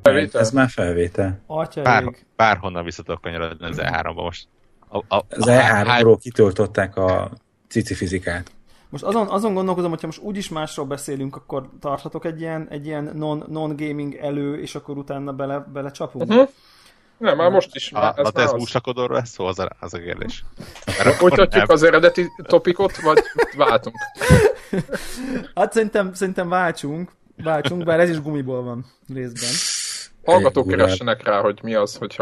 Ez már felvétel. Bárhonnan vissza tudok kanyarodni az E3-ba most. Az E3-ról kitöltötték a cici fizikát. Most azon gondolkozom, hogyha most úgyis másról beszélünk, akkor tarthatok egy ilyen non-gaming elő, és akkor utána belecsapunk? Uh-huh. Nem, már most is. A te húsakodóról lesz szó, az a kérdés. Folytatjuk az eredeti topikot, vagy váltunk? Hát szerintem váltsunk, bár ez is gumiból van részben. Hallgatók keressenek rá, hogy mi az, hogyha...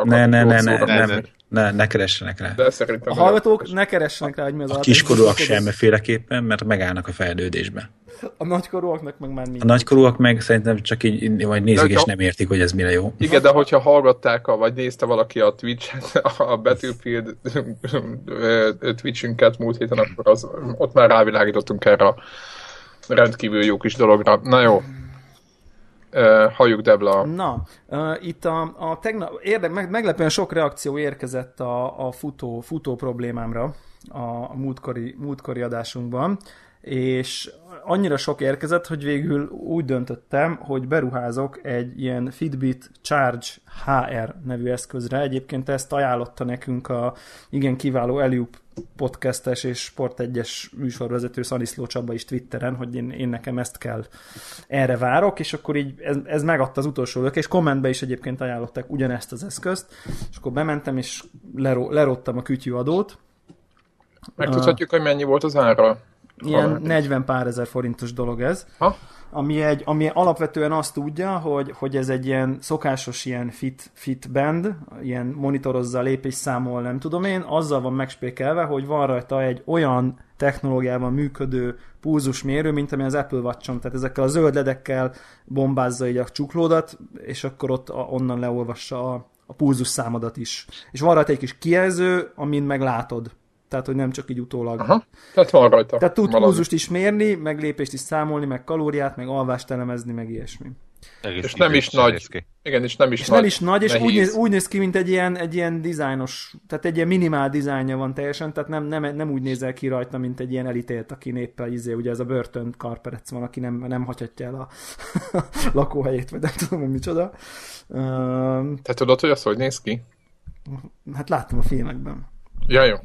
Ne keressenek rá. De szerintem a hallgatók ne keressenek rá, hogy mi az. A kiskorúak semmiféleképpen, mert megállnak a fejlődésbe. A nagykorúaknak meg már mi? A nagykorúak meg szerintem csak így vagy nézik, és nem értik, hogy ez mire jó. Igen, de hogyha hallgatták, vagy nézte valaki a Twitch-et, a Battlefield Twitch-ünket múlt héten, akkor ott már rávilágítottunk erre a rendkívül jó kis dologra. Na jó. Halljuk Debla. Na, itt a tegnap meglepően sok reakció érkezett a futó problémámra a múltkori adásunkban, és annyira sok érkezett, hogy végül úgy döntöttem, hogy beruházok egy ilyen Fitbit Charge HR nevű eszközre. Egyébként ezt ajánlotta nekünk a igen kiváló Eliup podcastes és Sport1-es műsorvezető Szaniszló Csaba is Twitteren, hogy én nekem ezt kell, erre várok, és akkor így ez megadta az utolsó lök, és kommentbe is egyébként ajánlották ugyanezt az eszközt, és akkor bementem, és leróttam a kütyűadót. Megtudhatjuk, hogy mennyi volt az ára? Ilyen 40 pár ezer forintos dolog ez. Ha? Ami alapvetően azt tudja, hogy ez egy ilyen szokásos ilyen fit band, ilyen monitorozza, lépésszámol, nem tudom én, azzal van megspékelve, hogy van rajta egy olyan technológiával működő pulzusmérő, mint ami az Apple Watch-on, tehát ezekkel a zöld ledekkel bombázza így a csuklódat, és akkor ott onnan leolvassa a pulzusszámodat is. És van rajta egy kis kijelző, amin meglátod. Tehát, hogy nem csak így utólag. Aha, tehát van rajta. Tehát tud pulzust is mérni, meg lépést is számolni, meg kalóriát, meg alvást elemezni, meg ilyesmi. És nem is nagy. Igen, és nem is és nagy. Nem is nagy, és úgy néz ki, mint egy ilyen dizájnos, tehát egy ilyen minimál dizájnja van teljesen, tehát nem úgy nézel ki rajta, mint egy ilyen elítélt, aki éppen ugye ez a börtön karperec van, aki nem hagyhatja el a lakóhelyét, vagy nem tudom, hogy micsoda. Te tudod, hogy az hogy néz ki? Hát láttam a filmekben. Ja, jó.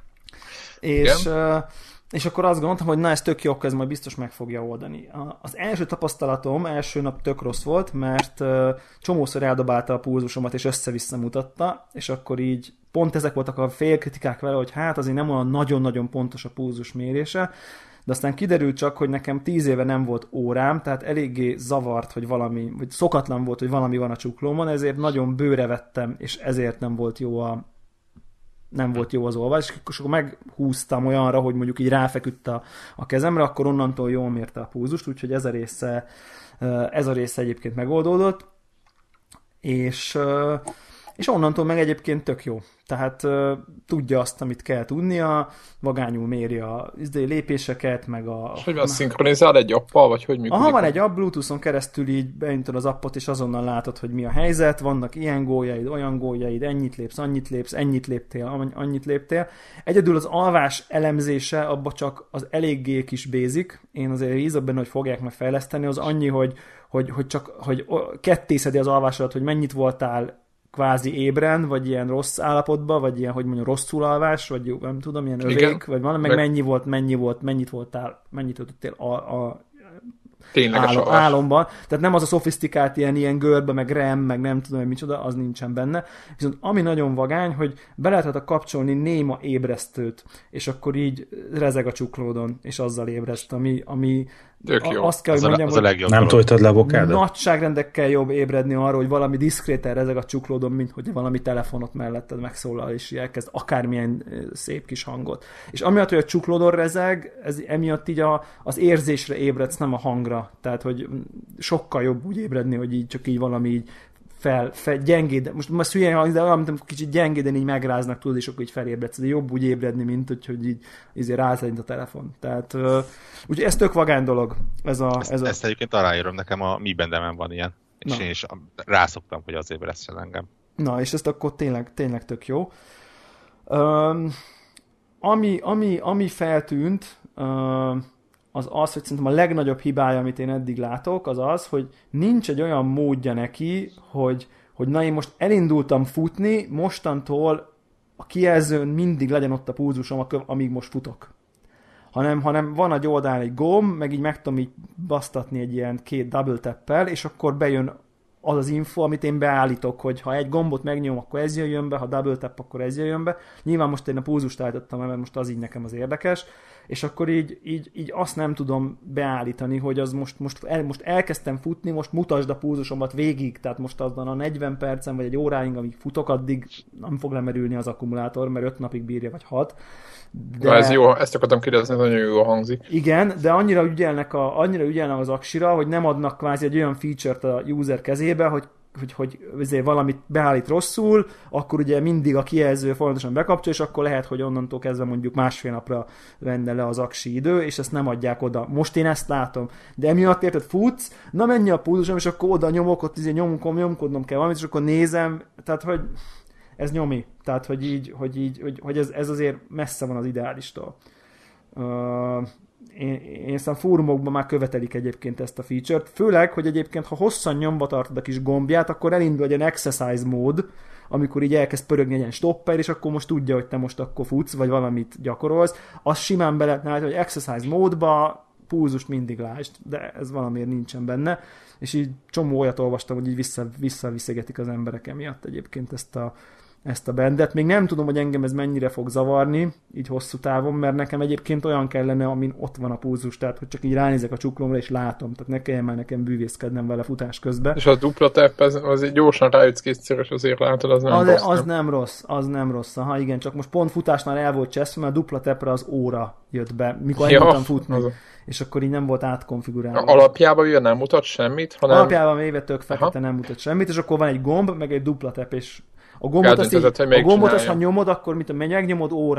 És akkor azt gondoltam, hogy na ez tök jó, ez majd biztos meg fogja oldani. Az első tapasztalatom első nap tök rossz volt, mert csomószor eldobálta a pulzusomat, és össze-vissza mutatta, és akkor így pont ezek voltak a félkritikák vele, hogy hát azért nem olyan nagyon-nagyon pontos a pulzus mérése, de aztán kiderült csak, hogy nekem 10 éve nem volt órám, tehát eléggé zavart, hogy vagy szokatlan volt, hogy valami van a csuklómon, ezért nagyon bőre vettem, és ezért nem volt jó az olvás, és akkor meghúztam olyanra, hogy mondjuk így ráfeküdt a kezemre, akkor onnantól jól mérte a pulzust, úgyhogy ez a része egyébként megoldódott, és onnantól meg egyébként tök jó. Tehát tudja azt, amit kell tudnia, vagányul méri a lépéseket, meg a... És hogy van, szinkronizál egy appal, vagy hogy működik? Aha, van egy app, Bluetooth-on keresztül így beütöd az appot, és azonnal látod, hogy mi a helyzet, vannak ilyen gólyaid, olyan gólyaid, ennyit lépsz, ennyit léptél, annyit léptél. Egyedül az alvás elemzése, abba csak az eléggé kis basic, én azért bízok benne, hogy fogják meg fejleszteni, az annyi, hogy kettészedi az alvásodat, hogy mennyit voltál kvázi ébren, vagy ilyen rossz állapotban, vagy ilyen, hogy mondjam, rosszul alvás, vagy nem tudom, ilyen övék, vagy valami, meg mennyit töltöttél álomban. Tehát nem az a szofisztikált ilyen görbe, meg REM, meg nem tudom, hogy micsoda, az nincsen benne. Viszont ami nagyon vagány, hogy be lehetett kapcsolni néma ébresztőt, és akkor így rezeg a csuklódon, és azzal ébreszt, ami azt kell, hogy mondjam, hogy nem tojtad le a bokádat? Nagyságrendekkel jobb ébredni arra, hogy valami diszkréten rezeg a csuklódon, mint hogy valami telefonot melletted megszólal, és elkezd akármilyen szép kis hangot. És amiatt, hogy a csuklódon rezeg, emiatt így az érzésre ébredsz, nem a hangra. Tehát, hogy sokkal jobb úgy ébredni, hogy így csak így valami így gyengéden, most hülyen hangzik, de olyan, mint kicsit gyengéden így megráznak, tudod, és akkor így felébredsz. De jobb úgy ébredni, mint hogy így rázadint a telefon. Tehát, úgyhogy ez tök vagány dolog. Ezt egyébként aláírom, nekem a Mi Bendemen van ilyen, és én is rászoktam, hogy az ébresztsen engem. Na, és ezt akkor tényleg tök jó. Ami feltűnt, az, hogy szerintem a legnagyobb hibája, amit én eddig látok, az, hogy nincs egy olyan módja neki, hogy na én most elindultam futni, mostantól a kijelzőn mindig legyen ott a pulzusom, amíg most futok. Hanem van egy oldalán egy gomb, meg így meg tudom így basztatni egy ilyen 2 double tappel, és akkor bejön az az info, amit én beállítok, hogy ha egy gombot megnyom, akkor ez jön be, ha double tap, akkor ez jön be. Nyilván most én a pulzust állítottam, mert most az így nekem az érdekes, és akkor így azt nem tudom beállítani, hogy az most elkezdtem futni, most mutasd a pulzusomat végig, tehát most azon a 40 percen, vagy egy óráig, amíg futok, addig nem fog lemerülni az akkumulátor, mert 5 napig bírja, vagy 6. De ez jó, ezt akartam kérdezni, ez nagyon jól hangzik. Igen, de annyira ügyelnek az aksira, hogy nem adnak kvázi egy olyan feature-t a user kezébe, hogy valamit beállít rosszul, akkor ugye mindig a kijelző folyamatosan bekapcsol, és akkor lehet, hogy onnantól kezdve mondjuk másfél napra venne le az aksi idő, és ezt nem adják oda. Most én ezt látom. De emiatt érted, futsz, na mennyi a pulzusom, és akkor oda nyomok, ott nyomkodnom kell valamit, és akkor nézem, tehát hogy ez nyomi. Tehát, hogy ez azért messze van az ideálistól. Én aztán fórumokban már követelik egyébként ezt a feature-t, főleg, hogy egyébként, ha hosszan nyomva tartod a kis gombját, akkor elindul egy exercise mód, amikor így elkezd pörögni egy ilyen stopper, és akkor most tudja, hogy te most akkor futsz, vagy valamit gyakorolsz. Azt simán be lehetne állítani, hogy exercise módba pulzust mindig lásd, de ez valamiért nincsen benne, és így csomó olyat olvastam, hogy így visszaviszegetik az emberek emiatt egyébként ezt a bandet. Még nem tudom, hogy engem ez mennyire fog zavarni, így hosszú távon, mert nekem egyébként olyan kellene, amin ott van a pulzus, tehát hogy csak így ránézek a csuklomra, és látom, tehát ne kelljen már nekem bűvészkednem vele futás közben. És a dupla tap, az gyorsan rájössz kétszer, és azért látod, az nem rossz. Az nem rossz. Aha, igen, csak most pont futásnál el volt cseszve, mert a dupla tapra az óra jött be, mikor elindultam futni. És akkor így nem volt átkonfigurálva. Alapjában ugye nem mutat semmit, hanem... Alapjában véve tök fekete nem mutat semmit, és akkor van egy gomb, meg egy dupla tap, és a gombot azt, ha nyomod, akkor megnyomod óra,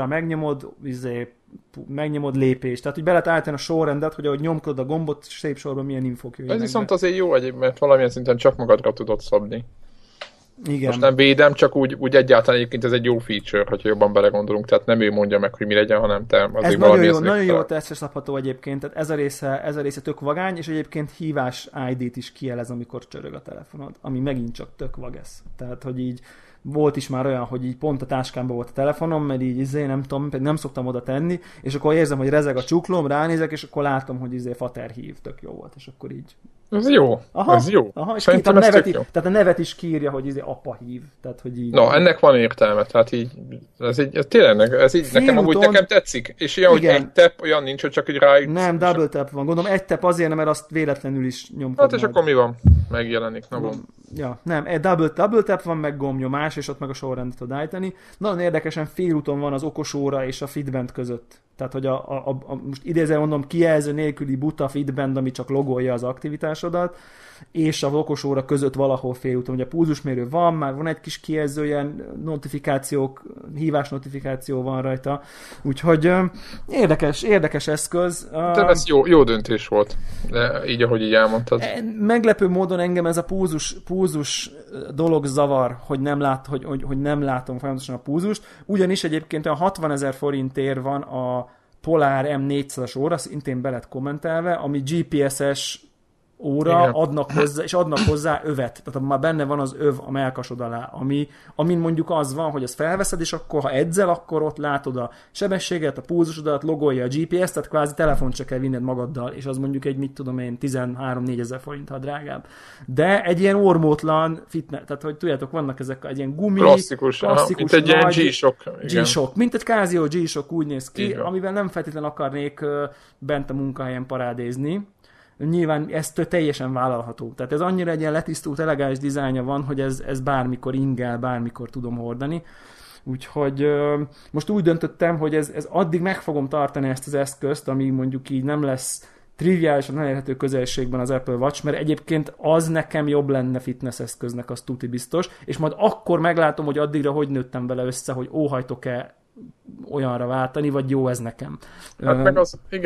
megnyomod lépést. Tehát, hogy be lehet állítani a sorrendet, hogy ahogy nyomkodod a gombot, szép sorban milyen infók jöjjenek. Ez viszont azért jó egyébként, mert valamilyen szinten csak magadra tudod szabni. Igen. Most nem védem, csak úgy egyáltalán egyébként ez egy jó feature, hogyha jobban belegondolunk, tehát nem ő mondja meg, hogy mi legyen, hanem te azért ez nagyon jó tesztre szabható egyébként, tehát ez a része tök vagány, és egyébként hívás ID-t is kijelez, amikor csörög a telefonod, ami megint csak tök vagesz. Tehát, hogy így volt is már olyan, hogy így pont a táskámban volt a telefonom, mert így nem tudom, nem szoktam oda tenni, és akkor érzem, hogy rezeg a csuklom, ránézek, és akkor látom, hogy fater hív, tök jó volt, és akkor így. Ez jó, ez jó. Aha, és tehát a nevet is kiírja, hogy apa hív. Tehát, hogy így. No, ennek van értelme, tehát így, ez tényleg, ez így nekem tetszik. És ilyen, hogy egy tap, olyan nincs, hogy csak így rájuk. Nem, double tap van. Gondolom egy tap azért, mert azt véletlenül is nyomkodnád. Hát és akkor mi van? Megjelenik, Ja, nem, egy double tap van, meg gombnyomás, és ott meg a sorrendet tud állítani. Nagyon érdekesen félúton van az okosóra és a Fitband között. Tehát, hogy most idézem mondom, kijelző nélküli buta Fitband, ami csak logolja az aktivitásodat, és az okosóra között valahol félúton, hogy a pulzusmérő van, már van egy kis kijelző, ilyen notifikációk, hívás notifikáció van rajta. Úgyhogy érdekes eszköz. De ez jó döntés volt, de így, ahogy így elmondtad. Meglepő módon engem ez a pulzus dolog zavar, hogy nem látom folyamatosan a pulzust. Ugyanis egyébként a 60 000 forintért van a Polar M400-as óra, szintén be lett kommentelve, ami GPS-es óra, adnak hozzá övet. Tehát már benne van az öv a mellkasod alá, amin mondjuk az van, hogy azt felveszed, és akkor, ha edzel, akkor ott látod a sebességet, a pulzusodat, logolja a GPS, tehát kvázi telefont se kell vinned magaddal, és az mondjuk egy, 13-4 ezer forint, ha drágább. De egy ilyen ormótlan fitness, tehát hogy tudjátok, vannak ezek egy ilyen gumi, klasszikus mint egy ilyen G-Shock, mint egy Casio G-Shock úgy néz ki, amivel nem feltétlenül akarnék bent a munkahelyen parádézni. Nyilván ez teljesen vállalható. Tehát ez annyira egy ilyen letisztult, elegáns dizájnja van, hogy ez bármikor ingel, bármikor tudom hordani. Úgyhogy most úgy döntöttem, hogy ez addig meg fogom tartani ezt az eszközt, amíg mondjuk így nem lesz triviálisan elérhető közelségben az Apple Watch, mert egyébként az nekem jobb lenne fitness eszköznek, az tuti biztos, és majd akkor meglátom, hogy addigra hogy nőttem vele össze, hogy óhajtok-e olyanra váltani, vagy jó ez nekem. Hát meg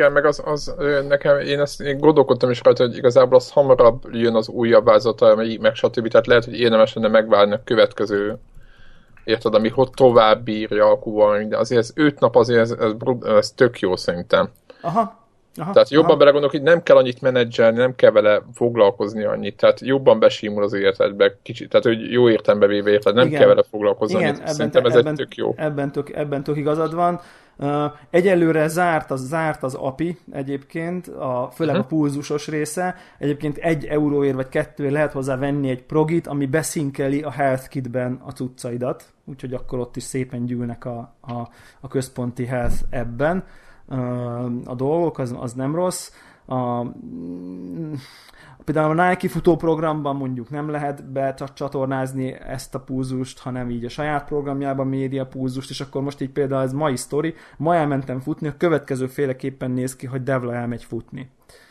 az nekem, én gondolkodtam is rajta, hogy igazából az hamarabb jön az újabb változata, meg stb. Tehát lehet, hogy érdemes lenne megvárni a következő, érted, ami tovább bírja alkuval, de azért ez 5 nap azért ez tök jó szerintem. Aha. Tehát jobban belegondolok, hogy nem kell annyit menedzselni, nem kell vele foglalkozni annyit, tehát jobban besimul az életedbe kicsit, tehát hogy jó értelembe véve érted, nem kell vele foglalkozni annyit. Szerintem ez egy tök jó. Ebben tök igazad van. Egyelőre zárt az API egyébként, főleg a pulzusos része. Egyébként 1 euróért vagy 2 lehet hozzá venni egy progit, ami beszinkeli a Health Kitben a cuccaidat, úgyhogy akkor ott is szépen gyűlnek a központi Health appben a dolgok, az nem rossz. Például a Nike futóprogramban mondjuk nem lehet becsatornázni ezt a pulzust, hanem így a saját programjában méri a pulzust, és akkor most így például ez mai sztori, ma elmentem futni, a következő féleképpen néz ki, hogy Devla elmegy futni.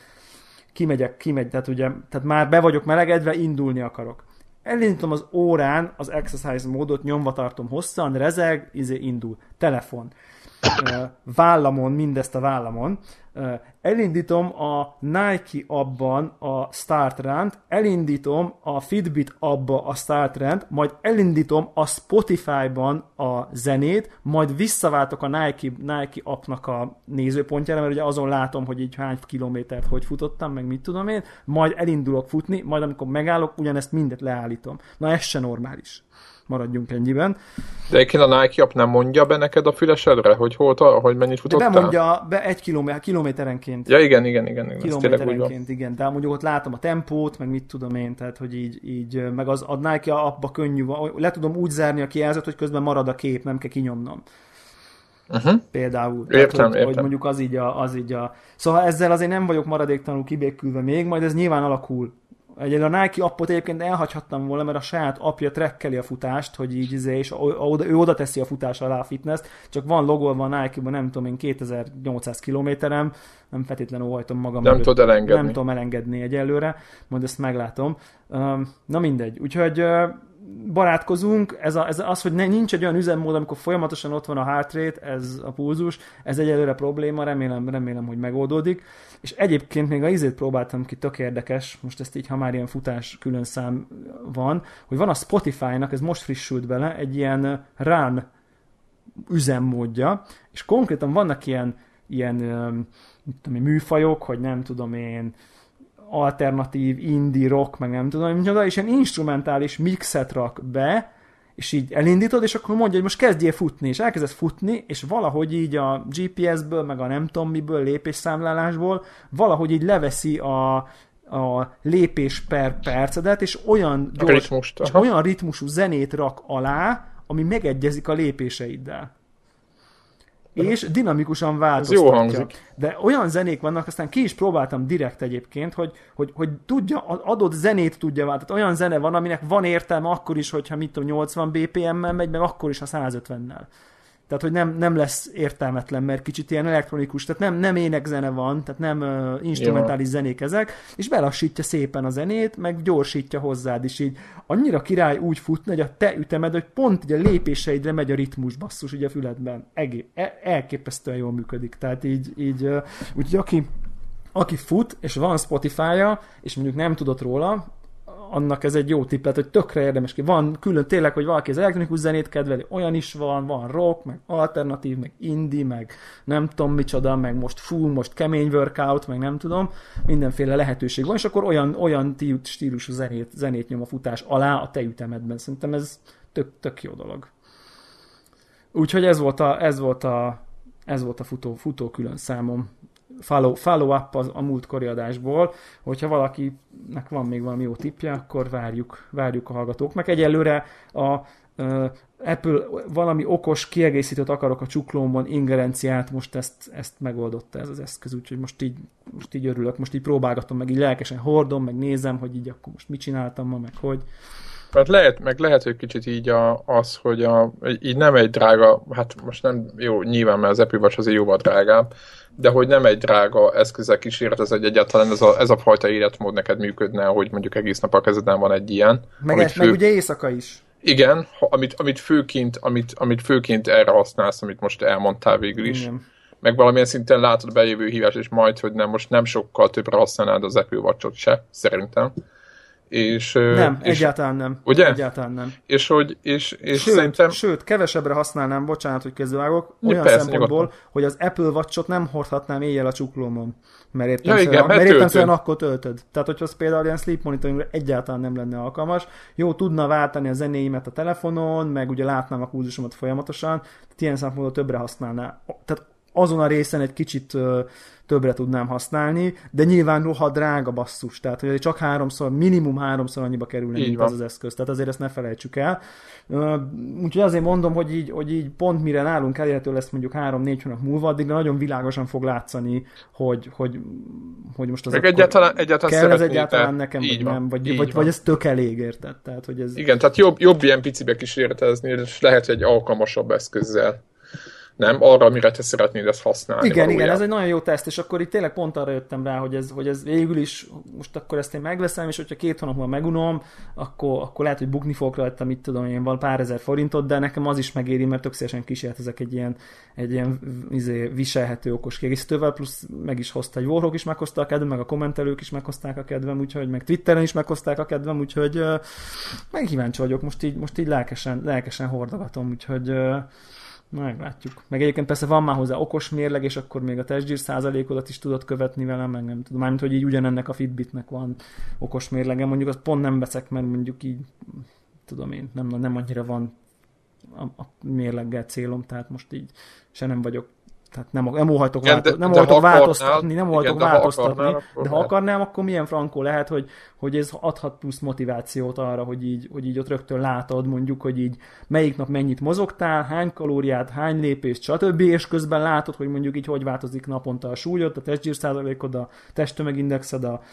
Kimegy, tehát már be vagyok melegedve, indulni akarok. Elindítom az órán az exercise módot, nyomva tartom hosszan, rezeg, indul. Telefon. Vállamon, mindezt a vállamon. Elindítom a Nike abban a Start Run-t, elindítom a Fitbit abba a Start Run-t, majd elindítom a Spotify-ban a zenét, majd visszaváltok a Nike appnak a nézőpontjára, mert ugye azon látom, hogy így hány kilométert hogy futottam, meg mit tudom én, majd elindulok futni, majd amikor megállok, ugyanezt mindet leállítom. Na ez se normális. Maradjunk ennyiben. De egyébként a Nike app nem mondja be neked a fülesedre, hogy mennyit futottál? De bemondja be 1 kilométerenként. Ja, igen. Kilométerenként, igen. De mondjuk ott látom a tempót, meg mit tudom én, tehát hogy így meg a Nike appba könnyű, le tudom úgy zárni a kijelzőt, hogy közben marad a kép, nem kell kinyomnom. Például. Értem. Hogy mondjuk az így a... Szóval ezzel azért nem vagyok maradéktalanul kibékülve még, majd ez nyilván alakul. A Nike appot egyébként elhagyhattam volna, mert a saját appja trekkeli a futást, hogy így és ő oda teszi a futás alá a fitness, csak van logolva a Nike-ban, nem tudom én, 2800 kilométerem, nem feltétlenül óhajtom magam. Nem tudod elengedni. Nem tudom elengedni egyelőre, majd ezt meglátom. Na mindegy. Úgyhogy barátkozunk, ez az, hogy nincs egy olyan üzemmód, amikor folyamatosan ott van a heart rate, ez a pulzus, ez egyelőre probléma, remélem, hogy megoldódik. És egyébként még a izét próbáltam ki, tök érdekes, most ezt így, ha már ilyen futás külön szám van, hogy van a Spotify-nak, ez most frissült bele, egy ilyen run üzemmódja, és konkrétan vannak ilyen műfajok, hogy nem tudom én, alternatív, indie, rock, meg nem tudom, és ilyen instrumentális mixet rak be, és így elindítod, és akkor mondja, hogy most kezdjél futni, és elkezdesz futni, és valahogy így a GPS-ből, meg a nem tudom miből, lépésszámlálásból, valahogy így leveszi a lépés per percedet, és olyan gyors, és olyan ritmusú zenét rak alá, ami megegyezik a lépéseiddel. És dinamikusan változtatja. Ez jó hangzik. De olyan zenék vannak, aztán ki is próbáltam direkt egyébként, hogy tudja, adott zenét tudja váltani. Olyan zene van, aminek van értelme akkor is, hogyha 80 BPM-mel megy, meg akkor is a 150-nel. Tehát, hogy nem lesz értelmetlen, mert kicsit ilyen elektronikus, tehát nem énekzene van, tehát nem instrumentális zenék ezek, és belassítja szépen a zenét, meg gyorsítja hozzád is így. Annyira király úgy futni, hogy a te ütemed, hogy pont így a lépéseidre megy a ritmus basszus így a füledben. Elképesztően jól működik. Tehát így úgyhogy aki fut, és van Spotify-ja, és mondjuk nem tudott róla, annak ez egy jó tipp, tehát, hogy tökre érdemes ki. Van külön tényleg, hogy valaki az elektronikus zenét kedveli, olyan is van rock, meg alternatív, meg indie, meg nem tudom micsoda, meg most kemény workout, meg nem tudom, mindenféle lehetőség van, és akkor olyan stílusú zenét nyom a futás alá a te ütemedben. Szerintem ez tök jó dolog. Úgyhogy ez volt a futó külön számom. Follow-up a múltkori adásból, hogyha valakinek van még valami jó tippje, akkor várjuk a hallgatók. Meg egyelőre a Apple valami okos kiegészítőt akarok a csuklómban, ingerenciát, most ezt megoldotta ez az eszköz, úgyhogy most így örülök, most így próbálgatom, meg így lelkesen hordom, meg nézem, hogy így akkor most mit csináltam ma, meg hogy. Hát lehet, hogy kicsit így az, hogy így nem egy drága, hát most nem jó, nyilván, mert az Apple Watch azért jóval drágább, de hogy nem egy drága eszközzel kíséret, ez egyáltalán ez a fajta életmód neked működne, hogy mondjuk egész nap a kezeden van egy ilyen. Meg ugye éjszaka is. Igen, amit főként erre használsz, amit most elmondtál végül is. Igen. Meg valamilyen szinten látod bejövő hívás, és majd, hogy most nem sokkal többre használnád az Apple Watch-ot se, szerintem. Nem, egyáltalán nem. Ugye? Egyáltalán nem. És szerintem... Sőt, kevesebbre használnám, bocsánat, hogy közbevágok, olyan szempontból, nyugodtan, hogy az Apple Watch-ot nem hordhatnám éjjel a csuklómon. Mert értem akkor töltöd. Tehát, hogyha az például ilyen sleep monitoringra egyáltalán nem lenne alkalmas. Jó, tudna váltani a zenéimet a telefonon, meg ugye látnám a pulzusomat folyamatosan, tehát ilyen szempontból többre használná. Tehát azon a részen egy kicsit többre tudnám használni, de nyilván rohadt drága basszus, tehát hogy csak minimum háromszor annyiba kerülne, mint az eszköz, tehát azért ezt ne felejtsük el. Úgyhogy azért mondom, hogy így pont mire nálunk elérhető lesz mondjuk 3-4 hónap múlva, addigra nagyon világosan fog látszani, hogy most az egyáltalán kell ez egyáltalán nekem, vagy nem, vagy ez tök elég, érted? Tehát, hogy ez... Igen, tehát jobb ilyen picibe kísérletezni, és lehet egy alkalmasabb eszközzel. Nem, arra, amire te szeretnéd ezt használni. Igen, ez egy nagyon jó teszt, és akkor itt tényleg pont arra jöttem rá, hogy ez végül is, most akkor ezt én megveszem, és hogyha 2 hónap múlva megunom, akkor lehet, hogy bukni fogok rajta, mit tudom én, van pár ezer forintot, de nekem az is megéri, mert tökéletesen kísérletezek egy ilyen viselhető okos kiegészítővel, plusz meg is hozta, egy Warhawk is meghozta a kedvem, meg a kommentelők is meghozták a kedvem, úgyhogy meg Twitteren is meghozták a kedvem, úgyhogy meg kíváncsi vagyok, most így lelkesen hordogatom, úgyhogy meglátjuk. Meg egyébként persze van már hozzá okos mérleg, és akkor még a testgyűr százalékodat is tudod követni velem, meg nem tudom. Mármint, hogy így ugyanennek a Fitbitnek van okos mérlege. Mondjuk azt pont nem veszek, mert mondjuk így, tudom én, nem annyira van a mérleggel célom, tehát most így se nem vagyok. Tehát nem óhajtok változtatni, de ha akarnám, akkor milyen frankó lehet, hogy ez adhat plusz motivációt arra, hogy így ott rögtön látod, mondjuk, hogy így melyik nap mennyit mozogtál, hány kalóriát, hány lépést, stb. És közben látod, hogy mondjuk így hogy változik naponta a súlyod, a testgyűr százalékod, a testtömegindexed, a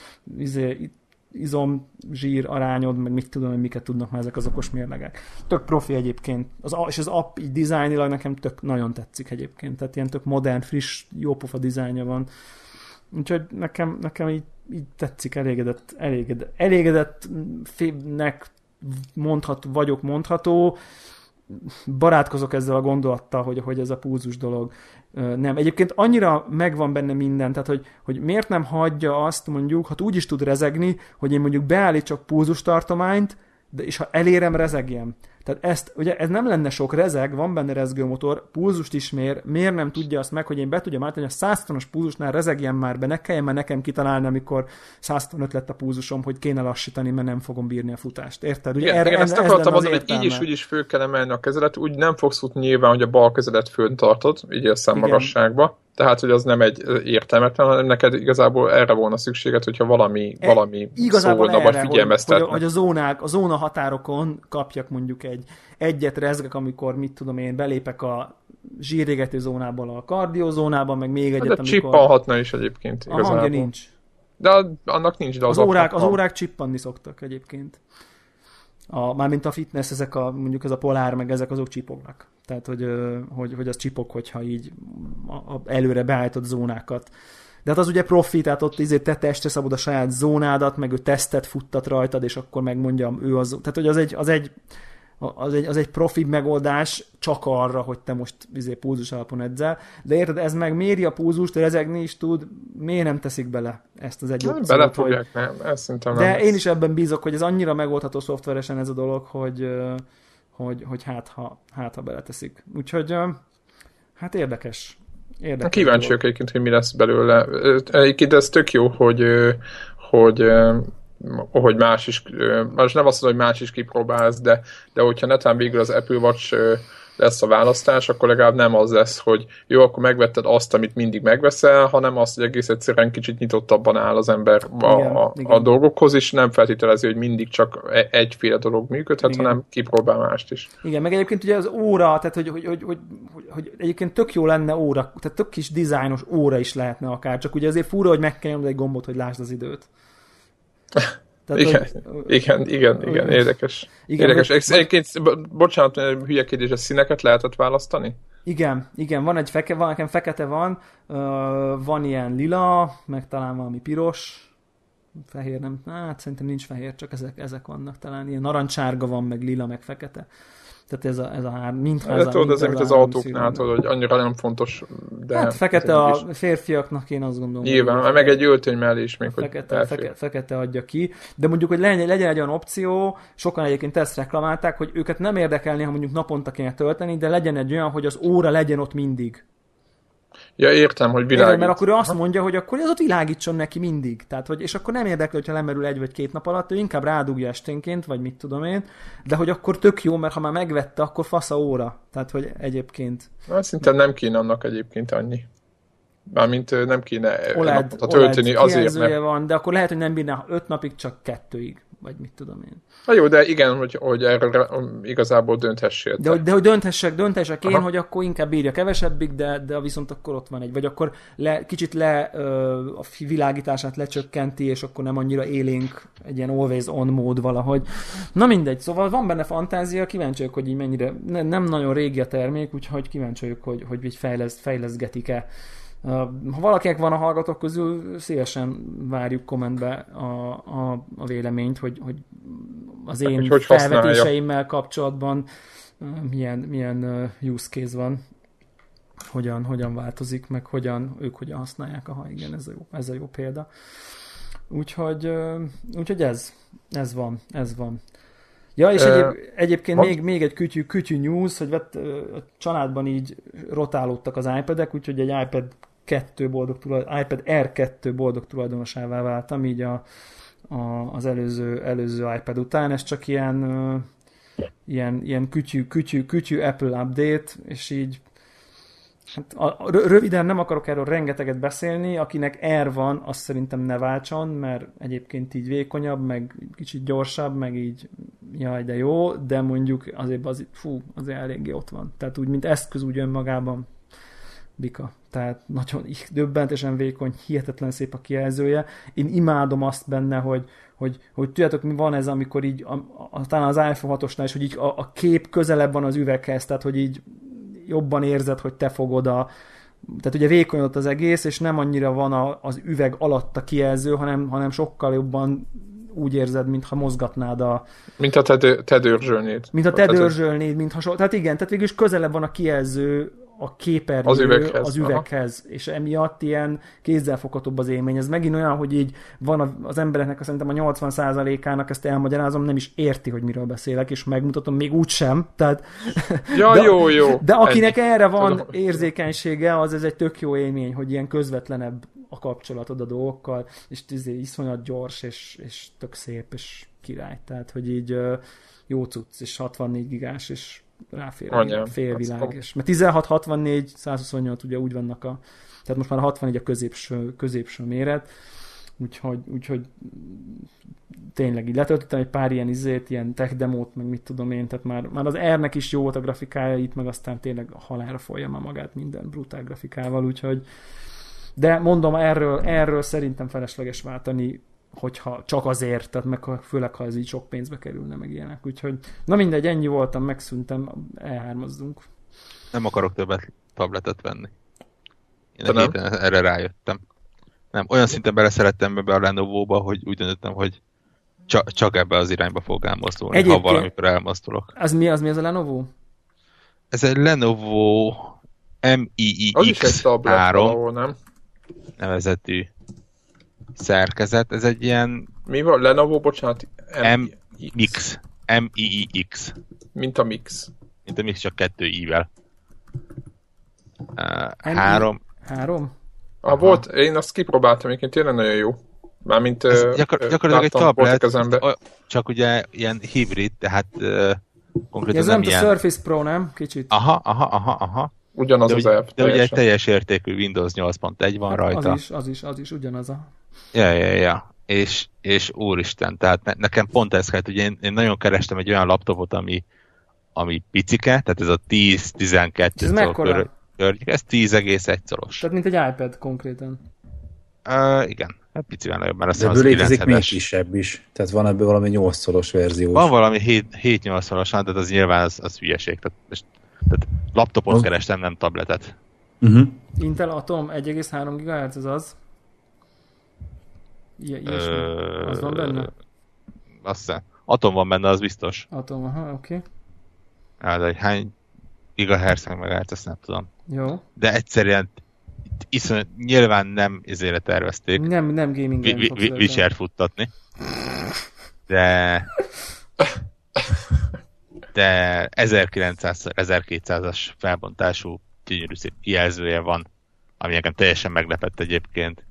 izom-zsír arányod, meg mit tudom, hogy miket tudnak már ezek az okos mérlegek. Tök profi egyébként. És az app így dizájnilag nekem tök nagyon tetszik egyébként. Tehát ilyen tök modern, friss, jópofa dizájnja van. Úgyhogy nekem így tetszik, elégedettnek mondható. Barátkozok ezzel a gondolattal, hogy ez a pulzus dolog. Nem. Egyébként annyira megvan benne minden, tehát hogy miért nem hagyja azt mondjuk, ha úgy is tud rezegni, hogy én mondjuk beállítsak pulzustartományt, és ha elérem, rezegjem. Tehát ugye ez nem lenne sok rezeg, van benne rezgőmotor, pulzust is mér, miért nem tudja azt meg, hogy én be tudjam állítani, hogy a 100-as pulzusnál rezegjen már be, ne kelljen már nekem kitalálni, amikor 105 lett a pulzusom, hogy kéne lassítani, mert nem fogom bírni a futást. Érted? Ugye igen, ezt akartam mondani, hogy így is úgy is föl kell emelni a kezelet, úgy nem fogsz tudni nyilván, hogy a bal kezelet fönn tartod, így a szemmagasságba. Tehát, hogy az nem egy értelmetlen, hanem neked igazából erre volna szükséged, hogyha valami szólna, vagy figyelmeztetne. Hogy a zóna határokon kapjak mondjuk egyet rezgek, amikor, mit tudom én, belépek a zsírégető zónából a kardiózónában, meg még egyet, amikor... Csippanhatna is egyébként igazából. A hangja nincs. De annak nincs, de az órák csippanni szoktak egyébként. Mármint a fitness, mondjuk ez a polár, meg ezek azok csipognak. Tehát, hogy az csipog, hogyha így előre beállított zónákat. De hát az ugye profi, tehát ott te testre szabod a saját zónádat, meg ő tesztet futtat rajtad, és akkor megmondja ő az... Tehát, hogy az egy profi megoldás csak arra, hogy te most pulzus alapon edzel. De érted, ez meg méri a pulzust, rezegni is tud, miért nem teszik bele ezt az egy opciót? Belefogják, nem, ez szerintem nem. De én is ebben bízok, hogy ez annyira megoldható szoftveresen ez a dolog, hogy hát ha beleteszik. Úgyhogy hát érdekes. Kíváncsi vagyok egyébként, hogy mi lesz belőle. Egyébként ez tök jó, hogy más is, most nem azt mondom, hogy más is kipróbálsz, de hogyha netán végül az Apple Watch lesz a választás, akkor legalább nem az lesz, hogy jó, akkor megvetted azt, amit mindig megveszel, hanem azt, hogy egész egyszerűen kicsit nyitottabban áll az ember a dolgokhoz, és nem feltételezi, hogy mindig csak egyféle dolog működhet, hanem kipróbál mást is. Igen, meg egyébként ugye az óra, tehát hogy egyébként tök jó lenne óra, tehát tök kis dizájnos óra is lehetne akár, csak ugye azért fura, hogy meg kell nyomni egy gombot, hogy lásd az időt. Tehát, igen, érdekes. Érdekes. Egyébként, bocsánat, hülye kérdés, a színeket lehetett választani? Igen, van nekem fekete van ilyen lila, meg talán valami piros, fehér nem, hát szerintem nincs fehér, csak ezek vannak talán, ilyen narancsárga van, meg lila, meg fekete. Tehát ez a mindház. De tudod, ezeket az autóknál, hogy annyira nem fontos, de... Hát fekete a férfiaknak, én azt gondolom. Nyilván, meg egy öltöny mellé is még, fekete adja ki. De mondjuk, hogy legyen egy olyan opció, sokan egyébként ezt reklamálták, hogy őket nem érdekelné, ha mondjuk naponta kéne tölteni, de legyen egy olyan, hogy az óra legyen ott mindig. Ja, értem, hogy világít. Mert akkor ő azt mondja, hogy akkor az ott világítson neki mindig. Tehát, hogy, és akkor nem érdekel, hogyha lemerül 1 vagy 2 nap alatt, ő inkább rádugja esténként, vagy mit tudom én, de hogy akkor tök jó, mert ha már megvette, akkor fasz a óra. Tehát, hogy egyébként... Szerintem nem kéne annak egyébként annyi. Mármint nem kéne OLED tölteni azért, mert... van, de akkor lehet, hogy nem bírná 5 napig, csak 2-ig, vagy mit tudom én. Na jó, de igen, hogy erről igazából dönthessél. De hogy döntessek én, hogy akkor inkább bírja kevesebbig, de viszont akkor ott van egy. Vagy akkor kicsit a világítását lecsökkenti, és akkor nem annyira élénk egy ilyen always on mód valahogy. Na mindegy, szóval van benne fantázia, kíváncsi vagyok, hogy így mennyire, nem nagyon régi a termék, úgyhogy kíváncsi vagyok, hogy így fejleszgetik-e. Ha valakinek van a hallgatók közül, szívesen várjuk kommentbe a véleményt, hogy az én felvetéseimmel kapcsolatban milyen use case van, hogyan változik, meg ők hogyan használják. Igen, ez a jó példa. Úgyhogy ez van. Ja, és egyébként még egy kütyű news, hogy a családban így rotálódtak az iPad-ek, úgyhogy egy iPad Air 2 boldog tulajdonosává váltam így az előző iPad után. Ez csak ilyen kütyű Apple update, és így hát röviden nem akarok erről rengeteget beszélni, akinek Air van, azt szerintem ne váltson, mert egyébként így vékonyabb, meg kicsit gyorsabb, meg így jaj, de jó, de mondjuk azért azért eléggé ott van. Tehát úgy, mint eszköz úgy önmagában bika. Tehát nagyon döbbentesen vékony, hihetetlen szép a kijelzője. Én imádom azt benne, hogy tudjátok, mi van ez, amikor így talán az iPhone 6-osnál is, hogy így a kép közelebb van az üveghez, tehát hogy így jobban érzed, hogy te fogod tehát ugye vékony ott az egész, és nem annyira van az üveg alatt a kijelző, hanem sokkal jobban úgy érzed, mintha mozgatnád Mint ha te dörzsölnéd. Tehát igen, tehát végülis közelebb van a kijelző a képernyő az üveghez, és emiatt ilyen kézzelfoghatóbb az élmény. Ez megint olyan, hogy így van az embereknek szerintem a 80%-ának, ezt elmagyarázom, nem is érti, hogy miről beszélek, és megmutatom még úgysem. Tehát, ja, jó. De akinek erre van érzékenysége, az ez egy tök jó élmény, hogy ilyen közvetlenebb a kapcsolatod a dolgokkal, és iszonyat gyors, és tök szép, és király. Tehát, hogy így jó cucc, és 64 gigás, és ráfér félvilág. Mert 16-64, 128 ugye úgy vannak tehát most már a 64 a középső méret, úgyhogy tényleg így letöltöttem egy pár ilyen tech demót, meg mit tudom én, tehát már az R-nek is jó volt a grafikája itt, meg aztán tényleg a halálra folyja már magát minden brutál grafikával, úgyhogy de mondom, erről szerintem felesleges váltani, hogyha csak azért, tehát meg főleg, ha ez így sok pénzbe kerülne, meg ilyenek. Úgyhogy, na mindegy, ennyi voltam, megszűntem, elhármazzunk. Nem akarok többet tabletet venni. Én a héten erre rájöttem. Nem, olyan szinten beleszerettem be a Lenovo-ba, hogy úgy döntöttem, hogy csak ebbe az irányba fog elmozdulni, egyébként, ha valamikor elmozdulok. Az mi az a Lenovo? Ez egy Lenovo MIIX3 nem? nevezetű szerkezet. Ez egy ilyen... Mi van? Lenovo, bocsánat? MIX. MIIX. Mint a Mix. Mint a Mix, csak 2 i-vel. 3. Volt, én azt kipróbáltam, egyébként tényleg nagyon jó. Mármint gyakorlatilag egy tablet, csak ugye ilyen hibrid, tehát konkrétan ez nem a Surface Pro, nem? Kicsit. Aha. Ugyanaz az elv. De ugye egy teljes értékű Windows 8.1 van rajta. Az is ugyanaz a... Ja. És úristen, tehát nekem pont ez kellett, hogy én nagyon kerestem egy olyan laptopot, ami picike, tehát ez a 10-12 szor környék, ez 10,1 szoros. Tehát mint egy iPad konkrétan. Igen, hát picivel nagyobb, mert azt de ebből létezik még kisebb is, tehát van ebből valami 8 szoros verzió. Van valami 7-8 szoros, de az nyilván az hülyeség, tehát laptopot kerestem, nem tabletet. Intel Atom 1,3 GHz, ez az? Az van benne? Aztán Atom van benne, az biztos. Atom, aha, oké. De hogy hány gigahertz meg ezt nem tudom. Jó. De egyszerűen nyilván nem ezért tervezték. Nem gamingen Witcher futtatni. De 1900-1200-as felbontású gyönyörű szép kijelzője van, ami nekem teljesen meglepett egyébként.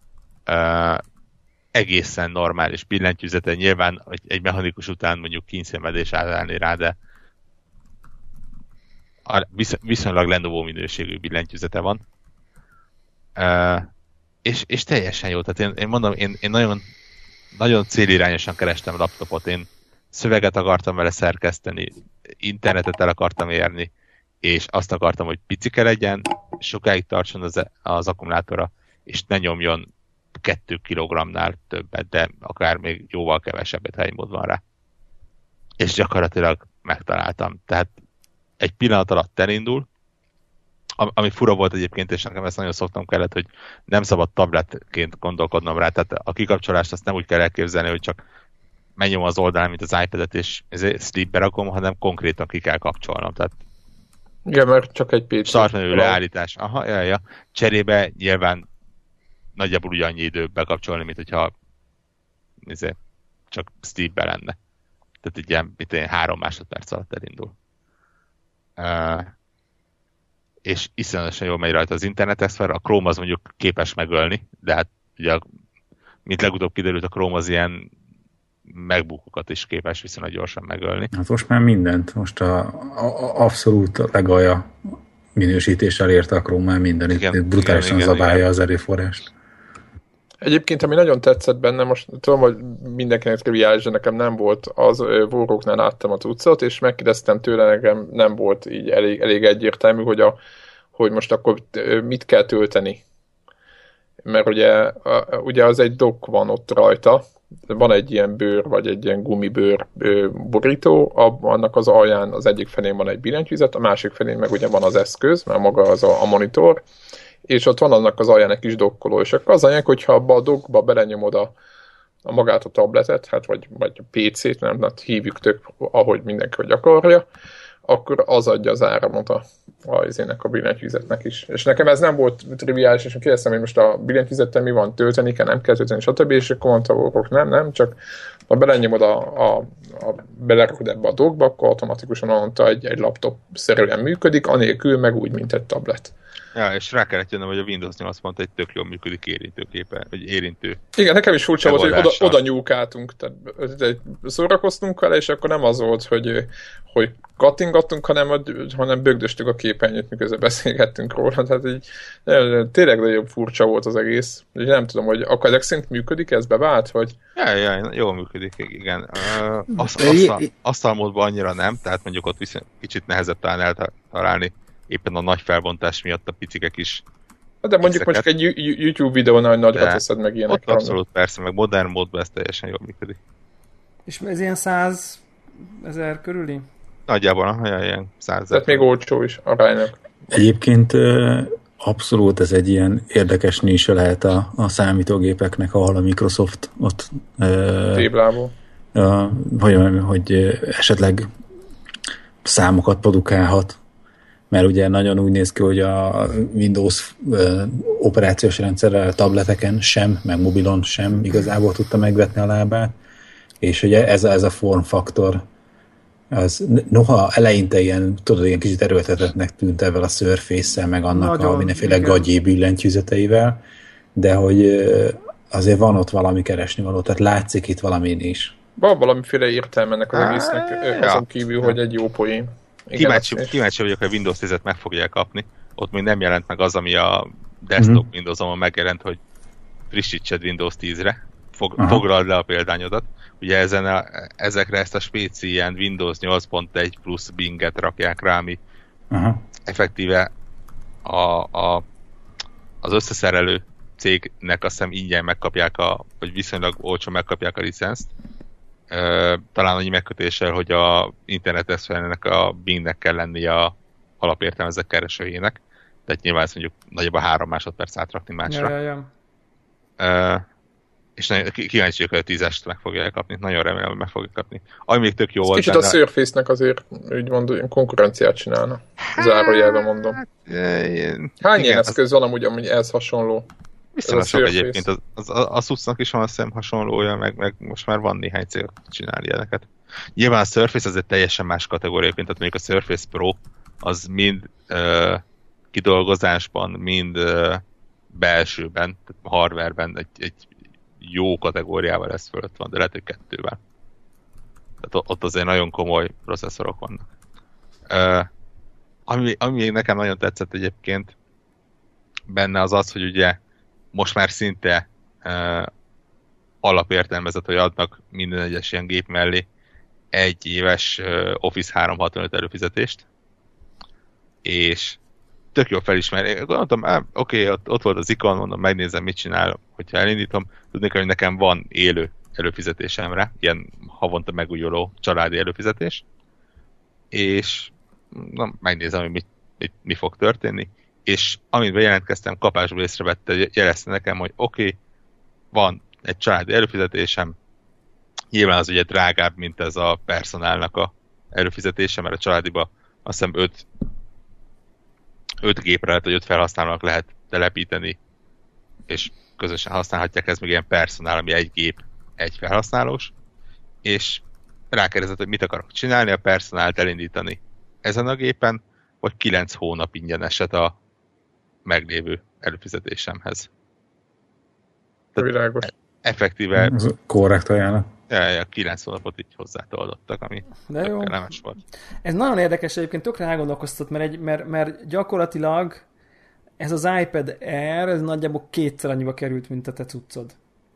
Egészen normális billentyűzete, nyilván egy mechanikus után mondjuk kínszemedés állni rá, de viszonylag Lenovo minőségű billentyűzete van. És teljesen jó. Tehát én mondom, én nagyon, nagyon célirányosan kerestem laptopot. Én szöveget akartam vele szerkeszteni, internetet el akartam érni, és azt akartam, hogy picike legyen, sokáig tartson az akkumulátora, és ne nyomjon 2 kg-nál többet, de akár még jóval kevesebbet, ha egy mód van rá. És gyakorlatilag megtaláltam. Tehát egy pillanat alatt elindul, ami fura volt egyébként, és nekem ezt nagyon szoktam kellett, hogy nem szabad tabletként gondolkodnom rá, tehát a kikapcsolást azt nem úgy kell elképzelni, hogy csak menjom az oldalán, mint az iPad-et, és sleepbe rakom, hanem konkrétan ki kell kapcsolnom. Tehát igen, mert csak egy PC. Startmenü leállítás. Aha, ja. Cserébe nyilván nagyjából ugyannyi idő bekapcsolni, mint hogyha csak sleepbe lenne. Tehát egy ilyen 3 másodperc alatt elindul. És iszonyatosan jól megy rajta az Internet Explorer, a Chrome az mondjuk képes megölni, de hát ugye, mint legutóbb kiderült, a Chrome az ilyen MacBookokat is képes viszonylag gyorsan megölni. Hát most már mindent, most abszolút legalja minősítéssel érte a Chrome már minden, itt brutálisan zabálja az erőforrást. Egyébként, ami nagyon tetszett benne, most tudom, hogy mindenkinek triviális, de nekem nem volt, az Warhawknál láttam a cuccot, és megkérdeztem tőle, nekem nem volt így elég egyértelmű, hogy most akkor mit kell tölteni. Mert ugye az egy dock van ott rajta, van egy ilyen bőr, vagy egy ilyen gumibőr borító, annak az alján az egyik felén van egy billentyűzet, a másik felén meg ugye van az eszköz, mert maga az a monitor, és ott van annak az alján egy kis dokkoló, és akkor az anyag, hogyha abba a dockba belenyomod a magát a tabletet, hát vagy a PC-t, nem, hát hívjuk tök, ahogy mindenki hogy akarja, akkor az adja az áramot a billentyűzetnek is. És nekem ez nem volt triviális, és kérdeztem, hogy most a billentyűzettel mi van, tölteni kell, nem kell tölteni, stb. És akkor mondta, hogy nem, csak ha belenyomod belerakod ebbe a dockba, akkor automatikusan mondta egy laptop-szerűen működik, anélkül meg úgy, mint egy tablet. Ja, és rá kellett jönnöm, hogy a Windows 8 Pont egy tök jól működik érintőképe, vagy érintő. Igen, nekem is furcsa volt, hogy oda nyúlkáltunk, tehát szórakoztunk vele, és akkor nem az volt, hogy kattingattunk, hanem bögdöstük a képernyőt, miközben beszélgettünk róla, tehát így tényleg nagyon furcsa volt az egész. És nem tudom, hogy akkor ezek szerint működik, ez bevált, vagy? Ja, jól működik, igen. Asztalmódban annyira nem, tehát mondjuk ott kicsit nehezebb talán eltalálni éppen a nagy felbontás miatt a picikek is. De mondjuk most egy YouTube videónál nagyra teszed meg ilyenek. Ott abszolút persze, meg modern módban ez teljesen jól működik. És ez ilyen 100 000 körüli? Nagyjából, ilyen 100 000. Tehát még olcsó is aránynak. Egyébként abszolút ez egy ilyen érdekes nise lehet a számítógépeknek, ahol a Microsoft ott téblából. Hogy esetleg számokat produkálhat, mert ugye nagyon úgy néz ki, hogy a Windows operációs rendszerrel tableteken sem, meg mobilon sem igazából tudta megvetni a lábát, és ugye ez a formfaktor, az noha eleinte ilyen kicsit erőltetettnek tűnt ezzel a Surface-szel, meg annak nagyon, a mindenféle gagyi billentyűzeteivel, de hogy azért van ott valami keresnivaló, tehát látszik itt valamin is. Van valamiféle értelme ennek az egésznek, azon kívül, hogy egy jó poén. Kíváncsi vagyok, hogy a Windows 10-et meg fogják kapni. Ott még nem jelent meg az, ami a desktop Windows-on megjelent, hogy frissítsed Windows 10-re. Foglald le a példányodat. Ugye ezekre ezt a spéci ilyen Windows 8.1 plusz Binget rakják rá, ami effektíve az összeszerelő cégnek azt hiszem ingyen megkapják, vagy viszonylag olcsó megkapják a licenszt. Talán annyi megkötéssel, hogy a Internet Explorer-nek a Bingnek kell lennie a alapértelmezett keresőjének. Tehát nyilván ezt mondjuk nagyjából 3 másodperc átrakni másra. Ja. És kíváncsi vagyok, hogy a 10-est meg fogja kapni. Nagyon remélem, hogy meg fogja kapni. Ami még tök jó ez volt kicsit benne... a Surface-nek azért úgymond konkurenciát csinálna. Zárójelben mondom. Hány ilyen eszköz van amúgy, ami ehhez hasonló? Viszonylag sok egyébként. Az Asusnak is van azt hiszem hasonlója, meg most már van néhány cég, csinál ilyeneket. Nyilván a Surface az egy teljesen más kategóriaként, tehát mondjuk a Surface Pro az mind kidolgozásban, mind belsőben, tehát hardwareben egy jó kategóriával lesz fölött van, de lehet, hogy 2-vel. Tehát ott azért nagyon komoly processzorok vannak. Ami még nekem nagyon tetszett egyébként benne az az, hogy ugye most már szinte alapértelmezett, hogy adnak minden egyes ilyen gép mellé 1 éves Office 365 előfizetést, és tök jól felismerni. Gondoltam, oké, ott volt az ikon, mondom, megnézem, mit csinál, hogyha elindítom. Tudni kell, hogy nekem van élő előfizetésemre, ilyen havonta megújuló családi előfizetés, és megnézem, hogy mi fog történni, és amit bejelentkeztem, kapásból észrevette, jelezte nekem, hogy oké, van egy családi előfizetésem, nyilván az ugye drágább, mint ez a personálnak a előfizetése, mert a családiba azt hiszem 5 gépre lehet, vagy 5 felhasználónak lehet telepíteni, és közösen használhatják, ez még ilyen personál, ami 1 gép, 1 felhasználós, és rákérdezett, hogy mit akarok csinálni, a personált elindítani ezen a gépen, vagy 9 hónap ingyeneset a meglévő előfizetésemhez. Világos. Effektíve... Ez korrekt ajánlat. 9 hónapot így hozzátoldottak, ami kellemes volt. Ez nagyon érdekes egyébként, tökre elgondolkoztat, mert gyakorlatilag ez az iPad Air, ez nagyjából 2-szer annyiba került, mint a te cuccod.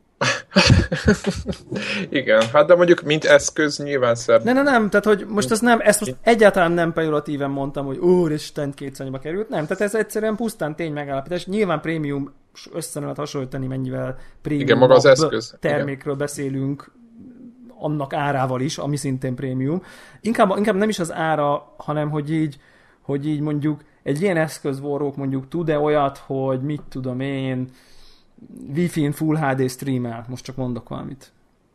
Igen, hát de mondjuk mint eszköz nyilván szebb. Nem, tehát hogy most ezt most egyáltalán nem pejoratíven mondtam, hogy úristen, 2-szer annyiba került, nem, tehát ez egyszerűen pusztán tény megállapítás. Nyilván prémium össze lehet hasonlítani, mennyivel prémium termékről beszélünk, annak árával is, ami szintén prémium. Inkább nem is az ára, hanem hogy így mondjuk egy ilyen eszközvorrók mondjuk tud-e olyat, hogy mit tudom én, Wi-Fi-n Full HD streamel. Most csak mondok valamit.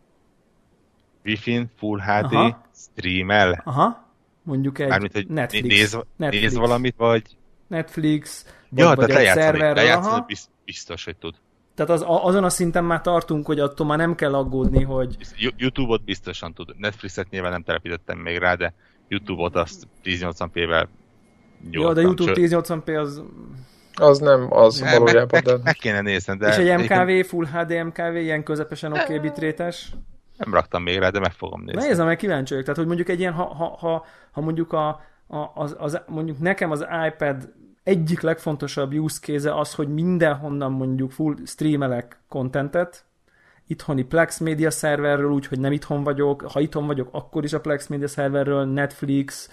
Wi-Fi-n Full HD streamel? Aha. Mondjuk egy mármint, hogy Netflix. Néz valamit, vagy... Netflix, vagy egy szerverről. Lejátszani biztos, hogy tud. Tehát azon a szinten már tartunk, hogy attól már nem kell aggódni, hogy... YouTube-ot biztosan tud. Netflixet nyilván nem telepítettem még rá, de YouTube-ot azt 1080p-vel nyugodtan. Jó, de YouTube 1080p az... Az nem, az valójában. Meg kéne nézni, de... És egy MKV, Full HD MKV, ilyen közepesen oké bitrétes? Nem raktam még rá, de meg fogom nézni. Nézzem, meg kíváncsi vagyok. Tehát, hogy mondjuk egy ilyen, ha mondjuk mondjuk nekem az iPad egyik legfontosabb use case az, hogy mindenhonnan mondjuk full streamelek contentet, itthoni Plex Media szerverről, úgyhogy nem itthon vagyok, ha itthon vagyok, akkor is a Plex Media szerverről, Netflix,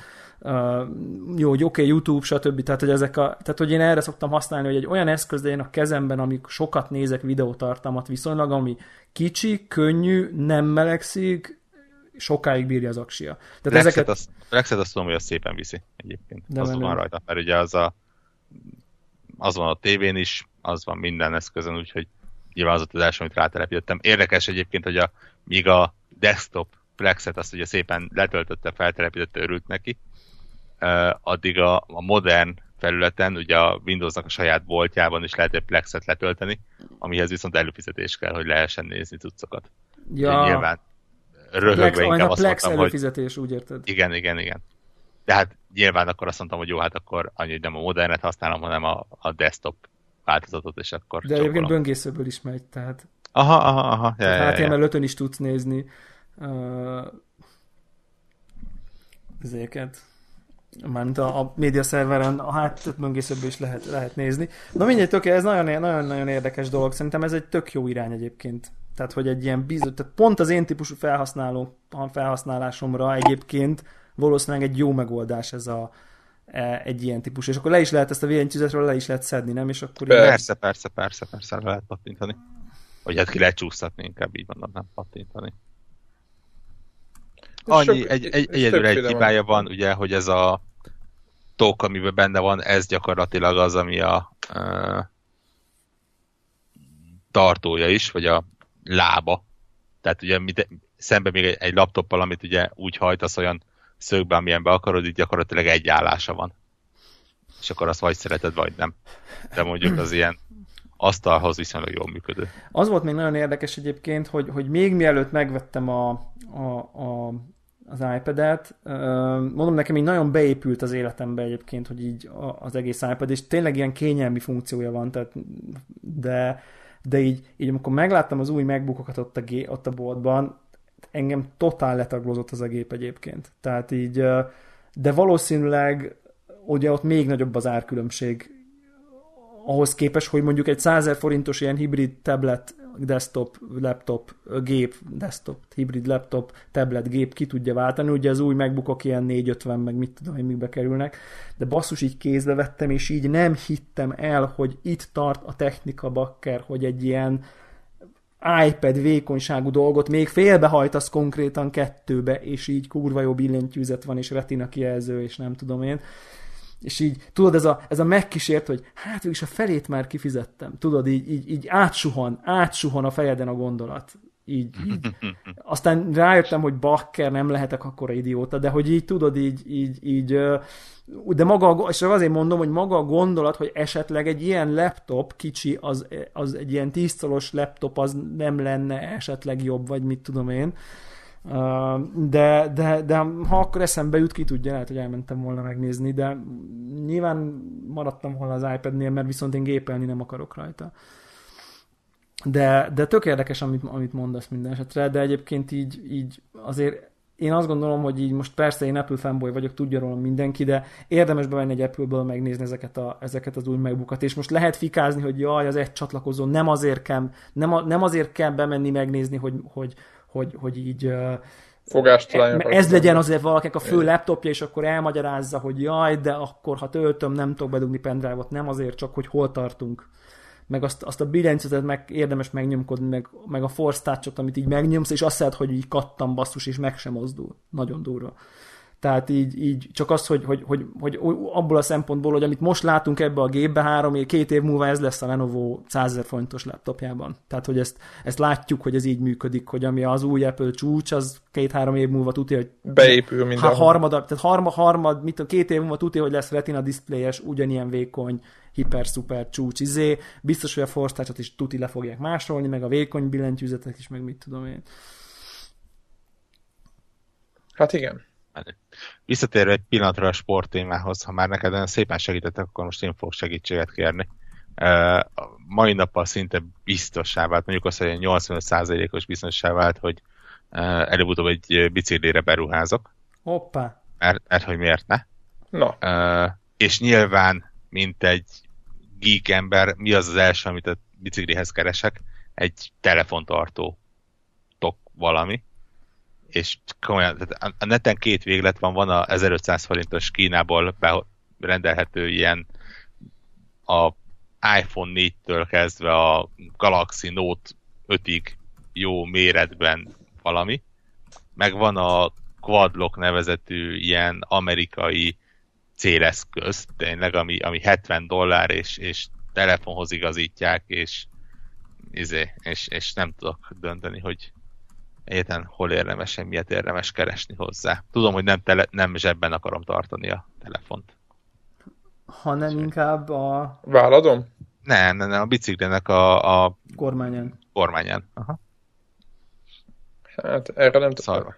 jó, hogy oké, YouTube, stb. Tehát, hogy én erre szoktam használni, hogy egy olyan eszköz legyen a kezemben, amik sokat nézek videótartalmat viszonylag, ami kicsi, könnyű, nem melegszik, sokáig bírja az aksia. Tehát Plexet azt tudom, hogy az szépen viszi egyébként. De az van rajta, mert ugye az van a tévén is, az van minden eszközön, úgyhogy nyilván az ott az első, amit rátelepítettem. Érdekes egyébként, hogy míg a desktop Plexet azt ugye szépen letöltötte, feltelepítette, örült neki, addig a modern felületen, ugye a Windowsnak a saját boltjában is lehet egy Plexet letölteni, amihez viszont előfizetés kell, hogy lehessen nézni cuccokat. Ja. Nyilván röhögve inkább azt Plex mondtam, előfizetés, úgy érted? Igen. De hát nyilván akkor azt mondtam, hogy jó, hát akkor annyi, hogy nem a modernet használom, hanem a desktop változatot, és akkor... De egyébként böngészőből is megy, tehát... Aha. HTML5-ön is tudsz nézni ezeket. Mármint a média szerveren a böngészőből is lehet nézni. Na mindegy, ez nagyon érdekes dolog. Szerintem ez egy tök jó irány egyébként. Tehát, hogy egy ilyen tehát pont az én típusú felhasználásomra egyébként valószínűleg egy jó megoldás ez egy ilyen típus. És akkor le is lehet ezt a villantyűzetről le is lehet szedni, nem? És akkor Persze, lehet pattintani. Vagy hát ki lehet csúsztatni, inkább így mondom, nem pattintani. Egyedül egy hibája van, ugye, hogy ez a tok, amiben benne van, ez gyakorlatilag az, ami a tartója is, vagy a lába. Tehát ugye szemben még egy laptoppal, amit ugye úgy hajtasz olyan szögbe, amilyenbe akarod, így gyakorlatilag egy állása van. És akkor azt vagy szereted, vagy nem. De mondjuk az ilyen asztalhoz viszonylag jól működő. Az volt még nagyon érdekes egyébként, hogy még mielőtt megvettem az iPad-et, mondom, nekem így nagyon beépült az életembe egyébként, hogy így az egész iPad, és tényleg ilyen kényelmi funkciója van, tehát, de így amikor megláttam az új MacBookokat ott a boltban, engem totál letaglozott az a gép egyébként. Tehát így, de valószínűleg ugye ott még nagyobb az árkülönbség ahhoz képest, hogy mondjuk egy 100 000 forintos ilyen hibrid tablet, desktop, laptop, gép, desktop, hibrid laptop, tablet, gép ki tudja váltani. Ugye az új MacBookok ilyen 450, meg mit tudom, hogy mikbe kerülnek, de basszus, így kézbe vettem, és így nem hittem el, hogy itt tart a technika, bakker, hogy egy ilyen iPad vékonyságú dolgot még félbehajtasz konkrétan kettőbe, és így kurva jó billentyűzet van, és retina kijelző, és nem tudom én. És így, tudod, ez a megkísért, hogy hát végülis a felét már kifizettem. Tudod, így átsuhan a fejeden a gondolat. Így. Aztán rájöttem, hogy bakker, nem lehetek akkora idióta, de hogy így tudod, de maga, és azért mondom, hogy maga a gondolat, hogy esetleg egy ilyen laptop kicsi, az egy ilyen 10 colos laptop, az nem lenne esetleg jobb, vagy mit tudom én. De ha akkor eszembe jut, ki tudja, lehet, hogy elmentem volna megnézni, de nyilván maradtam volna az iPad-nél, mert viszont én gépelni nem akarok rajta. De tök érdekes, amit mondasz minden esetre, de egyébként így azért én azt gondolom, hogy így most persze én Apple fanboy vagyok, tudja rólam mindenki, de érdemes bevenni egy Apple-ből megnézni ezeket az új MacBookat, és most lehet fikázni, hogy jaj, az egy csatlakozó, nem azért kell bemenni megnézni, hogy így ez legyen azért valakinek a fő laptopja, és akkor elmagyarázza, hogy jaj, de akkor ha töltöm, nem tudok bedugni pendrive-ot, nem azért csak, hogy hol tartunk. Meg azt a billentyűzetet érdemes megnyomkodni, meg a Force Touch-ot, amit így megnyomsz, és azt lehet, hogy így kattam basszus, és meg sem mozdul. Nagyon durva. Tehát így csak az, hogy abból a szempontból, hogy amit most látunk ebbe a gépbe, 2 év múlva ez lesz a Lenovo 100 000 forintos laptopjában. Tehát, hogy ezt látjuk, hogy ez így működik, hogy ami az új Apple csúcs, az 2-3 év múlva tudja, hogy beépül mindenhol. Tehát 2 év múlva tudja, hogy lesz retina diszpléjes, ugyanilyen vékony, hiper-szuper csúcs biztos, hogy a Force Touch-ot is tuti le fogják másolni, meg a vékony billentyűzetek is, meg mit tudom én. Hát igen. Visszatérve egy pillanatra a sporttémához, ha már neked szépen segítettek, akkor most én fogok segítséget kérni. Mai nappal szinte biztossá vált, mondjuk azt, hogy 85%-os biztossá vált, hogy előbb-utóbb egy biciklire beruházok. Hoppá! Mert hogy miért ne? No. És nyilván, mint egy geek ember, mi az első, amit a biciklihez keresek? Egy telefontartó valami. És komolyan, tehát a neten 2 véglet van a 1500 forintos Kínából rendelhető ilyen a iPhone 4-től kezdve a Galaxy Note 5-ig jó méretben valami, meg van a Quadlock nevezetű ilyen amerikai céleszköz, tényleg, ami $70 és telefonhoz igazítják, és nem tudok dönteni, hogy egyáltalán hol érdemes, miért érdemes keresni hozzá. Tudom, hogy nem zsebben akarom tartani a telefont. Hanem inkább a... Válladom? Nem, a biciklinek a kormányán. Kormányán. Aha. Hát erre nem tudom.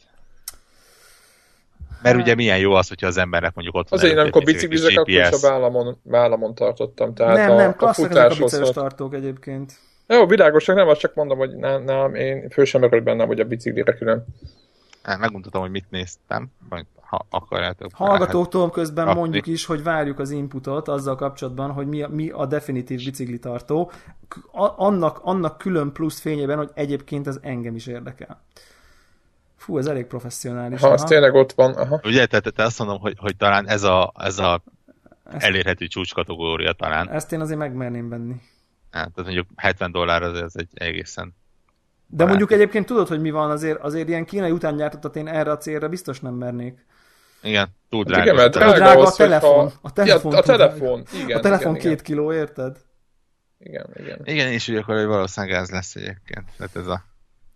Mert ugye milyen jó az, hogyha az embernek mondjuk ott van azért nem, amikor biciklizek, akkor is a vállamon tartottam. Tehát nem, klasszak ezek a biciklis tartók egyébként. Jó, világosak, nem, azt csak mondom, hogy nem, én föl sem merül bennem, hogy a biciklire külön. Megmutatom, hogy mit néztem, ha akarjátok. Hallgatóktól közben mondjuk is, hogy várjuk az inputot azzal kapcsolatban, hogy mi a definitív biciklitartó. Annak külön plusz fényében, hogy egyébként ez engem is érdekel. Fú, ez elég professzionális. Ha, ez tényleg ott van. Aha. Ugye, tehát azt mondom, hogy talán ez a elérhető csúcskategória talán. Ezt én azért megmerném venni. Tehát mondjuk $70 az egy egészen... De mondjuk egyébként tudod, hogy mi van, azért ilyen kínai utángyártottat én erre a célra biztos nem mernék. Igen, túl drága. Igen, mert drága a telefon. A telefon, igen. A telefon igen, 2 kiló, érted? Igen, és ugye akkor valószínűleg ez lesz egyébként. Tehát ez a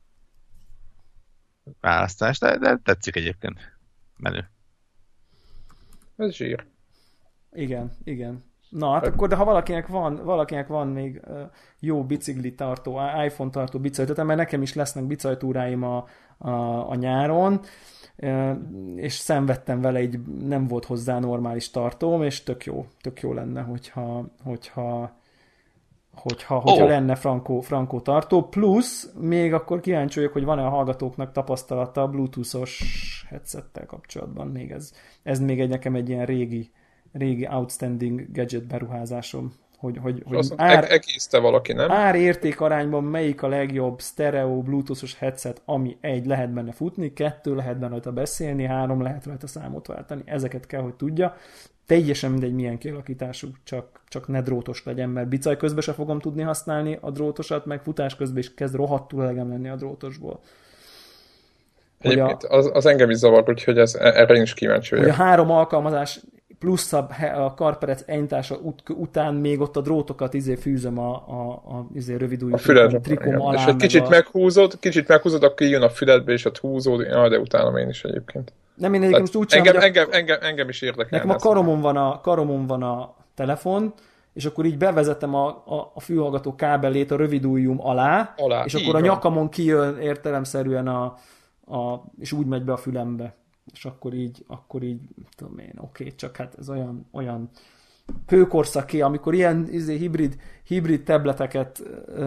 választás, de tetszik egyébként. Menő. Ez zsír. Igen. Na, hát akkor, de ha valakinek van még jó bicikli tartó, iPhone tartó bicajtúráim, mert nekem is lesznek bicajtúráim a nyáron, és szenvedtem vele, így nem volt hozzá normális tartóm, és tök jó lenne, hogyha lenne Franco tartó, plusz még akkor kíváncsi vagyok, hogy van-e a hallgatóknak tapasztalata a Bluetooth-os headsettel kapcsolatban. Még ez még nekem egy ilyen régi outstanding gadget beruházásom, hogy egészte valaki, nem? Ár-érték arányban melyik a legjobb stereo Bluetooth-os headset, ami 1 lehet benne futni, 2 lehet benne rajta beszélni, 3 lehet rajta számot váltani. Ezeket kell, hogy tudja. Teljesen mindegy, milyen kialakítású, csak ne drótos legyen, mert bicaj közben se fogom tudni használni a drótosat, meg futás közben is kezd rohadtul elegem lenni a drótosból. Egyébként az engem is zavar, úgyhogy erre is kíváncsi vagyok. Hogy a 3 alkalmazás plusz a karperec enytása után még ott a drótokat fűzöm a rövidújú trikom alá. És egy kicsit meghúzod, akkor jön a füledbe, és ott húzód, de utálom én is egyébként. Nem, én egyébként most úgy csinálom, engem is érdekel. Nekem a karomon van a telefon, és akkor így bevezetem a fülhallgató kábelét a rövidújjum alá, és akkor a nyakamon kijön értelemszerűen és úgy megy be a fülembe. És akkor így tudom én, oké, csak hát ez olyan hőkorszaké, amikor ilyen hibrid tableteket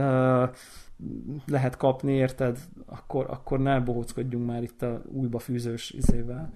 lehet kapni, érted? Akkor ne bohóckodjunk már itt a újba fűzős izével.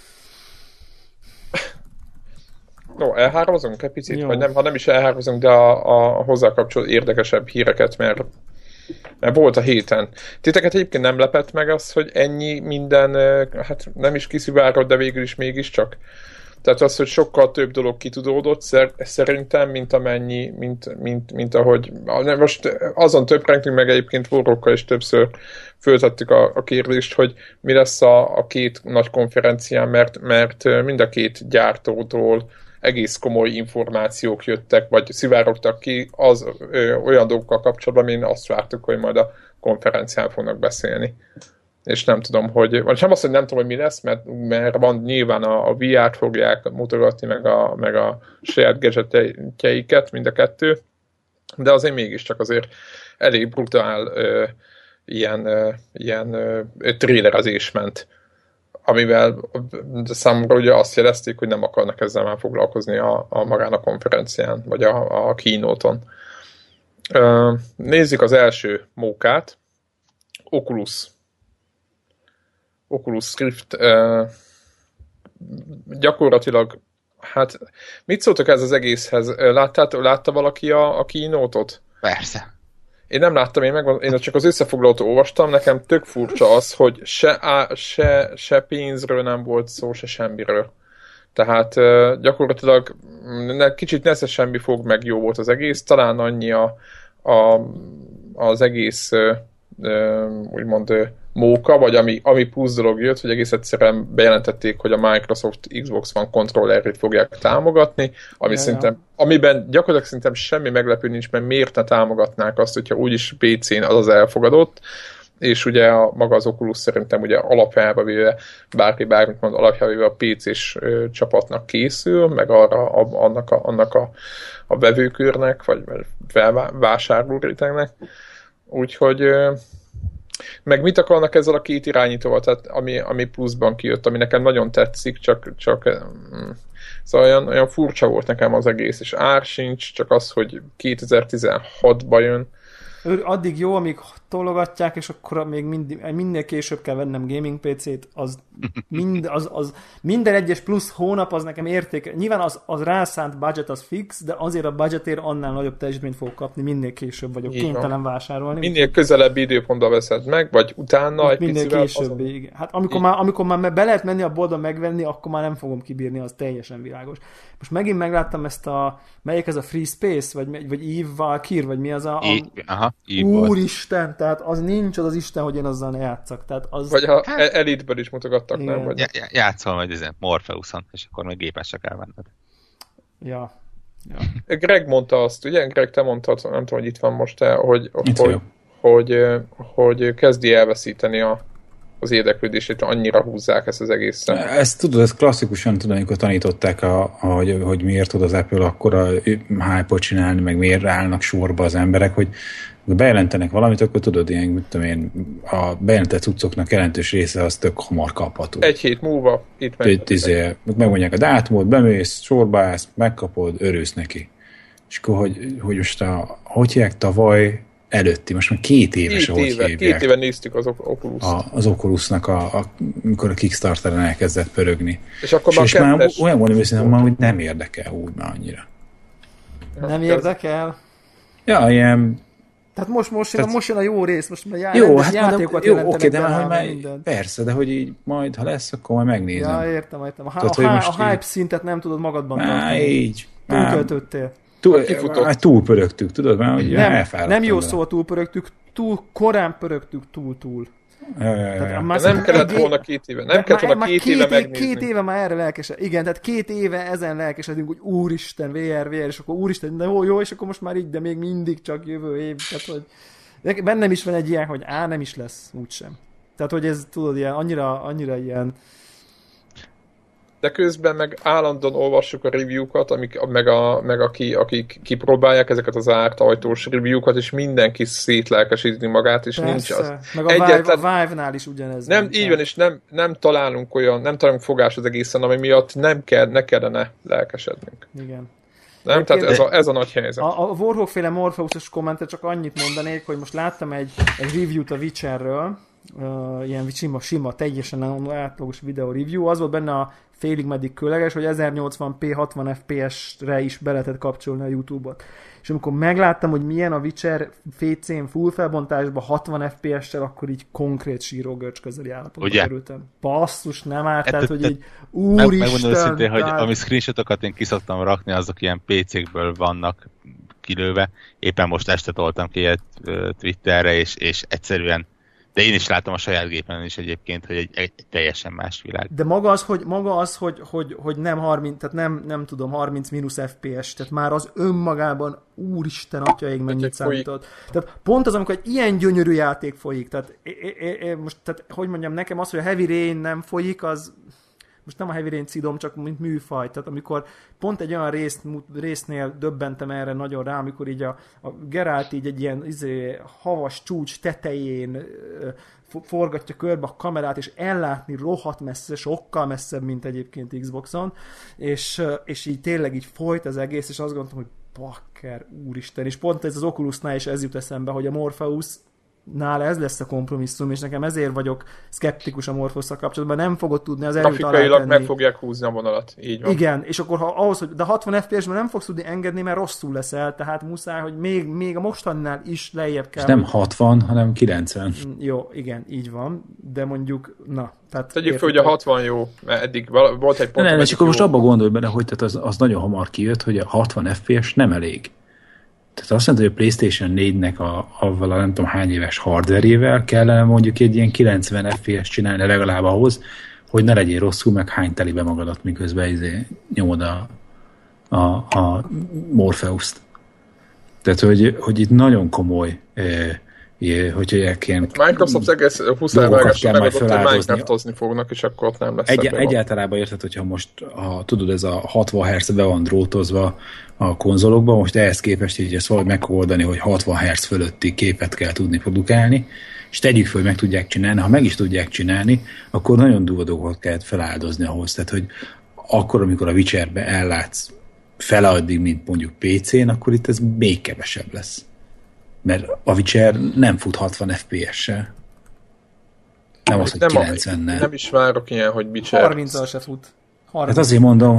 No, elhározunk egy picit, vagy nem, ha nem is elhározunk, de a hozzá kapcsolódó érdekesebb híreket, mert volt a héten. Titeket egyébként nem lepett meg az, hogy ennyi minden, hát nem is kiszivárgott, de végül is mégiscsak. Tehát az, hogy sokkal több dolog kitudódott szerintem, mint amennyi, mint ahogy... Most azon töprengtünk meg egyébként Warrokkal is többször föltettük a kérdést, hogy mi lesz a két nagy konferencián, mert mind a két gyártótól egész komoly információk jöttek, vagy szivárogtak ki olyan dolgokkal kapcsolatban, amin azt vártuk, hogy majd a konferencián fognak beszélni. És nem tudom, vagy nem azt, hogy nem tudom, hogy mi lesz, mert van nyilván a VR-t fogják mutogatni, meg a saját gadgetjeiket, mind a kettő, de azért mégiscsak azért elég brutál ilyen trélerezés ment, amivel számomra ugye azt jelezték, hogy nem akarnak ezzel már foglalkozni a magán a konferencián, vagy a keynote-on. Nézzük az első mókát. Oculus Rift. Gyakorlatilag, hát mit szóltok ez az egészhez? Látta valaki a keynote-ot? Persze. Én nem láttam, én csak az összefoglalót olvastam, nekem tök furcsa az, hogy se pénzről nem volt szó, se semmiről. Tehát gyakorlatilag kicsit nesze semmi fog, meg jó volt az egész, talán annyi az egész úgymond móka, vagy ami plusz dolog jött, hogy egész egyszerűen bejelentették, hogy a Microsoft Xbox One controllerét fogják támogatni, amiben gyakorlatilag szerintem semmi meglepő nincs, mert miért ne támogatnák azt, hogyha úgyis PC-n az elfogadott, és ugye maga az Oculus szerintem ugye alapjába véve, bármit mond, alapjába véve a PC-s csapatnak készül, meg annak a vevőkörnek, vagy vásárló rétegnek. Úgyhogy meg mit akarnak ezzel a két irányítóval, tehát ami pluszban kijött, ami nekem nagyon tetszik, csak szóval olyan furcsa volt nekem az egész, és ár sincs, csak az, hogy 2016-ban jön. Addig jó, amíg tologatják, és akkor még minél később kell vennem gaming PC-t, az minden egyes plusz hónap az nekem értéke. Nyilván az rászánt budget az fix, de azért a budgetért annál nagyobb teljesítményt fogok kapni, minél később vagyok kénytelen vásárolni. Minél közelebbi időpontban veszed meg, vagy utána egy minél később, igen. Hát amikor már be lehet menni a boltba megvenni, akkor már nem fogom kibírni, az teljesen világos. Most megint megláttam ezt melyik ez a Free Space, vagy Eve Valkyrie, vagy mi az Úristen, tehát az nincs az Isten, hogy én azzal ne játszak. Tehát az... Vagy ha Elite-ből is mutogattak, igen. Nem? Vagy... Játszol majd Morpheuson, és akkor még gépes csak elvenned. Ja. Ja. Greg mondta azt, ugye? Greg, te mondtad, nem tudom, hogy itt van most, hogy kezdi elveszíteni az érdeklődését, annyira húzzák ezt az egészen. Ezt tudod, ezt klasszikusan tudom, amikor tanították, hogy miért tud az Apple akkora hype-ot csinálni, meg miért állnak sorba az emberek, hogy bejelentenek valamit, akkor tudod, ilyen, mit tudom én, a bejelentett cuccoknak jelentős része az tök hamar kapható. Egy hét múlva itt megmondják a dátumot, bemész, sorba állsz, megkapod, örülsz neki. És akkor, hogy most hogy hívják tavaly előtti, most már 2 éves, ahogy hívják. 2 éve néztük az Oculus. Az Oculusnak, amikor a Kickstarteren elkezdett pörögni. És akkor már olyan mondom őszintén, hogy nem érdekel úgy már annyira. Nem érdekel? Ja, ilyen... Tehát most jön a jó rész, most már játékokat jelentenek. Oké, de már, hogy már persze, de hogy így majd, ha lesz, akkor majd megnézem. Ja, értem. A hype szintet nem tudod magadban tartani. Így. Túlköltöttél. Túl pörögtük, tudod már, hogy elfáradtam. Nem jó szó, túl pörögtük, túl korán pörögtük, túl. Nem kellett volna 2 éve. Nem kellett volna 2 éve megnézni. 2 éve már erre lelkesedünk. Igen, tehát 2 éve ezen lelkesedünk, hogy úristen, VR, és akkor úristen, de jó, és akkor most már így, de még mindig csak jövő év. Tehát, hogy bennem is van egy ilyen, hogy nem is lesz, úgysem. Tehát, hogy ez, tudod, ilyen, annyira ilyen... De közben meg állandóan olvassuk a review-kat, akik kipróbálják ezeket az árt ajtós review-kat, és mindenki szétlelkesíti magát, és persze, nincs az. Meg a Vive-nál is ugyanez. Így van, és nem találunk fogás az egészen, ami miatt ne kellene lelkesednünk. Igen. Nem? Tehát ez a nagy helyzet. A Warhawk-féle Morpheus-os kommentet csak annyit mondanék, hogy most láttam egy review-t a Witcherről, ilyen sima, teljesen átlagos videó review, az volt benne a félig meddig különleges, hogy 1080p 60 fps-re is be lehetett kapcsolni a YouTube-ot. És amikor megláttam, hogy milyen a Witcher PC-n full felbontásban 60 fps-sel, akkor így konkrét sírógörcs közeli állapotba kerültem. Basszus, nem árt, tehát, hogy így úristen. Megmondom őszintén, hogy ami screenshotokat én kiszoktam rakni, azok ilyen PC-kből vannak kilőve. Éppen most este toltam ki ilyet Twitterre, és egyszerűen de én is látom a saját gépen is egyébként, hogy egy teljesen más világ. De maga az, hogy nem 30, tehát nem tudom, 30 mínusz FPS, tehát már az önmagában úristen atyaig mennyit számított. Tehát pont az, amikor egy ilyen gyönyörű játék folyik, tehát most, tehát hogy mondjam, nekem az, hogy a Heavy Rain nem folyik, az most nem a Heavy Rain cidom, csak mint műfaj. Tehát amikor pont egy olyan résznél döbbentem erre nagyon rá, amikor így a Geralt így egy ilyen havas csúcs tetején forgatja körbe a kamerát, és ellátni rohadt messze, sokkal messzebb, mint egyébként Xboxon, és így tényleg így folyt az egész, és azt gondoltam, hogy bakker, úristen, és pont ez az Oculusnál is ez jut eszembe, hogy a Morpheus nála ez lesz a kompromisszum, és nekem ezért vagyok szkeptikus a Morpheus-szal kapcsolatban, nem fogod tudni az erőt alátenni. Grafikailag meg fogják húzni a vonalat, így van. Igen, és akkor ahhoz, hogy de 60 FPS-ben nem fogsz tudni engedni, mert rosszul leszel, tehát muszáj, hogy még a mostannál is lejjebb kell. És nem 60, hanem 90. Jó, igen, így van, de mondjuk, tehát... Tegyük fel, hogy a 60 jó, mert eddig volt egy pont... Nem, és akkor most abba gondolj bele, hogy tehát az nagyon hamar kijött, hogy a 60 FPS nem elég. Tehát azt mondta, hogy a PlayStation 4-nek avval a nem tudom hány éves hardverével kellene mondjuk egy ilyen 90 FPS csinálni legalább ahhoz, hogy ne legyél rosszul, meg hány telibe magadat, miközben nyomod a Morpheus-t. Tehát, hogy itt nagyon komoly hogy ilyen Microsoft egész 20 dolgokat kell majd feláldozni. Minecraftozni fognak, és akkor ott nem lesz egyáltalában érted, hogyha most tudod, ez a 60 Hz be van drótozva a konzolokban, most ehhez képest így ezt valahogy meg kell oldani, hogy 60 Hz fölötti képet kell tudni produkálni, és tegyük föl, hogy meg tudják csinálni. Ha meg is tudják csinálni, akkor nagyon durva dolgokat kell feláldozni ahhoz. Tehát, hogy akkor, amikor a Witcherbe ellátsz fele addig, mint mondjuk PC-n, akkor itt ez még kevesebb lesz. Mert a Witcher nem fut 60 FPS-sel. Nem az, hogy 90-nel. Nem is várok ilyen, hogy Witcher... 30-al se fut. 30. Hát azért mondom,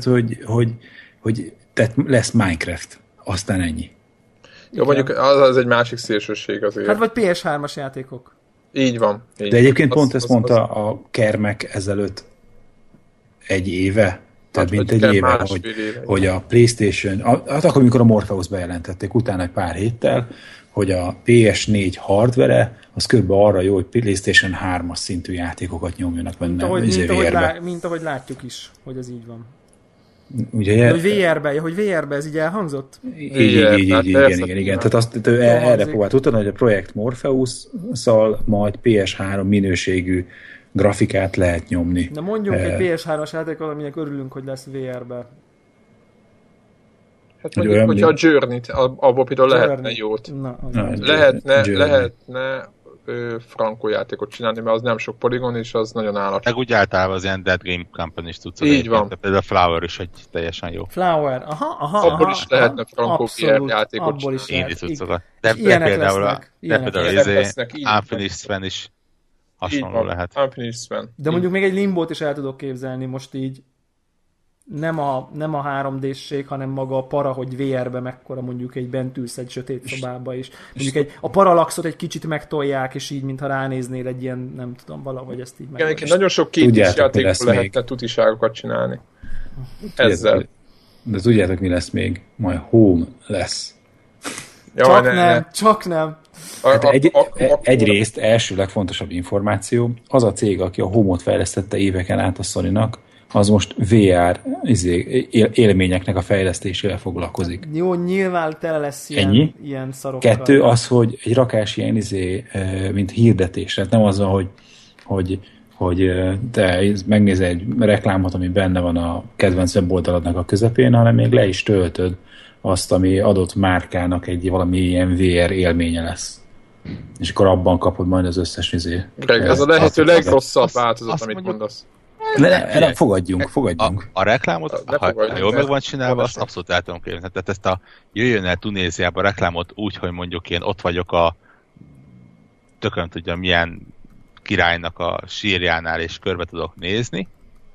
hogy lesz Minecraft. Aztán ennyi. Jó, mondjuk az egy másik szélsőség azért. Hát vagy PS3-as játékok. Így van. De egyébként pont ezt mondta a Kermek ezelőtt egy éve, tehát mint egy éve, hogy a PlayStation, hát akkor, amikor a Morpheus bejelentették, utána egy pár héttel, hogy a PS4 hardvere, az körülbelül arra jó, hogy PlayStation 3-as szintű játékokat nyomjanak benne. Mint ahogy látjuk is, hogy ez így van. Ugye, hogy VR-be ez így elhangzott? Igen. Tehát azt erre próbált utána, hogy a projekt Morpheus-szal majd PS3 minőségű grafikát lehet nyomni. Na mondjunk egy PS3-as játékot, aminek örülünk, hogy lesz VR-be. Hát mondjuk, hogyha a Journey-t, abból például lehetne jót. Lehetne frankó játékot csinálni, mert az nem sok poligon, és az nagyon alacsony. Meg úgy általában az ilyen Dead Game Company-s tudsz. Így van. Például a Flower is egy teljesen jó. Flower, abból is lehetne frankó VR játékot csinálni. De például az Unfinished Sven is hasonló lehet. Unfinished Sven. De mondjuk még egy Limbót is el tudok képzelni most így. Nem a 3D-sség, hanem maga a para, hogy VR-be mekkora mondjuk egy bent ülsz egy sötét szobába is. Mondjuk a paralaxot egy kicsit megtolják, és így, mintha ránéznél egy ilyen, nem tudom, valahogy ezt így meg. Nagyon sok kétis játékból lehetne tutiságokat csinálni. Ezzel. De tudjátok, mi lesz még? Majd Home lesz. Csak nem. Egyrészt első legfontosabb információ, az a cég, aki a Home-ot fejlesztette éveken át a Sony-nak, az most VR élményeknek a fejlesztésével foglalkozik. Jó, nyilván tele lesz ilyen szarokkal. 2 az, hogy egy rakás ilyen mint hirdetés. Tehát nem az van, hogy te megnézel egy reklámot, ami benne van a kedvenc weboldaladnak a közepén, hanem még le is töltöd azt, ami adott márkának egy valami ilyen VR élménye lesz. És akkor abban kapod majd az összes Greg, ez a lehető legrosszabb változat, amit mondasz. Fogadjunk. A reklámot, ha jól meg van csinálva, azt abszolút el tudom képzelni. Tehát ezt a jöjjön el Tunéziába reklámot úgy, hogy mondjuk én ott vagyok a tökön tudja milyen királynak a sírjánál, és körbe tudok nézni,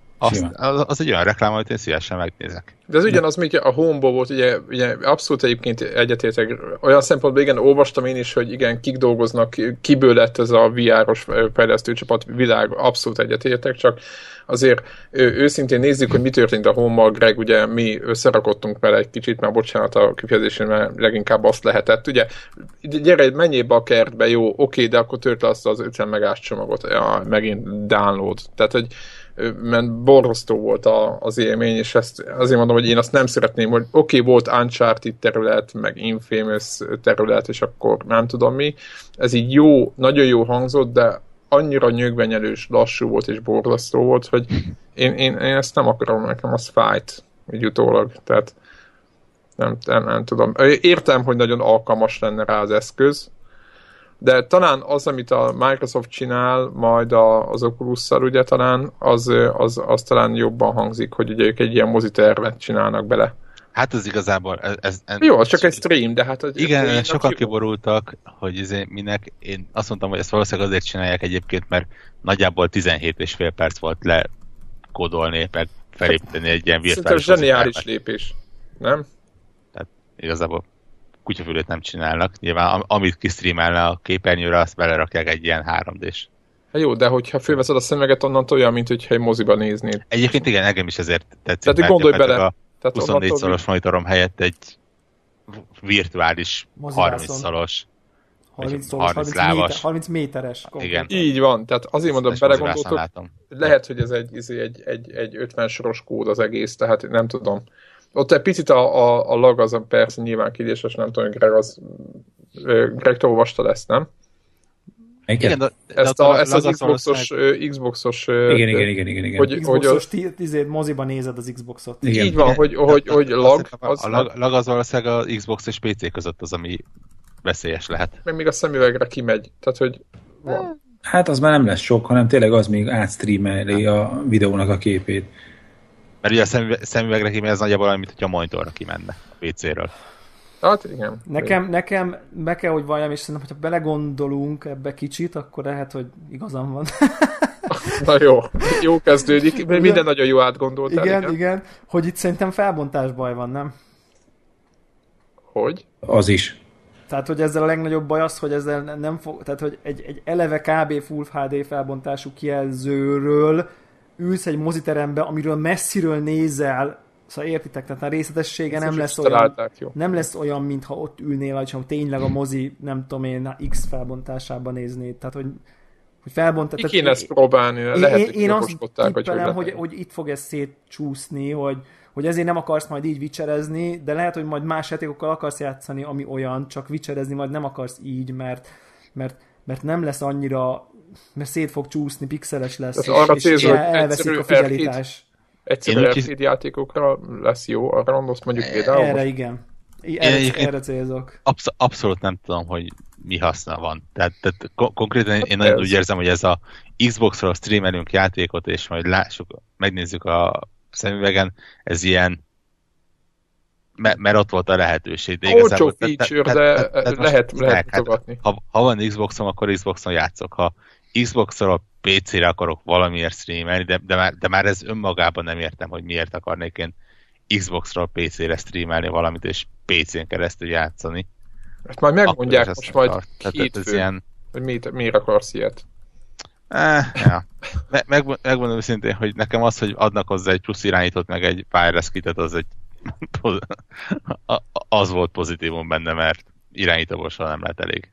az egy olyan reklám, amit én szívesen megnézek. De ez ugyanaz, mint a Home-ból volt, ugye abszolút egyébként egyetértek. Olyan szempontból igen, olvastam én is, hogy igen, kik dolgoznak, kiből lett ez a VR-os fejlesztőcsapat, világ, abszolút egyetértek, csak azért őszintén nézzük, hogy mi történt a Home-mal, Greg, ugye mi összerakottunk vele egy kicsit, már bocsánat a kifejezésén, mert leginkább azt lehetett. Ugye, gyere, menjél be a kertbe, jó, oké, de akkor tölt azt az 50 megás csomagot, megint download. Tehát, hogy mert borzasztó volt az élmény, és ezt azért mondom, hogy én azt nem szeretném, hogy oké, volt Uncharted terület, meg Infamous terület, és akkor nem tudom mi. Ez így jó, nagyon jó hangzott, de annyira nyögvenyelős, lassú volt, és borzasztó volt, hogy én ezt nem akarom, nekem az fájt, így utólag. Tehát nem tudom. Értem, hogy nagyon alkalmas lenne rá az eszköz, de talán az, amit a Microsoft csinál, majd az Oculus-szal, ugye talán, az talán jobban hangzik, hogy ugye ők egy ilyen mozitervet csinálnak bele. Hát ez igazából... Jó, az csak egy stream, de hát... Igen, sokan kiborultak, hogy minek. Én azt mondtam, hogy ezt valószínűleg azért csinálják egyébként, mert nagyjából 17,5 perc volt lekódolni, meg felépíteni egy ilyen virtuális... Szerintem zseniális lépés, nem? Tehát igazából kutyafülét nem csinálnak. Nyilván amit kisztreamelne a képernyőre, azt belerakják egy ilyen 3D-s. Hát jó, de hogyha fölveszed a szemüveget, onnantól olyan, mint hogyha egy moziba néznéd. Egyébként igen, engem is ezért tetszik. Tehát gondolj bele. A 24 szoros monitorom helyett egy virtuális 30 szoros 30 méteres. Igen. Így van, tehát azért mondom, belegondoltok, lehet, hogy ez egy 50 soros kód az egész, tehát nem tudom. Ott egy picit a lag az persze nyilván kérdéses, nem tudom, Greg te olvastad ezt, nem? Igen, ezt az Xboxos... Igen. Xboxos moziban nézed az Xboxot. Igen. Így van, hogy lag... A lag az valószínűleg a Xbox és PC között az, ami veszélyes lehet. Meg még a szemüvegre kimegy, tehát hogy... Hát az már nem lesz sok, hanem tényleg az még átstreameli a videónak a képét. Mert ugye a szemüvegre kimegy, ez nagyjából olyan, mint hogyha a monitorra kimenne a PC-ről. Hát igen. Nekem be kell, hogy valljam, és szerintem, hogyha belegondolunk ebbe kicsit, akkor lehet, hogy igazam van. Na jó kezdődik. Minden nagyon jó átgondoltál. Igen. Hogy itt szerintem felbontás baj van, nem? Hogy? Az is. Tehát, hogy ezzel a legnagyobb baj az, hogy ezzel nem fog... Tehát, hogy egy eleve kb. Full HD felbontású kijelzőről ülsz egy moziterembe, amiről messziről nézel, szóval értitek, tehát a részletessége nem lesz olyan, mintha ott ülnél, vagy ha tényleg a mozi, nem tudom én, X felbontásában néznéd. Tehát, hogy felbontás... Ki kéne ezt próbálni? Lehet, én azt tippelem, hogy itt fog ez szétcsúszni, hogy hogy ezért nem akarsz majd így vicserezni, de lehet, hogy majd más játékokkal akarsz játszani, ami olyan, csak vicserezni majd nem akarsz így, mert nem lesz annyira, mert szét fog csúszni, pixeles lesz, és elveszik a fidelitás. Egyszerű arcade játékokra lesz jó, arra gondolsz mondjuk például? Erre igen. Erre célzok. Abszolút nem tudom, hogy mi haszna van. Tehát konkrétan én nagyon úgy érzem, hogy ez a Xbox-ról streamelünk játékot, és majd megnézzük a szemüvegen, ez ilyen, mert ott volt a lehetőség. De olcsó feature, de lehet mutogatni. Ha van Xboxom, akkor Xboxon játszok. Ha Xboxról PC-re akarok valamiért streamelni, de már ez önmagában nem értem, hogy miért akarnék én Xboxról PC-re streamelni valamit, és PC-n keresztül játszani. Ezt majd megmondják most majd hétfőn, hogy miért akarsz ilyet. Ja. Megmondom őszintén, hogy nekem az, hogy adnak hozzá egy plusz irányítót, meg egy wireless kitet, az volt pozitívum benne, mert irányítóból soha nem lehet elég.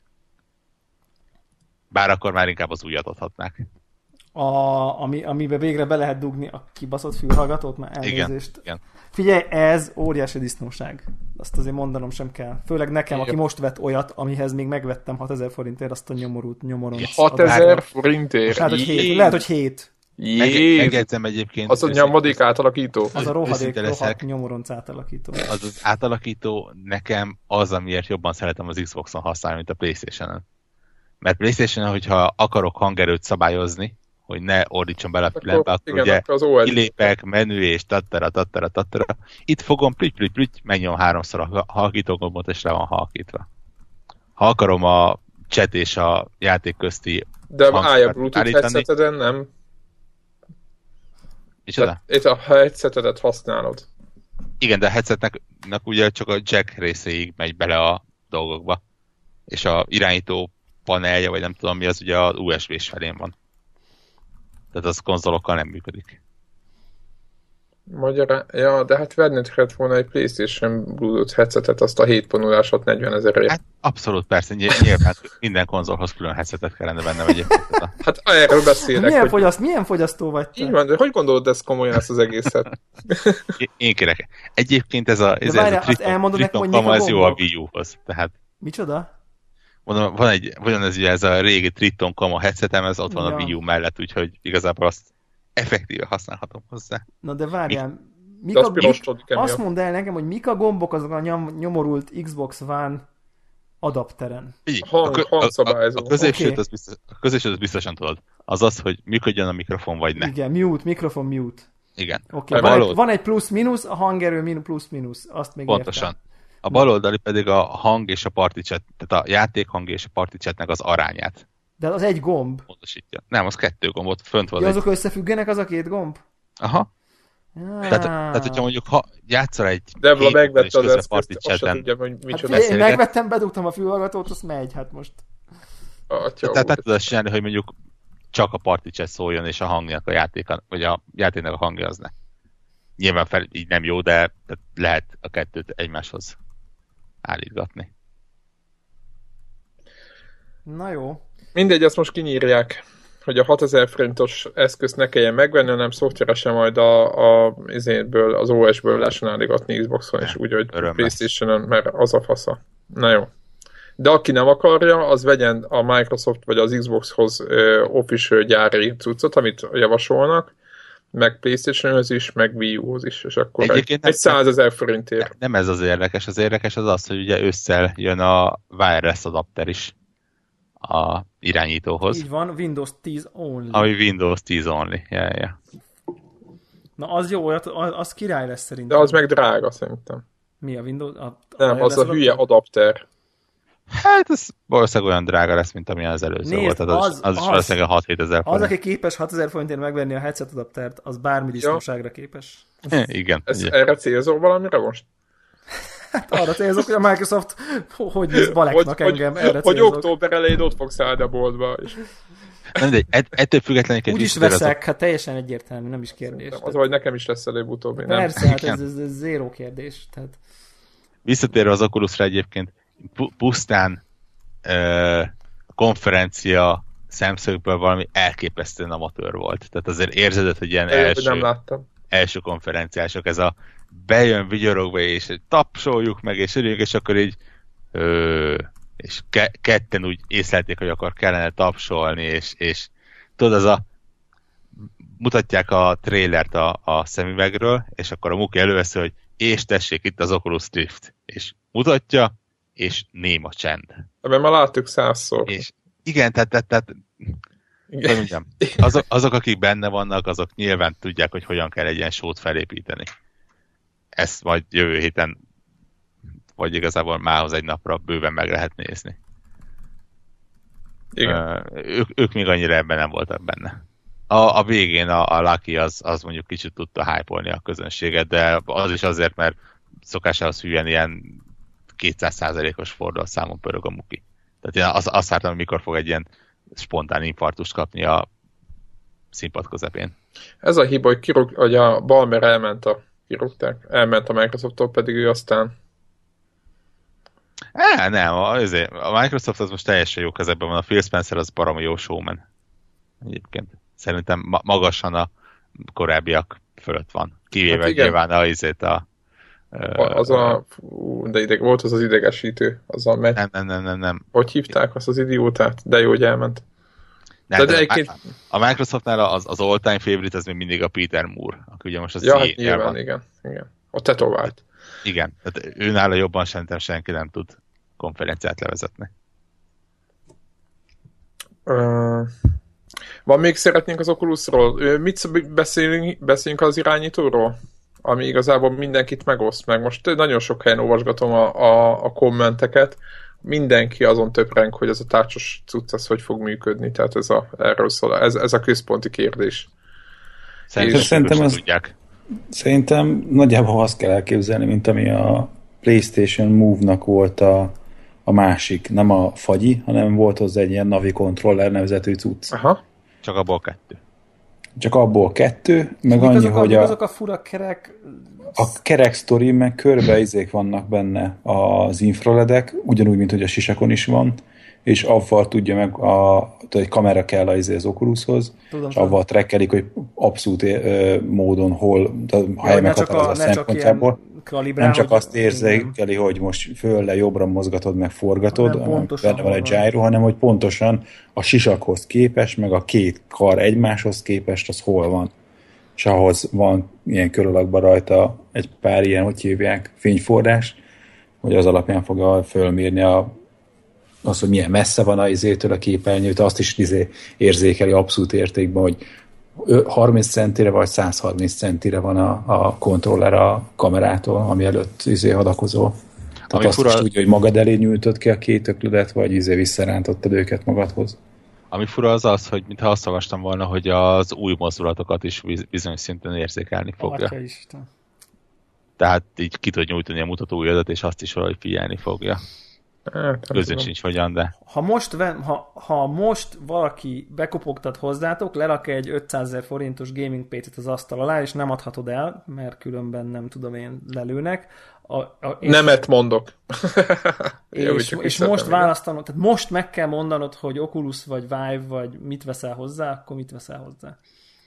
Bár akkor már inkább az újat adhatnák. Amiben végre be lehet dugni a kibaszott fülhallgatót, már elnézést. Igen. Figyelj, ez óriási disznóság. Azt azért mondanom sem kell. Főleg nekem, aki most vett olyat, amihez még megvettem 6000 forintért azt a nyomoron. 6000 forintért? Lehet, hogy 7. Megjegyzem egyébként. Az a nyomodik átalakító? Az a rohadt nyomoronc átalakító. Az átalakító nekem az, amiért jobban szeretem az Xboxon használni, mint a PlayStation-en. Mert PlayStation-en, hogyha akarok hangerőt szabályozni, hogy ne ordítson bele a fülembe, akkor ugye kilépek, menü és tattara. Itt fogom plüty, menjön 3-szor a halkítógombot, és le van halkítva. Ha akarom a chat és a játék közti de állja Bluetooth headseteden, nem? Micsoda? Itt a headsetedet használod. Igen, de a headsetnek ugye csak a jack részéig megy bele a dolgokba. És a irányító panelje, vagy nem tudom mi, az ugye az USB-s felén van. Tehát az konzolokkal nem működik. Ja, de hát venned kellett volna egy PlayStation Bluetooth headsetet, azt a 7.0-asat 40 000-ért. Hát abszolút, persze, nyilván minden konzolhoz külön headsetet kellene vennem egyébként. Hát erről beszélek. Milyen fogyasztó vagy te? Így van, de hogy gondolod ezt komolyan, ezt az egészet? Én kérek. Egyébként ez a Triton Kama, ez jó a Wii U-hoz. Tehát... Micsoda? Mondom, van ez a régi Triton Kama headsetem, ez ott van a Wii U mellett, úgyhogy igazából azt effektíve használhatom hozzá. Na de várjál, azt mondd el nekem, hogy mik a gombok azok a nyomorult Xbox One adapteren? Hangszabályzó. A középsőt az biztosan tudod. Az, hogy működjön a mikrofon, vagy ne. Igen, mute, mikrofon mute. Igen. Okay. Van egy plusz-minusz, a hangerő plusz-minusz. Azt még pontosan. Értem. A bal oldali pedig a hang és a party chat, tehát a játékhang és a party chatnek az arányát. De az egy gomb. Pontosítja. Nem, az 2 gomb, ott fönt van. Ja, azok összefüggenek, az a 2 gomb? Aha. Tehát, hogyha mondjuk játszol egy Debla megvette az eszközt, azt sem tudja, hogy micsoda. Hát, én megvettem, bedugtam a fülhallgatót, az megy, hát most. Tehát meg tudod csinálni, hogy mondjuk csak a party chat szóljon, és a hangnak a játéka, vagy a játéknak a hangja az ne. Nyilván így nem jó, de lehet a kettőt egymáshoz állítgatni. Na jó. Mindegy, azt most kinyírják, hogy a 6000 forintos eszközt ne kelljen megvenni, hanem szoftveresen majd az OS-ből lehessen állítgatni Xboxon, és úgy, hogy PlayStation-on, mert az a fasza. Na jó. De aki nem akarja, az vegyen a Microsoft vagy az Xboxhoz official gyári cuccot, amit javasolnak, meg PlayStation-höz is, meg Wii U-hoz is, és akkor egy 100 000 forintért. Nem ez az érdekes az, hogy ugye ősszel jön a wireless adapter is a irányítóhoz. Így van, Windows 10 only. Ami Windows 10 only, yeah. Na az jó, az király lesz szerintem. De az meg drága szerintem. Mi a Windows? Nem, az a hülye adapter. Hát ez valószínűleg olyan drága lesz, mint amilyen az előző volt. Tehát az is valószínűleg 6-7 ezer forint. Az, aki képes 6000 forintért megvenni a headset adaptert, az bármi disznóságra képes. Igen. Erre célzol valamire most? Hát arra célzok, hogy a Microsoft hogy néz baleknak engem, erre hogy október elején ott fogsz állni a boltba is. Nem, de ettől függetlenül... Úgy is veszek, hát teljesen egyértelmű, nem is kérdés. Az, hogy nekem is lesz előbb-utóbb. Persze, hát ez zéró kérdés. Tehát... Visszatérve az Oculusra egyébként, pusztán konferencia szemszögből valami elképesztően amatőr volt. Tehát azért érzedett, hogy ilyen első konferenciások, ez a bejön vigyorogva, és tapsoljuk meg, és örüljük, és akkor így és ketten úgy észlelték, hogy akkor kellene tapsolni, és tudod, az a mutatják a trailert a szemüvegről, és akkor a Muki előveszi, hogy és tessék, itt az Oculus Rift. És mutatja, és néma csend. Ebben már láttuk 100-szor. És igen, tehát mondjam, azok, akik benne vannak, azok nyilván tudják, hogy hogyan kell egy ilyen show-t felépíteni. Ezt majd jövő héten, vagy igazából mához egy napra bőven meg lehet nézni. Igen. Ők még annyira ebben nem voltak benne. A végén a Lucky az mondjuk kicsit tudta hype-olni a közönséget, de az is azért, mert szokásához hülyen ilyen 200%-os fordulószámon pörög a Muki. Tehát én azt vártam, hogy mikor fog egy ilyen spontán infarktust kapni a színpad közepén. Ez a hiba, hogy a Ballmer elment a Microsofttól, pedig ő aztán... Nem, a Microsoft az most teljesen jó kezekben van, a Phil Spencer az baromi jó showman. Egyébként. Szerintem magasan a korábbiak fölött van. Kivéve hát nyilván de volt az idegesítő. Nem. Hogy hívták azt az idiótát? De jó, hogy elment. A Microsoftnál az all-time favorite az még mindig a Peter Moore, aki ugye most az hát nyilván, igen. A tetovált. Igen, tehát őnála jobban szerintem senki nem tud konferenciát levezetni. Van még szeretnénk az Oculusról? Mit beszélünk az irányítóról? Ami igazából mindenkit megoszt meg. Most nagyon sok helyen olvasgatom a kommenteket. Mindenki azon töpreng, hogy ez a tárcsos cucc az hogy fog működni. Tehát erről szól. Ez a központi kérdés. Szerintem nagyjából azt kell elképzelni, mint ami a PlayStation Move-nak volt a másik, nem a fagyi, hanem volt hozzá egy ilyen Navi Controller nevezetű cucc. Aha. Csak abból kettő, meg annyi, hogy azok a fura kerek... A kerek sztori, meg körbe izék vannak benne az infraledek, ugyanúgy, mint hogy a sisakon is van, és avval tudja meg, egy kamera kell az Oculushoz, és avval trackelik, hogy abszolút módon hol, a hely meghatározás szempontjából. Nem csak azt érzékeli, hogy most föl-le jobbra mozgatod, meg forgatod, benne van egy gyro, hanem hogy pontosan a sisakhoz képest, meg a két kar egymáshoz képest, az hol van. És ahhoz van ilyen kör alakban rajta egy pár ilyen, hogy hívják, fényforrás, hogy az alapján fogja fölmérni az, hogy milyen messze van a izétől a képernyőt, azt is érzékeli abszolút értékben, hogy 30 centire vagy 130 centire van a kontroller a kamerától, ami előtt hadakozol. Tehát azt is tudja, hogy magad elé nyújtod ki a két öklödet, vagy visszarántottad őket magadhoz. Ami fura az, hogy mintha azt olvastam volna, hogy az új mozdulatokat is bizonyos szinten érzékelni fogja. Tehát így ki tud nyújtani a mutatóujjadat, és azt is valahogy figyelni fogja. Közön sincs hogyan, de... Ha most valaki bekopogtat hozzátok, lerak egy 500 000 forintos gaming PC-t az asztal alá, és nem adhatod el, mert különben nem tudom én lelőnek. Nemet mondok. és most választanod, tehát most meg kell mondanod, hogy Oculus vagy Vive, vagy mit veszel hozzá, akkor mit veszel hozzá?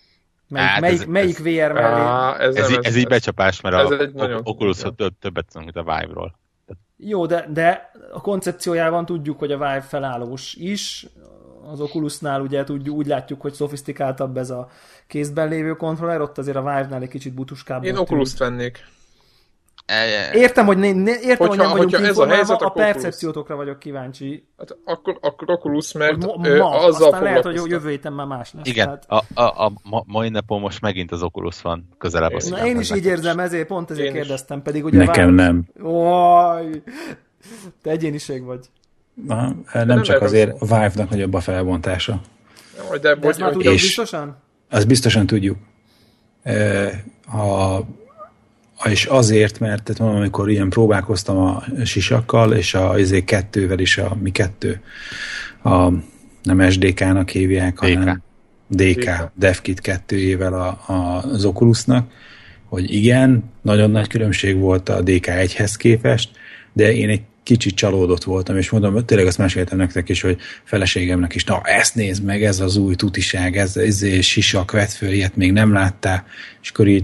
Melyik VR mellé? Ez így becsapás, mert a Oculus többet tudunk, mint a Vive-ról. Jó, de a koncepciójában tudjuk, hogy a Vive felállós is. Az Oculusnál ugye úgy látjuk, hogy szofisztikáltabb ez a kézben lévő kontroller, ott azért a Vive-nál egy kicsit butuskább. Én Oculust vennék. Értem, hogy nem vagyunk informálva, a percepciótokra vagyok kíváncsi. Hát akkor Oculus, mert aztán lehet, hogy jövő héten már más lesz. Igen, a mai napon most megint az Oculus van közelebb. Na, én is így érzem, pont ezért kérdeztem, pedig ugye nekem nem. Te egyéniség vagy. Nem csak azért a Vive-nak nagyobb a felbontása. De ezt már tudjuk biztosan? Azt biztosan tudjuk. És azért, mert tehát mondom, amikor ilyen próbálkoztam a sisakkal, és a kettővel is, mi kettő, nem SDK-nak hívják, hanem DK, DevKit 2-ével az Oculusnak, hogy igen, nagyon nagy különbség volt a DK1-hez képest, de én egy kicsit csalódott voltam, és mondom, tényleg azt meséltem nektek is, hogy feleségemnek is, na ezt nézd meg, ez az új tutiság, ez sisak, vett föl, ilyet még nem láttál, és akkor így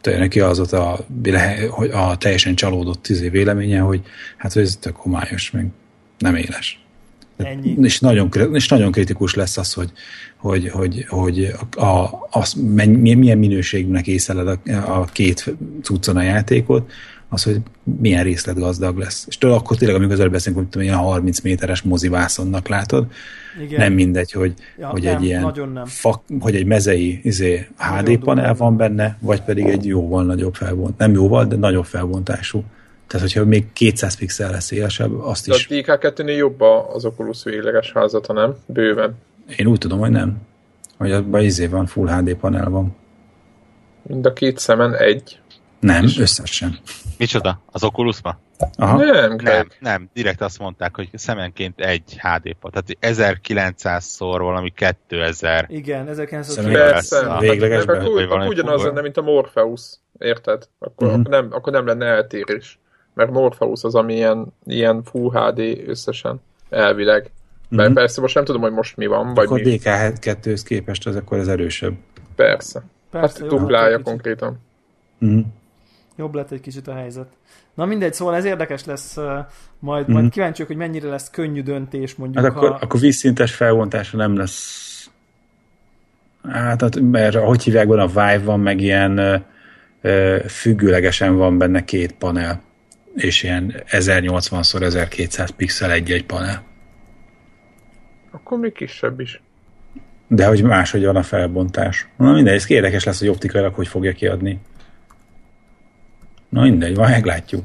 neki az volt a teljesen csalódott véleménye, hogy hát hogy ez tök homályos, meg nem éles. Ennyi. És nagyon kritikus lesz az, hogy milyen minőségnek észleled a két cuccon a játékot, az, hogy milyen részletgazdag lesz. És akkor tényleg, amikor az előbb beszélünk, hogy ilyen 30 méteres mozivászonnak látod, igen. Nem mindegy, hogy egy ilyen hogy egy mezei HD panel van benne, vagy pedig egy jóval nagyobb felbont. Nem jóval, de nagyobb felbontású. Tehát, hogyha még 200 pixel lesz élesebb, azt is... De a DK2-nél jobb az Oculus végleges házata, nem? Bőven. Én úgy tudom, hogy nem. Hogy abban van, Full HD panel van. Mind a két szemen egy. Nem, összesen. Micsoda? Az Oculusban? Aha. Nem, direkt azt mondták, hogy szemenként egy HD panel. Tehát 1900-szor valami 2000. Igen, 1900. Persze. Véglegesben. Akkor ugyanaz lenne, mint a Morpheus. Érted? Akkor nem lenne eltérés. Mert Morpheus az, ami ilyen Full HD összesen. Elvileg. Mert persze most nem tudom, hogy most mi van. Akkor DK2-höz képest az akkor az erősebb. Persze. Hát duplája konkrétan. Jobb lett egy kicsit a helyzet. Na mindegy, szóval ez érdekes lesz. Majd kíváncsiak, hogy mennyire lesz könnyű döntés mondjuk. Hát akkor vízszintes felvontása nem lesz. Hát, mert ahogy hívják, a Vive van, meg ilyen függőlegesen van benne két panel. És ilyen 1080x1200 pixel egy-egy panel. Akkor még kisebb is. De hogy máshogy van a felbontás. Na mindegy, ez érdekes lesz, hogy optikailag hogy fogja kiadni. Na mindegy, majd meglátjuk.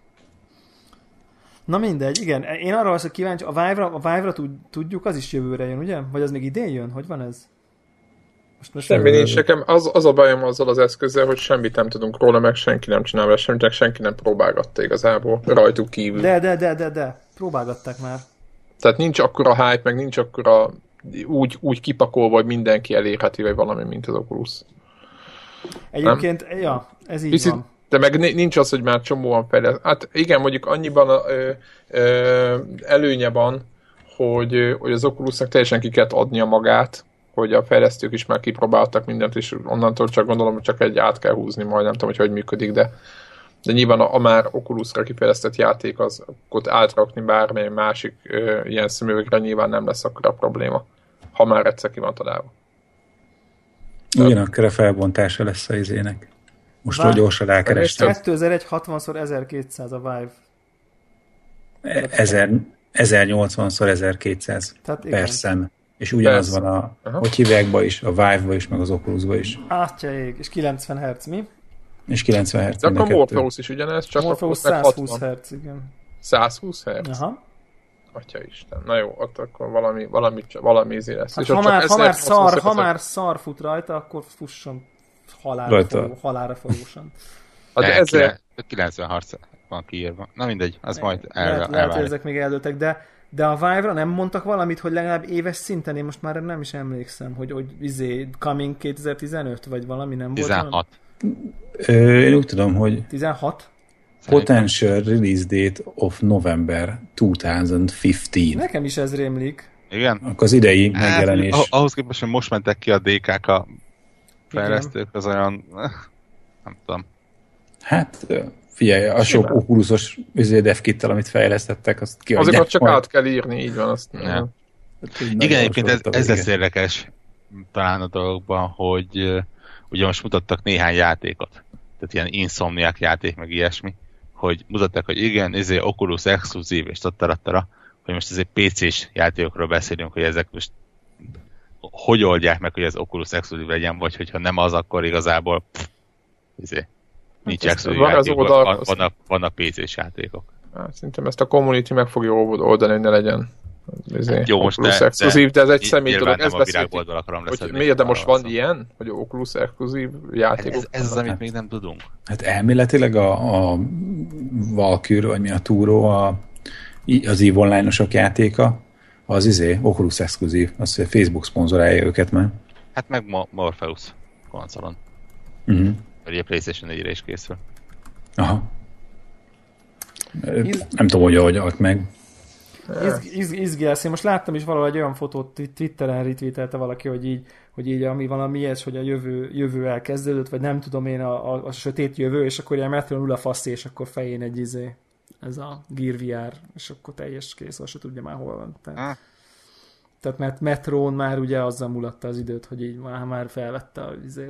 Na mindegy, igen. Én arra vagyok kíváncsi, a Vive-ra tudjuk, az is jövőre jön, ugye? Vagy az még idén jön? Hogy van ez? Most semmi nincs nekem. Az a bajom azzal az eszközzel, hogy semmit nem tudunk róla, meg senki nem csinál vele semmit, senki nem próbálgatta igazából rajtuk kívül. De. Próbálgatták már. Tehát nincs akkora hype, meg nincs akkora úgy kipakolva, hogy mindenki elérheti, vagy valami, mint az Oculus. Egyébként, ja, ez így van. De meg nincs az, hogy már csomóan fejleszt. Hát igen, mondjuk annyiban előnye van, hogy az Oculusnak teljesen ki kellett adnia magát, hogy a fejlesztők is már kipróbáltak mindent, és onnantól csak gondolom, hogy csak egy át kell húzni, majd nem tudom, hogy működik, de nyilván a már Oculusra kifejlesztett játék, az ott átrakni bármely másik ilyen szemüvegre nyilván nem lesz akkora probléma, ha már egyszer ki van találva. Ugyanakkor a felbontása lesz a izének. Most hogy gyorsan rákerestem. 2001 60x1200 a Vive. 1080x1200 per szem. És ugyanaz van hogy hívják is, a Vive-ba is, meg az Oculusba is. Átjaég, és 90 Hz, mi? És 90 Hz. De akkor a Morpheus is ugyanez, csak Morpheus 120 Hz, igen. 120 Hz? Aha. Atyaisten. Na jó, ott akkor valami izé lesz. Hát és ha már szar fut rajta, akkor fusson halálra folyósan. Hát 96 van kiírva. Na mindegy, az majd lehet, hogy ezek még eldőltek, de a Vive-ra nem mondtak valamit, hogy legalább éves szinten, én most már nem is emlékszem, hogy coming 2015, vagy valami nem 16. volt? 16. Én úgy tudom, hogy 16? Potential release date of November 2015. Nekem is ez rémlik. Igen? Akkor az idei megjelenés. Ahhoz képest, hogy most mentek ki a DK-k a fejlesztők, az olyan... nem tudom. Hát... Figyelj, a sok Oculusos devkittel, amit fejlesztettek, azt kiadják. Azokat csak át kell írni, így van. Azt igen, egyébként ez lesz érdekes talán a dologban, hogy ugye most mutattak néhány játékot. Tehát ilyen Insomniac játék, meg ilyesmi, hogy mutatták, hogy igen, Oculus exkluzív, és tattarattara, hogy most ezért PC-s játékokról beszélünk, hogy ezek most hogy oldják meg, hogy ez Oculus exkluzív legyen, vagy hogyha nem az, akkor igazából nincs exkluzív játék, vannak PC-s játékok. Hát, szerintem ezt a community meg fogja oldani, hogy ne legyen jó, most exkluzív, de ez egy személy dolog. Ez beszéltünk. Miért, de most van ilyen, hogy Oculus exkluzív játékok? Ez az, amit még nem tudunk. Hát elméletileg a Valkyrie, vagy mi a Túró, az EVE Online-osok játéka, az Oculus exkluzív. Azt, hogy Facebook szponzorálja őket már. Hát meg Morpheus konzolon. Vagy a PlayStation 4-re is készül. Aha. Nem tudom, hogy oldják meg. Izgi lesz. Én most láttam is valahogy olyan fotót, Twitteren retweetelte valaki, hogy így ami valami ilyes, hogy a jövő elkezdődött, vagy nem tudom én, a sötét jövő, és akkor ilyen metron ül a faszi, és akkor fején egy ez a Gear VR, és akkor teljes kész, azt se tudja már hol van. Tehát mert metrón már ugye azzal mulatta az időt, hogy így már felvette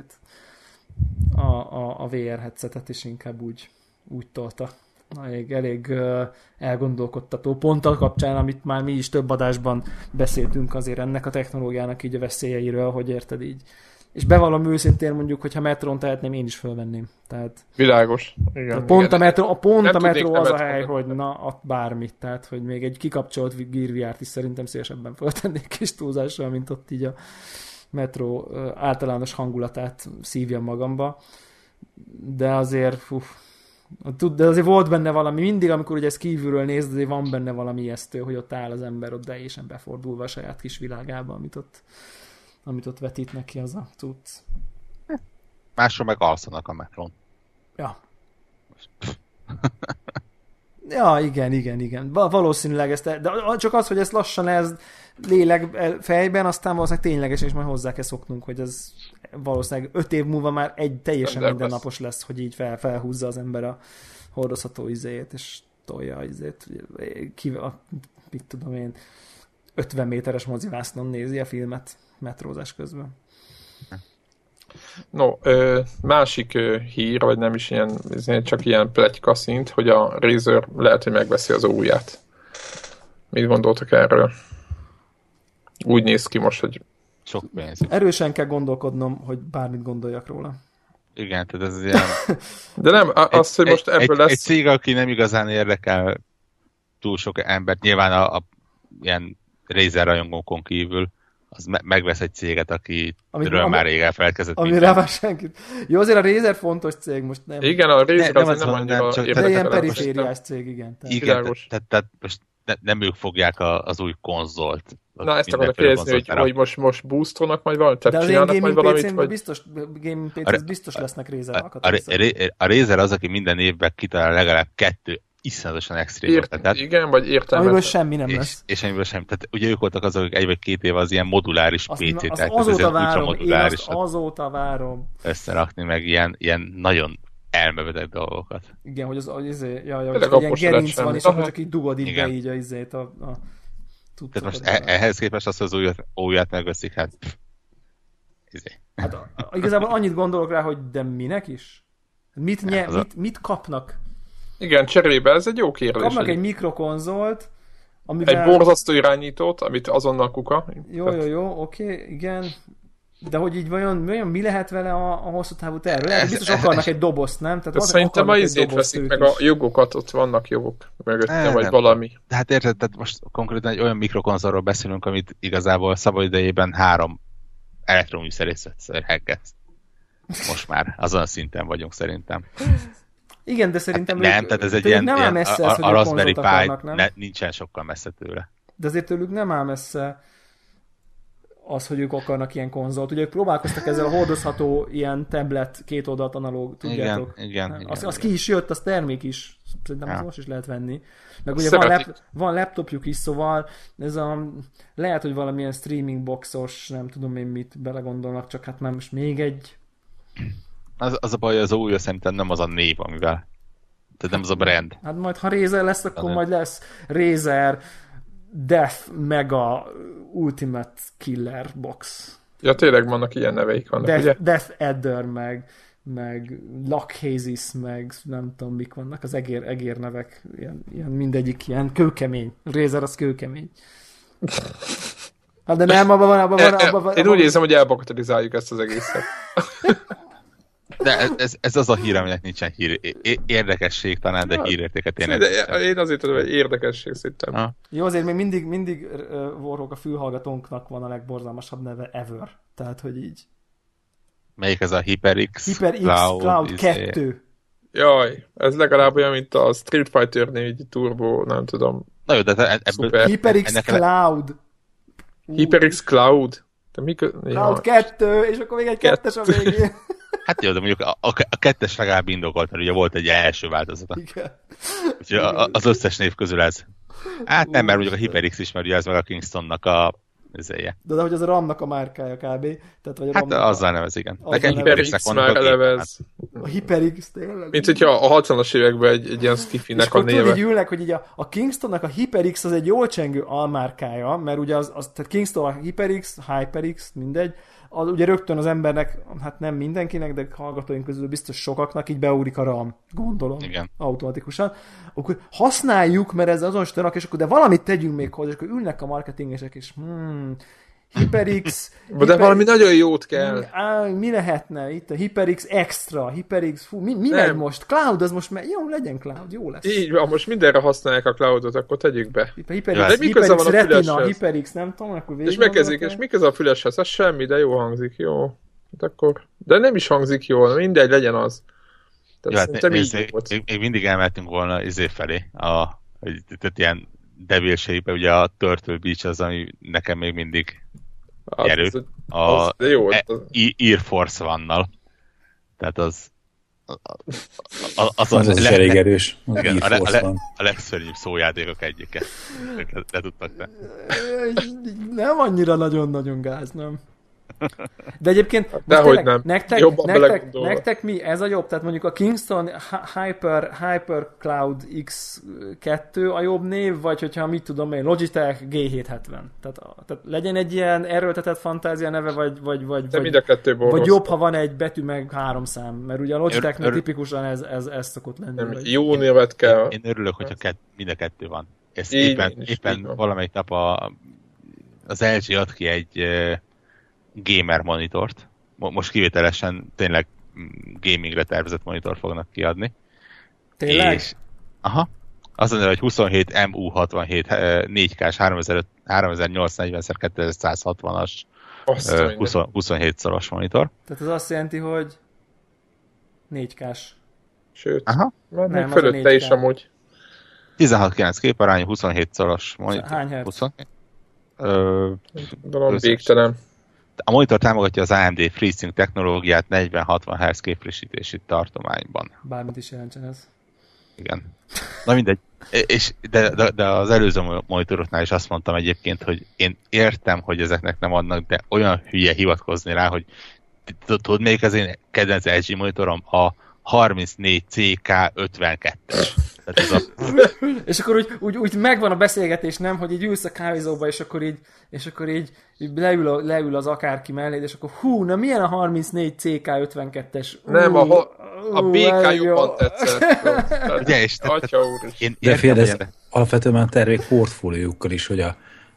a VR headsetet, és inkább úgy tolta. Elég elgondolkodtató pont a kapcsán, amit már mi is több adásban beszéltünk azért ennek a technológiának így a veszélyeiről, hogy érted így. És bevallom őszintén mondjuk, hogyha metrón tehetném, én is fölvenném. Tehát, világos. Igen, pont a metró az a hely, hogy bármit. Tehát, hogy még egy kikapcsolt Gear VR-t is szerintem szívesebben föltennék kis túlzással, mint ott így a metró általános hangulatát szívjam magamba. De azért volt benne valami, mindig amikor ugye ezt kívülről nézd, azért van benne valami ijesztő, hogy ott áll az ember ott teljesen befordulva a saját kis világába, amit ott vetít neki az a cucc. Másról meg alszanak a metrón. Ja. Ja, igen. Valószínűleg de csak az, hogy ez lassan ez léleg fejben, aztán valószínűleg tényleges, és majd hozzá kell szoknunk, hogy ez valószínűleg 5 év múlva már egy teljesen mindennapos lesz, hogy így felhúzza az ember a hordozható izéjét, és tolja mit tudom én, 50 méteres mozivásznon nézi a filmet metrózás közben. No, másik hír, vagy nem is ilyen, csak ilyen pletyka szint, hogy a Razer lehet, hogy megveszi az ujját. Mit gondoltak erről? Úgy néz ki most, hogy... Sok pénz. Erősen kell gondolkodnom, hogy bármit gondoljak róla. Igen, tehát ez ilyen... De nem, az, hogy most ebből lesz... Egy cég, aki nem igazán érdekel túl sok embert, nyilván a ilyen Razer rajongókon kívül, az megvesz egy céget, akiről már rég elfelelkezett. Amire már senkit. Jó, azért a Razer fontos cég most nem. Igen, a Razer az nem annyira érdekel. De ilyen perifériás cég, igen. Igen, tehát most nem ők fogják az új konzolt. Na, ezt akarom kérdezni, hogy most boostolnak majd valamit? De az én gaming PC-n biztos lesznek Razer alkatrészek. A Razer az, aki minden évben kitalál legalább 2 iszonyatosan extrémet. Igen, vagy értelmetlen. Amiből semmi nem lesz. És amiből semmi. Tehát ugye ők voltak azok, akik 1 vagy 2 év az ilyen moduláris PC, tehát azóta várom, én azt azóta várom. Összerakni meg ilyen nagyon elmebeteg dolgokat. Igen, hogy ilyen gerinc van, és akkor csak így dugod így be így a tehát most ehhez képest azt, hogy az újját megveszik, hát Hát igazából annyit gondolok rá, hogy de minek is? Mit kapnak? Igen, cserébe, ez egy jó kérdés. Kapnak egy mikrokonzolt, amivel... Egy borzasztó irányítót, amit azonnal kuka. Jó, oké, igen. De hogy így vajon mi lehet vele a hosszú távú terv? Lehet, biztos akarnak egy dobozt, nem? Tehát szerintem a izét veszik meg a jogokat, ott vannak jogok mögötte, vagy valami. De hát érted, tehát most konkrétan egy olyan mikrokonzolról beszélünk, amit igazából szabadidejében 3 elektroműszerészettszer hackezt. Most már azon a szinten vagyunk szerintem. Igen, de szerintem nem, tehát ez egy ilyen a Raspberry Pi nincsen sokkal messze tőle. De azért tőlük nem áll messze az, hogy ők akarnak ilyen konzolt. Ugye ők próbálkoztak ezzel a hordozható ilyen tablet, 2 oldalt analóg, tudjátok? Igen. Az ki is jött, az termék is. Szerintem azt most is lehet venni. Meg ugye van laptopjuk is, szóval ez lehet, hogy valamilyen streaming boxos, nem tudom én mit belegondolnak, csak hát már most még egy... Az a baj, az a újra szerintem nem az a név, amivel. Tehát nem az a brand. Hát majd ha Razer lesz, akkor majd lesz Razer Death Mega Ultimate Killer Box. Ja, tényleg vannak ilyen neveik vannak, ugye? Death Adder, meg Lackhazis, meg nem tudom mik vannak, az egér nevek, ilyen mindegyik ilyen kőkemény. Razer az kőkemény. Hát de nem, abban van. Én úgy érzem, hogy elbakatelizáljuk ezt az egészet. De ez az a hír, aminek nincsen érdekesség talán, de hírértéket tényleg. Én azért tudom, hogy érdekesség szerintem. Jó, azért még mindig Warhawk a fülhallgatónknak van a legborzalmasabb neve ever. Tehát, hogy így. Melyik ez a HyperX Cloud 2. Jaj, ez legalább olyan, mint a Street Fighter 4 Turbo, nem tudom. Na jó, de ebből... HyperX Cloud. HyperX Cloud. Cloud 2, és akkor még egy 2-es a végén. Hát jó, de mondjuk a 2-es legalább indokolt, mert ugye volt egy első változata. Igen. Úgyhogy az összes név közül ez. Hát nem, mert mondjuk a HyperX is, mert ugye ez meg a Kingstonnak a üzéje. De hogy az a RAM-nak a márkája kb. Tehát, vagy a Hát azzal nevez, igen. Nekem HyperX már elevez. A HyperX tényleg. Mint hogyha a 60-as években egy ilyen skifinek a néve. És akkor tudod, ülnek, hogy így a Kingstonnak a HyperX az egy jól csengő almárkája, mert ugye tehát Kingston a HyperX, mindegy, az ugye rögtön az embernek, hát nem mindenkinek, de hallgatóink közül biztos sokaknak így beugrik a RAM, gondolom, igen. Automatikusan. Akkor használjuk, mert ez azonos tőlek, és akkor de valamit tegyünk még hozzá, és akkor ülnek a marketingesek, és HyperX... De valami nagyon jót kell. Mi lehetne itt? A HyperX Extra, HyperX... mi megy most? Cloud, az most jó, legyen Cloud, jó lesz. Így van, most mindenre használják a Cloudot, akkor tegyük be. HyperX Retina, HyperX, nem tudom, akkor és megkezdik, és mi köze a füleshez? Az semmi, de jó hangzik, jó. Hát akkor... De nem is hangzik jól, mindegy, legyen az. Tehát jó, még mindig elmehetünk volna felé, tehát ilyen devilségbe, ugye a Turtle Beach az, ami nekem még mindig gyerő. Air Force One-nal. Tehát az is elég erős. Igen, a legszörnyűbb szójátékok egyike. Le tudtak te. Nem annyira nagyon-nagyon gáz, nem? De egyébként tényleg, nektek mi? Ez a jobb? Tehát mondjuk a Kingston Hyper Cloud X2 a jobb név, vagy hogyha mit tudom én, Logitech G770. Tehát legyen egy ilyen erőltetett fantázia neve, vagy jobb, ha van egy betű meg 3 szám, mert ugye a Logitechnél tipikusan ez szokott lenni. Nem, jó névet kell. Én örülök, hogyha mind a kettő van. Ez éppen valamelyik nap az LG ad ki egy gamer monitort. Most kivételesen tényleg gamingre tervezett monitort fognak kiadni. Tényleg? És, azt mondja, hogy 27 MU67 4K-s 3840x2160-as 27 szoros monitor. Tehát ez azt jelenti, hogy 4K-s. Sőt, nem, fölötte is amúgy. 16:9 képarányú, 27 szoros monitor. Hány hertz? Valami végtelen. A monitor támogatja az AMD FreeSync technológiát 40-60 Hz képfrissítési tartományban. Bármit is jelentsen ez. Igen. Na mindegy. De az előző monitoroknál is azt mondtam egyébként, hogy én értem, hogy ezeknek nem adnak, de olyan hülye hivatkozni rá, hogy tudod, melyik az én kedvenc LG monitorom? A 34CK52-es. És akkor úgy megvan a beszélgetés, nem? Hogy így ülsz a kávézóba, és akkor így leül az akárki mellé, és akkor na milyen a 34CK52-es? Nem, a BK jobban tetszett. Ugye, és Atya úr is. De félre, alapvetően a tervék portfóliójukkal is, hogy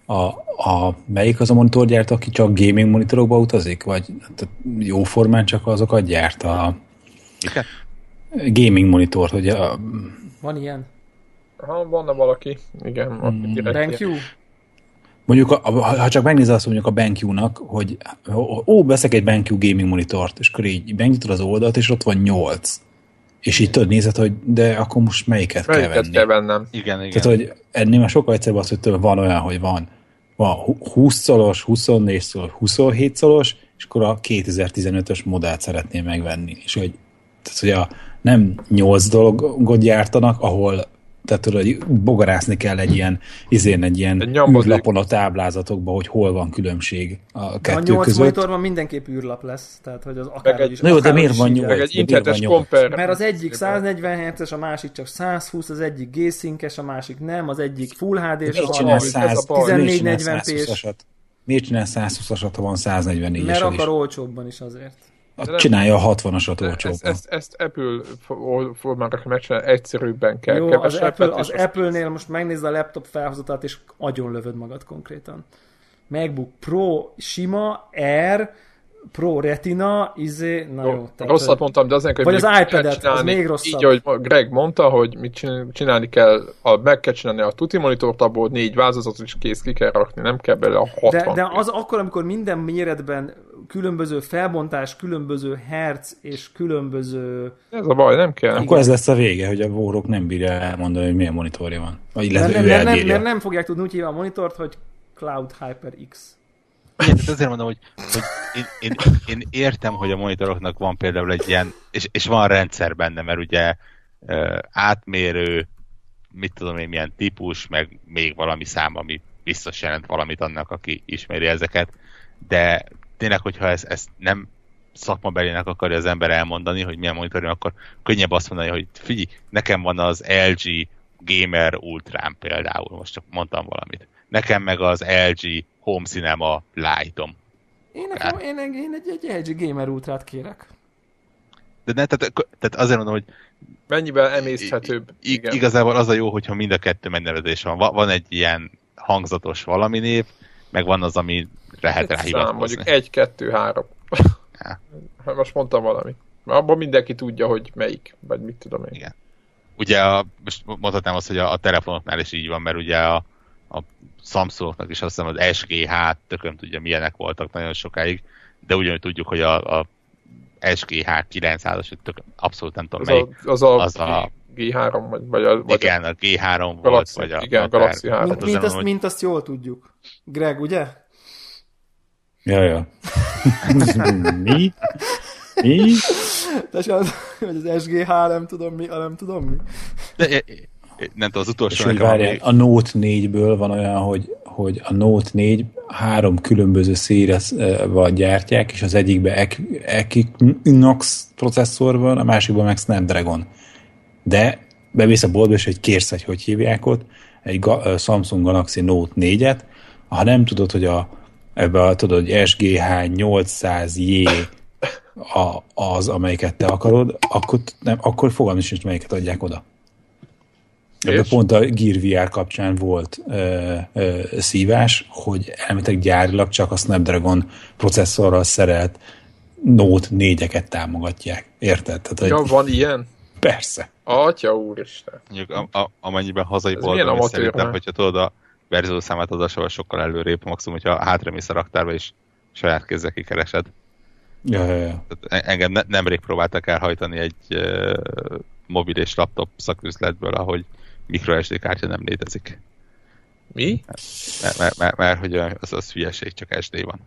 melyik az a monitorgyárt, aki csak gaming monitorokba utazik? Vagy jóformán csak azokat gyárt Miket? Gaming monitor, hogy Van ilyen? Van-e valaki? Igen. BenQ? Mondjuk, ha csak megnézel azt mondjuk a BenQ-nak, hogy veszek egy BenQ gaming monitort, és akkor így megnyitod az oldalt, és ott van 8. És így tudod, nézed, hogy de akkor most melyiket kell venni. Kell vennem. Igen. Tehát, hogy ennél már sokkal egyszerűbb az, hogy van olyan, hogy van 20 szolos, 24 szolos, 27 szolos, és akkor a 2015-ös modellt szeretném megvenni. És hogy nem 8 dologot gyártanak, ahol tehát tudod, bogarászni kell egy ilyen űrlapon a táblázatokban, hogy hol van különbség a kettő között. A 8 monitorban mindenképp űrlap lesz, tehát hogy az akár is. Na jó, de miért van 8? Meg egy internetes komper. Mert az egyik 140 Hz-es, a másik csak 120, az egyik G-Sync-es, a másik nem, az egyik Full HD-s, a másik 1440p-s. Miért csinál 120-asat, ha van 144-es? Mert akar olcsóbban is azért. Csinálja a 60-asat olcsóban. Ezt Apple formára kell megcsinálni, egyszerűbben kell. Jó, az Apple-nél most megnézd a laptop felhozatát, és agyon lövöd magad konkrétan. MacBook Pro sima, Air, Pro Retina, na jó. Rosszat mondtam, de azért, hogy vagy az iPad-et, az még rosszabb. Így, ahogy Greg mondta, hogy mit csinálni kell, meg kell csinálni a tuti monitort, abból 4 vázatot is kész, ki kell rakni, nem kell bele a 60. De az akkor, amikor minden méretben különböző felbontás, különböző hertz és különböző... Ez a baj, nem kell. Akkor ez lesz a vége, hogy a vórok nem bírja elmondani, hogy milyen monitorja van. Mert nem fogják tudni úgy hívni a monitort, hogy Cloud HyperX. Igen, azért mondom, hogy én értem, hogy a monitoroknak van például egy ilyen, és van rendszer benne, mert ugye átmérő, mit tudom én, milyen típus, meg még valami szám, ami biztos jelent valamit annak, aki ismeri ezeket, de tényleg, hogyha ezt nem szakmabelének akarja az ember elmondani, hogy milyen monitorja, akkor könnyebb azt mondani, hogy figyelj, nekem van az LG Gamer Ultrám például, most csak mondtam valamit. Nekem meg az LG Home Cinema Lite-om. Én egy LG Gamer Ultrát kérek. De ne, tehát azért mondom, hogy mennyivel emészthetőbb. Igazából az a jó, hogyha mind a kettő megnevezés van. Van egy ilyen hangzatos valami név, meg van az, ami lehet rá hivatkozni. Mondjuk 1, 2, 3. Ja. Most mondtam valamit. Abban mindenki tudja, hogy melyik, vagy mit tudom én. Igen. Ugye most mondhatnám azt, hogy a telefonoknál is így van, mert ugye a Samsungoknak is azt hiszem az SGH, tököm tudja milyenek voltak nagyon sokáig, de ugyanúgy tudjuk, hogy a SGH 900-as, abszolút nem tudom melyik. Az a G3, vagy igen, a G3 volt, Galaxy, vagy igen, Galaxy 3. Mint azt jól tudjuk. Greg, ugye? Ja. Mi? Tehát az SGH nem tudom mi. De, nem tudom, az utolsó és várjál, a Note 4-ből van olyan, hogy a Note 4 3 különböző szériával gyártják, és az egyikben Equinox processzor van, a másikban meg Snapdragon. De bemész a boltba, és hogy kérsz, hogy hívják ott, egy Samsung Galaxy Note 4-et, ha nem tudod, hogy tudod, hogy SGH 800J az, amelyiket te akarod, akkor fogalmam sincs, melyiket adják oda. Pont a Gear VR kapcsán volt szívás, hogy elméletileg gyárilag csak a Snapdragon processzorral szerelt Note 4-eket támogatják. Érted? Tehát, van ilyen? Persze. Atya úristen. Mondjuk amennyiben hazai boltban szerintem, hogyha tudod a verziószámát adásával sokkal előrébb, maximum, hogyha hátremész a raktárba és saját kézzel kikeresed. Ja. Engem nemrég próbáltak elhajtani egy mobil és laptop szaküzletből, ahogy microSD kártya nem létezik. Mi? Mert hogy az hülyeség, csak SD van.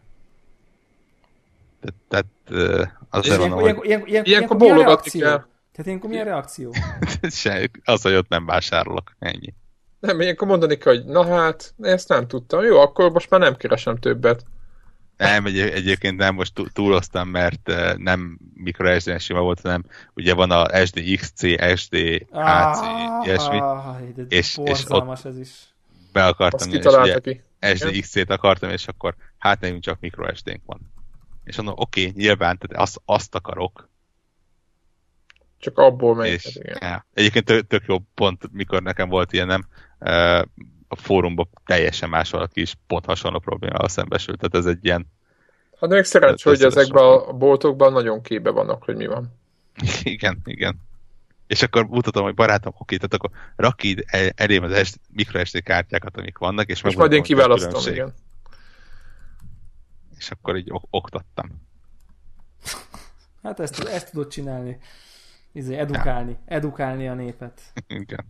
Tehát azért mondom, hogy... Ilyenkor bólogatni kell. Tehát ilyenkor milyen reakció? Az, hogy ott nem vásárolok. Ennyi. Nem, ilyenkor mondani kell, hogy na hát, ezt nem tudtam. Jó, akkor most már nem keresem többet. Nem, egyébként nem, most túloztam, mert nem microSD sima volt, hanem ugye van a SDXC, SD, HC, ilyesmi. És ott ez is. Be akartam, és ugye SDXC-t akartam, és akkor hát nekünk csak microSD-nk van. És mondom, oké, nyilván, tehát azt akarok. Csak abból megy. Ja. Egyébként tök jó pont, mikor nekem volt ilyenem, a fórumban teljesen más valaki is pont hasonló problémával szembesült. Tehát ez egy ilyen... Hát még szerencsé, hogy ezekben a boltokban nagyon képbe vannak, hogy mi van. Igen. És akkor mutatom, hogy barátom, oké, tehát akkor rakj ide elém az microSD kártyákat, amik vannak, és majd én kiválasztom, igen. És akkor így oktattam. Hát ezt tudod csinálni. Edukálni a népet. Igen.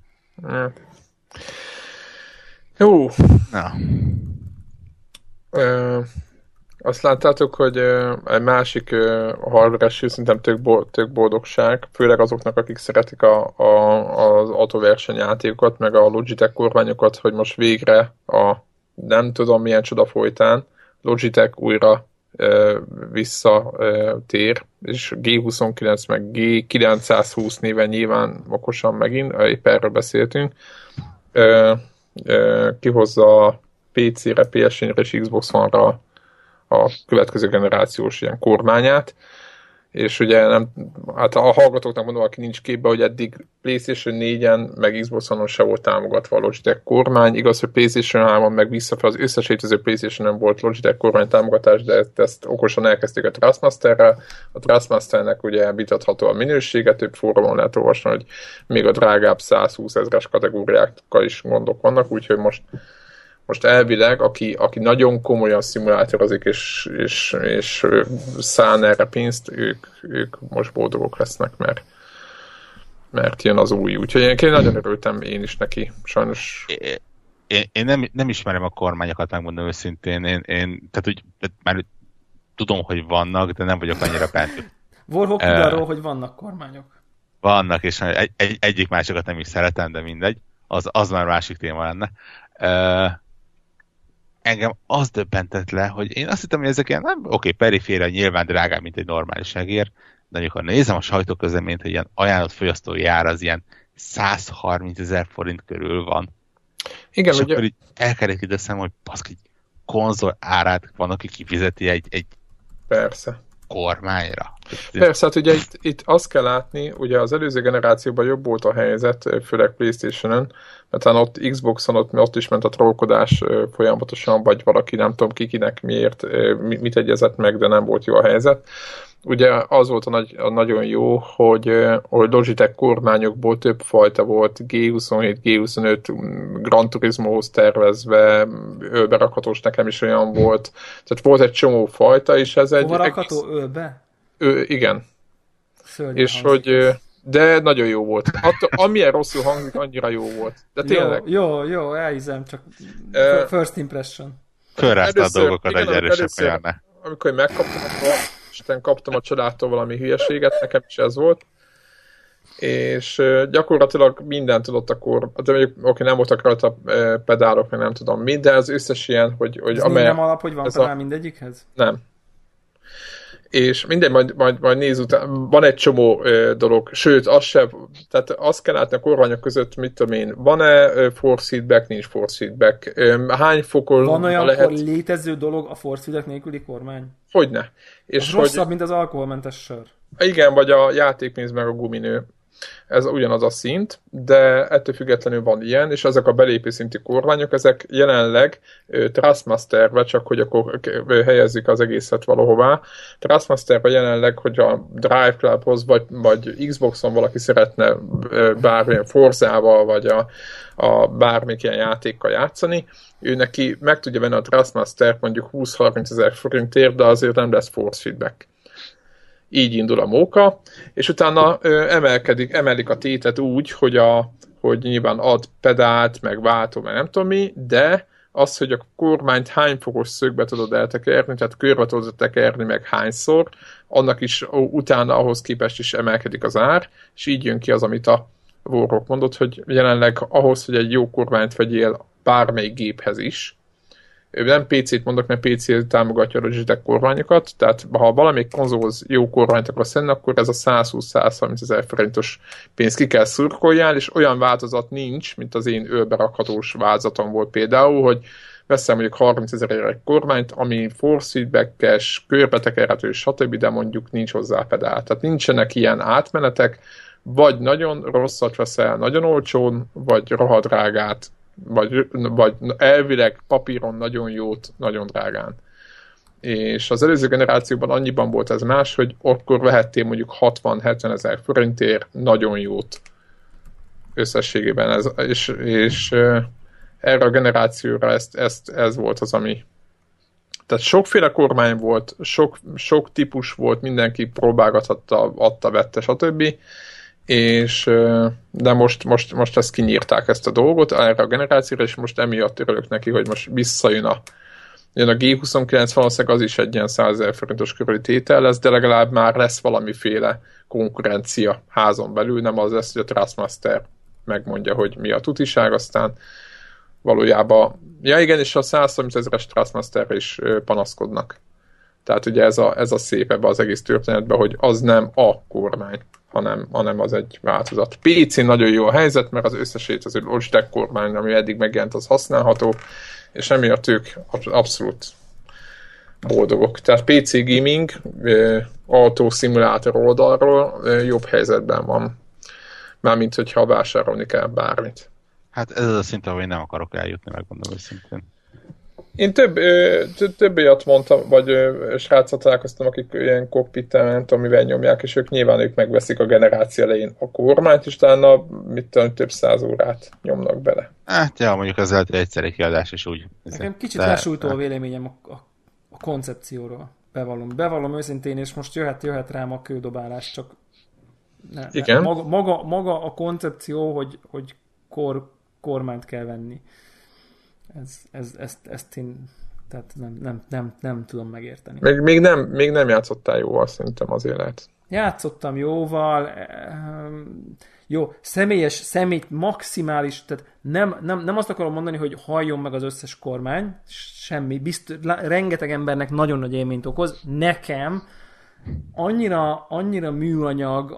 Jó. Na. Azt láttátok, hogy egy másik hardware-es szerintem tök boldogság, főleg azoknak, akik szeretik az autóversenyjátékokat, meg a Logitech kormányokat, hogy most végre a nem tudom milyen csoda folytán Logitech újra visszatér, és G29 meg G920 néven nyilván okosan megint, épp erről beszéltünk, kihozza a PC-re, PS4-re és Xbox One-ra a következő generációs ilyen kormányát, és ugye hát a hallgatóknak mondom, aki nincs képbe, hogy eddig PlayStation 4-en, meg Xbox One-on se volt támogatva a Logitech kormány, igaz, hogy PlayStation 3-on meg visszafelé az összes létező PlayStation-en volt Logitech kormány támogatás, de ezt okosan elkezdték a Trustmasterrel. A Trustmasternek ugye vitatható a minősége, több fórumon lehet olvasni, hogy még a drágább 120 000-es kategóriákkal is gondok vannak, úgyhogy most elvileg, aki nagyon komolyan szimulátorozik és szán erre pénzt, ők most boldogok lesznek, mert jön az új. Úgyhogy én nagyon örültem én is neki, sajnos. Én nem ismerem a kormányokat, megmondom őszintén. Tehát úgy, már tudom, hogy vannak, de nem vagyok annyira bent. Warhawk arról, hogy vannak kormányok. Vannak, és egyik másokat nem is szeretem, de mindegy. az már másik téma lenne. Engem az döbbentett le, hogy én azt hittem, hogy ezek ilyen, oké, periféria nyilván drágább, mint egy normális egér, de amikor nézem a sajtóközleményt, hogy ilyen ajánlott fogyasztói ár az ilyen 130 000 forint körül van. Igen, és ugye... akkor így elkerekít eszem, hogy baszki, konzol árát van, aki kifizeti egy Persze. kormányra. Persze, hát ugye itt azt kell látni, ugye az előző generációban jobb volt a helyzet, főleg PlayStation-on, mert ott Xboxon ott is ment a trollkodás folyamatosan, vagy valaki nem tudom kinek miért, mit egyezett meg, de nem volt jó a helyzet. Ugye az volt a nagyon jó, hogy Logitech kormányokból több fajta volt, G27, G25, Gran Turismohoz tervezve, ölbe rakhatós nekem is olyan volt. Tehát volt egy csomó fajta, és ez egy... Hova rakható ölbe? Igen. Szörnyen és hogy... De nagyon jó volt. Amilyen rosszul hangzik, annyira jó volt. De tényleg. Jó, elhiszem, csak first impression. Fölrázta a dolgokat egy erősebb kajárnál. Amikor megkaptam, kaptam a családtól valami hülyeséget, nekem is ez volt. És gyakorlatilag mindent tudott akkor, de mondjuk oké, nem voltak rajta pedálok, meg nem tudom mi, de az összes ilyen, hogy ez nem alap, hogy van pedál mindegyikhez? Nem. És mindegy, majd néz után, van egy csomó dolog, sőt, tehát azt kell látni a kormányok között, mit tudom én, van-e force feedback, nincs force feedback, hány fokon van olyan lehet... létező dolog a force feedback nélküli kormány? Hogyne. És rosszabb, mint az alkoholmentes sör. Igen, vagy a játékpénz meg a guminő. Ez ugyanaz a szint, de ettől függetlenül van ilyen, és ezek a belépő szintű kormányok, ezek jelenleg Trustmasterbe, csak hogy akkor helyezzük az egészet valahová. Trustmasterbe jelenleg, hogy a Drive Clubhoz, vagy Xboxon valaki szeretne bármilyen Forzával, vagy a bármilyen ilyen játékkal játszani, ő neki meg tudja venni a Trustmaster mondjuk 20-30 ezer forintért, de azért nem lesz force feedback. Így indul a móka, és utána emelik a tétet úgy, hogy nyilván ad pedált, meg váltó, meg nem tudom mi, de az, hogy a kormányt hány fokos szögbe tudod eltekerni, tehát körbe tudod tekerni, meg hányszor, annak is utána ahhoz képest is emelkedik az ár, és így jön ki az, amit a Warhawk mondott, hogy jelenleg ahhoz, hogy egy jó kormányt vegyél bármelyik géphez is, nem PC-t mondok, mert PC támogatja a Logitech kormányokat, tehát ha valamelyik konzolhoz jó kormányt akarsz venni, akkor ez a 120-130 ezer forintos pénzt ki kell szurkoljál, és olyan változat nincs, mint az én ölbe rakhatós változatom volt például, hogy veszem mondjuk 30 000 egy kormányt, ami force feedback-es, körbetekerhető, stb., de mondjuk nincs hozzá pedál. Tehát nincsenek ilyen átmenetek, vagy nagyon rosszat veszel nagyon olcsón, vagy rohadrágát, vagy elvileg papíron nagyon jót, nagyon drágán. És az előző generációban annyiban volt ez más, hogy akkor vehettél mondjuk 60-70 ezer forintért nagyon jót összességében. És erre a generációra ez volt az, ami... Tehát sokféle kormány volt, sok típus volt, mindenki próbálgathatta, adta, vette, stb., de most ezt kinyírták ezt a dolgot erre a generációra, és most emiatt örülök neki, hogy most visszajön a G29, valószínűleg az is egy ilyen 100 000 forintos körüli tétel lesz, de legalább már lesz valamiféle konkurencia házon belül, nem az lesz, hogy a Trustmaster megmondja, hogy mi a tutiság, aztán valójában, ja igen, és a 130 000-es Trustmasterre is panaszkodnak. Tehát ugye ez a szép ebbe az egész történetben, hogy az nem a kormány, hanem az egy változat. PC-n nagyon jó a helyzet, mert az összesét az Logitech kormány, ami eddig megjelent, az használható, és emiatt ők abszolút boldogok. Tehát PC gaming, autószimulátor oldalról jobb helyzetben van. Mármint, hogyha vásárolni kell bármit. Hát ez az a szint, ahol én nem akarok eljutni, megmondom őszintén. Én több olyat mondtam, vagy srácot találkoztam, akik ilyen cockpit-tel, amivel nyomják, és ők megveszik a generáció elején a kormányt, és utána több 100 órát nyomnak bele. Hát ja, mondjuk az lehet, hogy egyszerű kiadás, és úgy... Nekem kicsit lesújtó a véleményem a koncepcióról. Bevallom őszintén, és most jöhet rám a kődobálás, csak igen. Maga a koncepció, hogy kormányt kell venni. Ezt én tehát nem tudom megérteni. Még nem játszottál jóval, szerintem azért lehet. játszottam jóval, jó, személy maximális, tehát nem azt akarom mondani, hogy halljon meg az összes kormány, semmi, rengeteg embernek nagyon nagy élményt okoz, nekem annyira műanyag,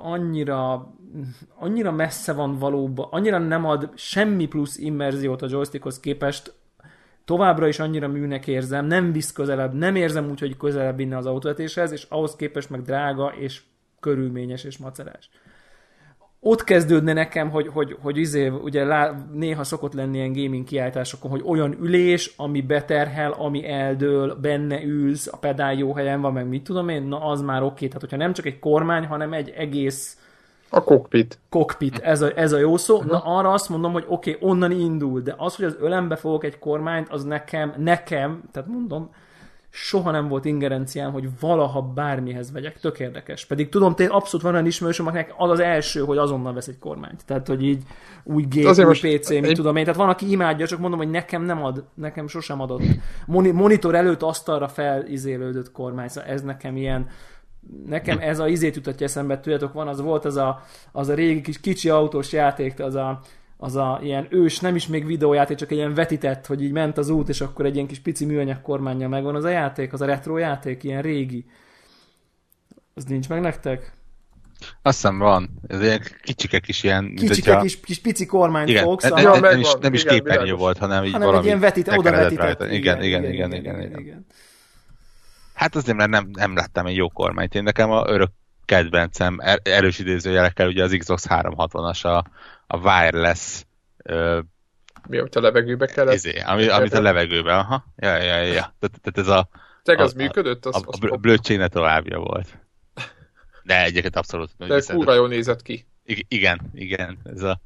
annyira messze van valóban, annyira nem ad semmi plusz immerziót a joystickhoz képest, továbbra is annyira műnek érzem, nem visz közelebb, nem érzem úgy, hogy közelebb vinne az autóvetéshez, és ahhoz képest meg drága, és körülményes, és macerás. Ott kezdődne nekem, hogy ugye néha szokott lenni ilyen gaming kiállításokon, hogy olyan ülés, ami beterhel, ami eldől, benne ülsz, a pedál jó helyen van, meg mit tudom én, na az már oké. Tehát, hogyha nem csak egy kormány, hanem egy egész a cockpit, ez a jó szó. Na arra azt mondom, hogy oké, onnan indul, de az, hogy az ölembe fogok egy kormányt, az nekem, tehát mondom, soha nem volt ingerenciám, hogy valaha bármihez vegyek. Tök érdekes. Pedig tudom, abszolút van olyan ismerősöm, akinek az első, hogy azonnal vesz egy kormányt. Tehát, hogy így új gép, új PC, mit tudom én. Tehát van, aki imádja, csak mondom, hogy nekem sosem adott. Monitor előtt asztalra felizélődött kormány. Szóval ez nekem ez a izét jutatja eszembe, tudjátok, volt az a régi kicsi autós játék, az a ilyen ős, nem is még videójáték, csak egy ilyen vetített, hogy így ment az út, és akkor egy ilyen kis pici műanyag kormánnyal megvan az a játék, az a retro játék, ilyen régi. Az nincs meg nektek? Azt hiszem van. Ez ilyen kicsike kis ilyen... Kicsike kis pici kormányt fogsz. Nem is képernyő volt, hanem így valami... egy ilyen oda vetített. Igen. Hát azért, mert nem láttam egy jó kormányt. Én nekem a örök kedvencem, erős idézőjelekkel ugye az Xbox 360-as, a wireless... Mi, amit a levegőbe kellett? Amit a levegőben, aha. Ja. Tehát ez a... az működött? A blödség ne továbbja volt. De egyébként abszolút... De kurva jól nézett ki. Igen. Ez a...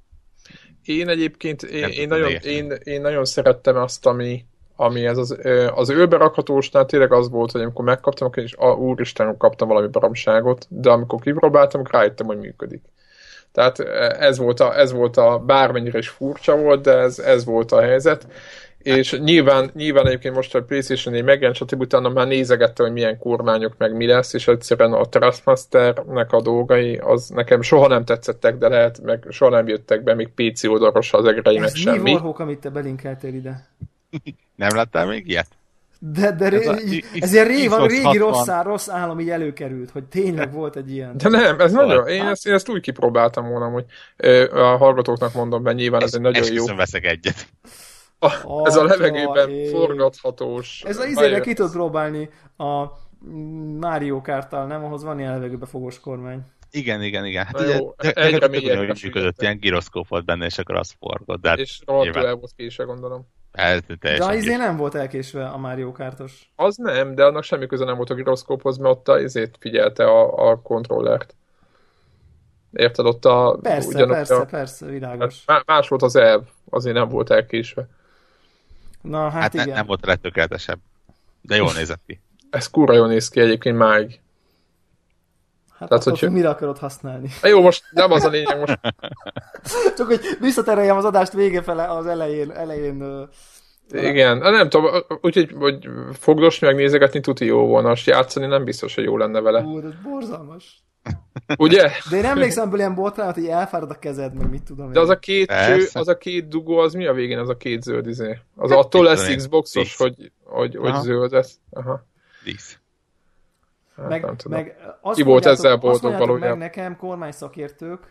Én egyébként, én nagyon szerettem azt, ami ez az ölbe rakhatósnál tényleg az volt, hogy amikor megkaptam, akkor is úristen, kaptam valami baromságot, de amikor kipróbáltam, akkor rájöttem, hogy működik. Tehát ez volt a bármennyire is furcsa volt, de ez volt a helyzet. És nyilván egyébként most a PlayStation 4 megjelent, stb. Utána már nézegette, hogy milyen kormányok, meg mi lesz, és egyszerűen a Trustmaster-nek a dolgai, az nekem soha nem tetszettek, de lehet, meg soha nem jöttek be, még PC oldalos az egrei, meg semmi. Ez mi Warhawk, amit te belinkeltél ide? Nem láttál még ilyet? De ez ilyen régi rossz állam így előkerült, hogy tényleg volt egy ilyen. De nem, ez nagyon, én ezt úgy kipróbáltam volna, hogy a hallgatóknak mondom be, nyilván ez egy nagyon jó. Veszek egyet. Ez a levegőben forgathatós. Ez az izére ki tudod próbálni a Mario Karttal, nem? Ahhoz van ilyen levegőbe fogós kormány. Igen. Hát jó, egyre mélyebb működött, ilyen giroszkóp volt benne, és akkor az forgott. És rohadtul el volt késve, gondolom. De az nem volt elkésve a Mario Kartos. Az nem, de annak semmi köze nem volt a giroszkóphoz, mert ott azért figyelte a kontrollert. Érted? Ott a... Persze, világos. Más volt az elv, azért nem volt elkésve. Na, hát igen. Nem volt a legtökéletesebb, de jól nézett ki. Ez kurva jól néz ki egyébként máig. Hát tehát, hogy mire akarod használni? Jó, most nem az a lényeg most. Csak hogy visszatereljem az adást végefele az elején. Igen, nem tudom, úgyhogy hogy fogdosni, meg nézegetni tuti jó volna, és játszani nem biztos, hogy jó lenne vele. Ez borzalmas. Ugye? De én emlékszem ebből ilyen botránat, hogy elfárad a kezed, meg mit tudom én. De az a két dugó, az mi a végén, az a két zöld izé? Az attól lesz Xboxos, hogy zöld lesz. Aha. Dísz. Meg azt volt ezzel boldog valójában. Meg nekem kormány szakértők,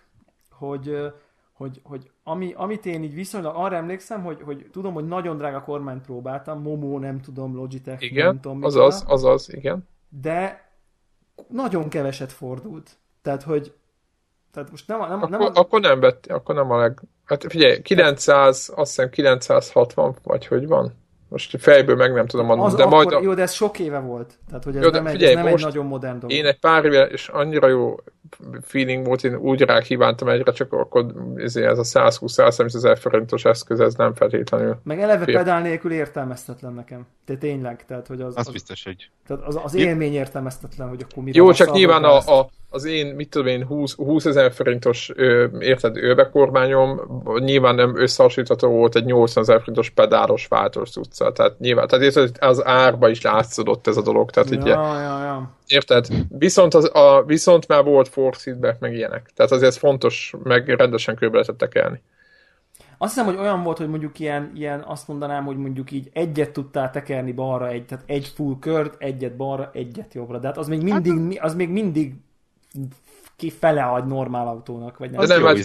hogy amit én így viszonylag arra emlékszem, hogy tudom, hogy nagyon drága kormányt próbáltam, Momo, nem tudom, Logitech, igen, nem tudom. Azaz, igen. De nagyon keveset fordult. Tehát most nem akkor nem vett, akkor nem a hát figyelj, 900, azt hiszem 960, vagy hogy van? Most fejből meg nem tudom mondani. Jó, de ez sok éve volt. Tehát, hogy ez jó, nem egy nagyon modern dolog. Én egy pár éve, és annyira jó feeling volt, én úgy rákívántam egyre, csak akkor ez a 120-130 ezer forintos eszköz, ez nem feltétlenül. Meg eleve pedál nélkül értelmeztetlen nekem. Tényleg. Tehát, hogy az biztos, hogy... Tehát az élmény értelmeztetlen, hogy akkor mire jó, csak nyilván a az én, mit tudom én, 20 000 forintos érted őbekormányom nyilván nem összehasonlítható volt egy 80 000 forintos pedálos váltós cuccal. Tehát nyilván, tehát érted, az árba is látszódott ez a dolog. Tehát ugye, érted? Viszont már volt force feedback, meg ilyenek. Tehát azért ez fontos, meg rendesen körbe lehetett tekerni. Azt hiszem, hogy olyan volt, hogy mondjuk ilyen azt mondanám, hogy mondjuk így egyet tudtál tekerni balra, tehát egy full kört, egyet balra, egyet jobbra. De hát az még mindig kifele a normál autónak. Vagy nem. De nem,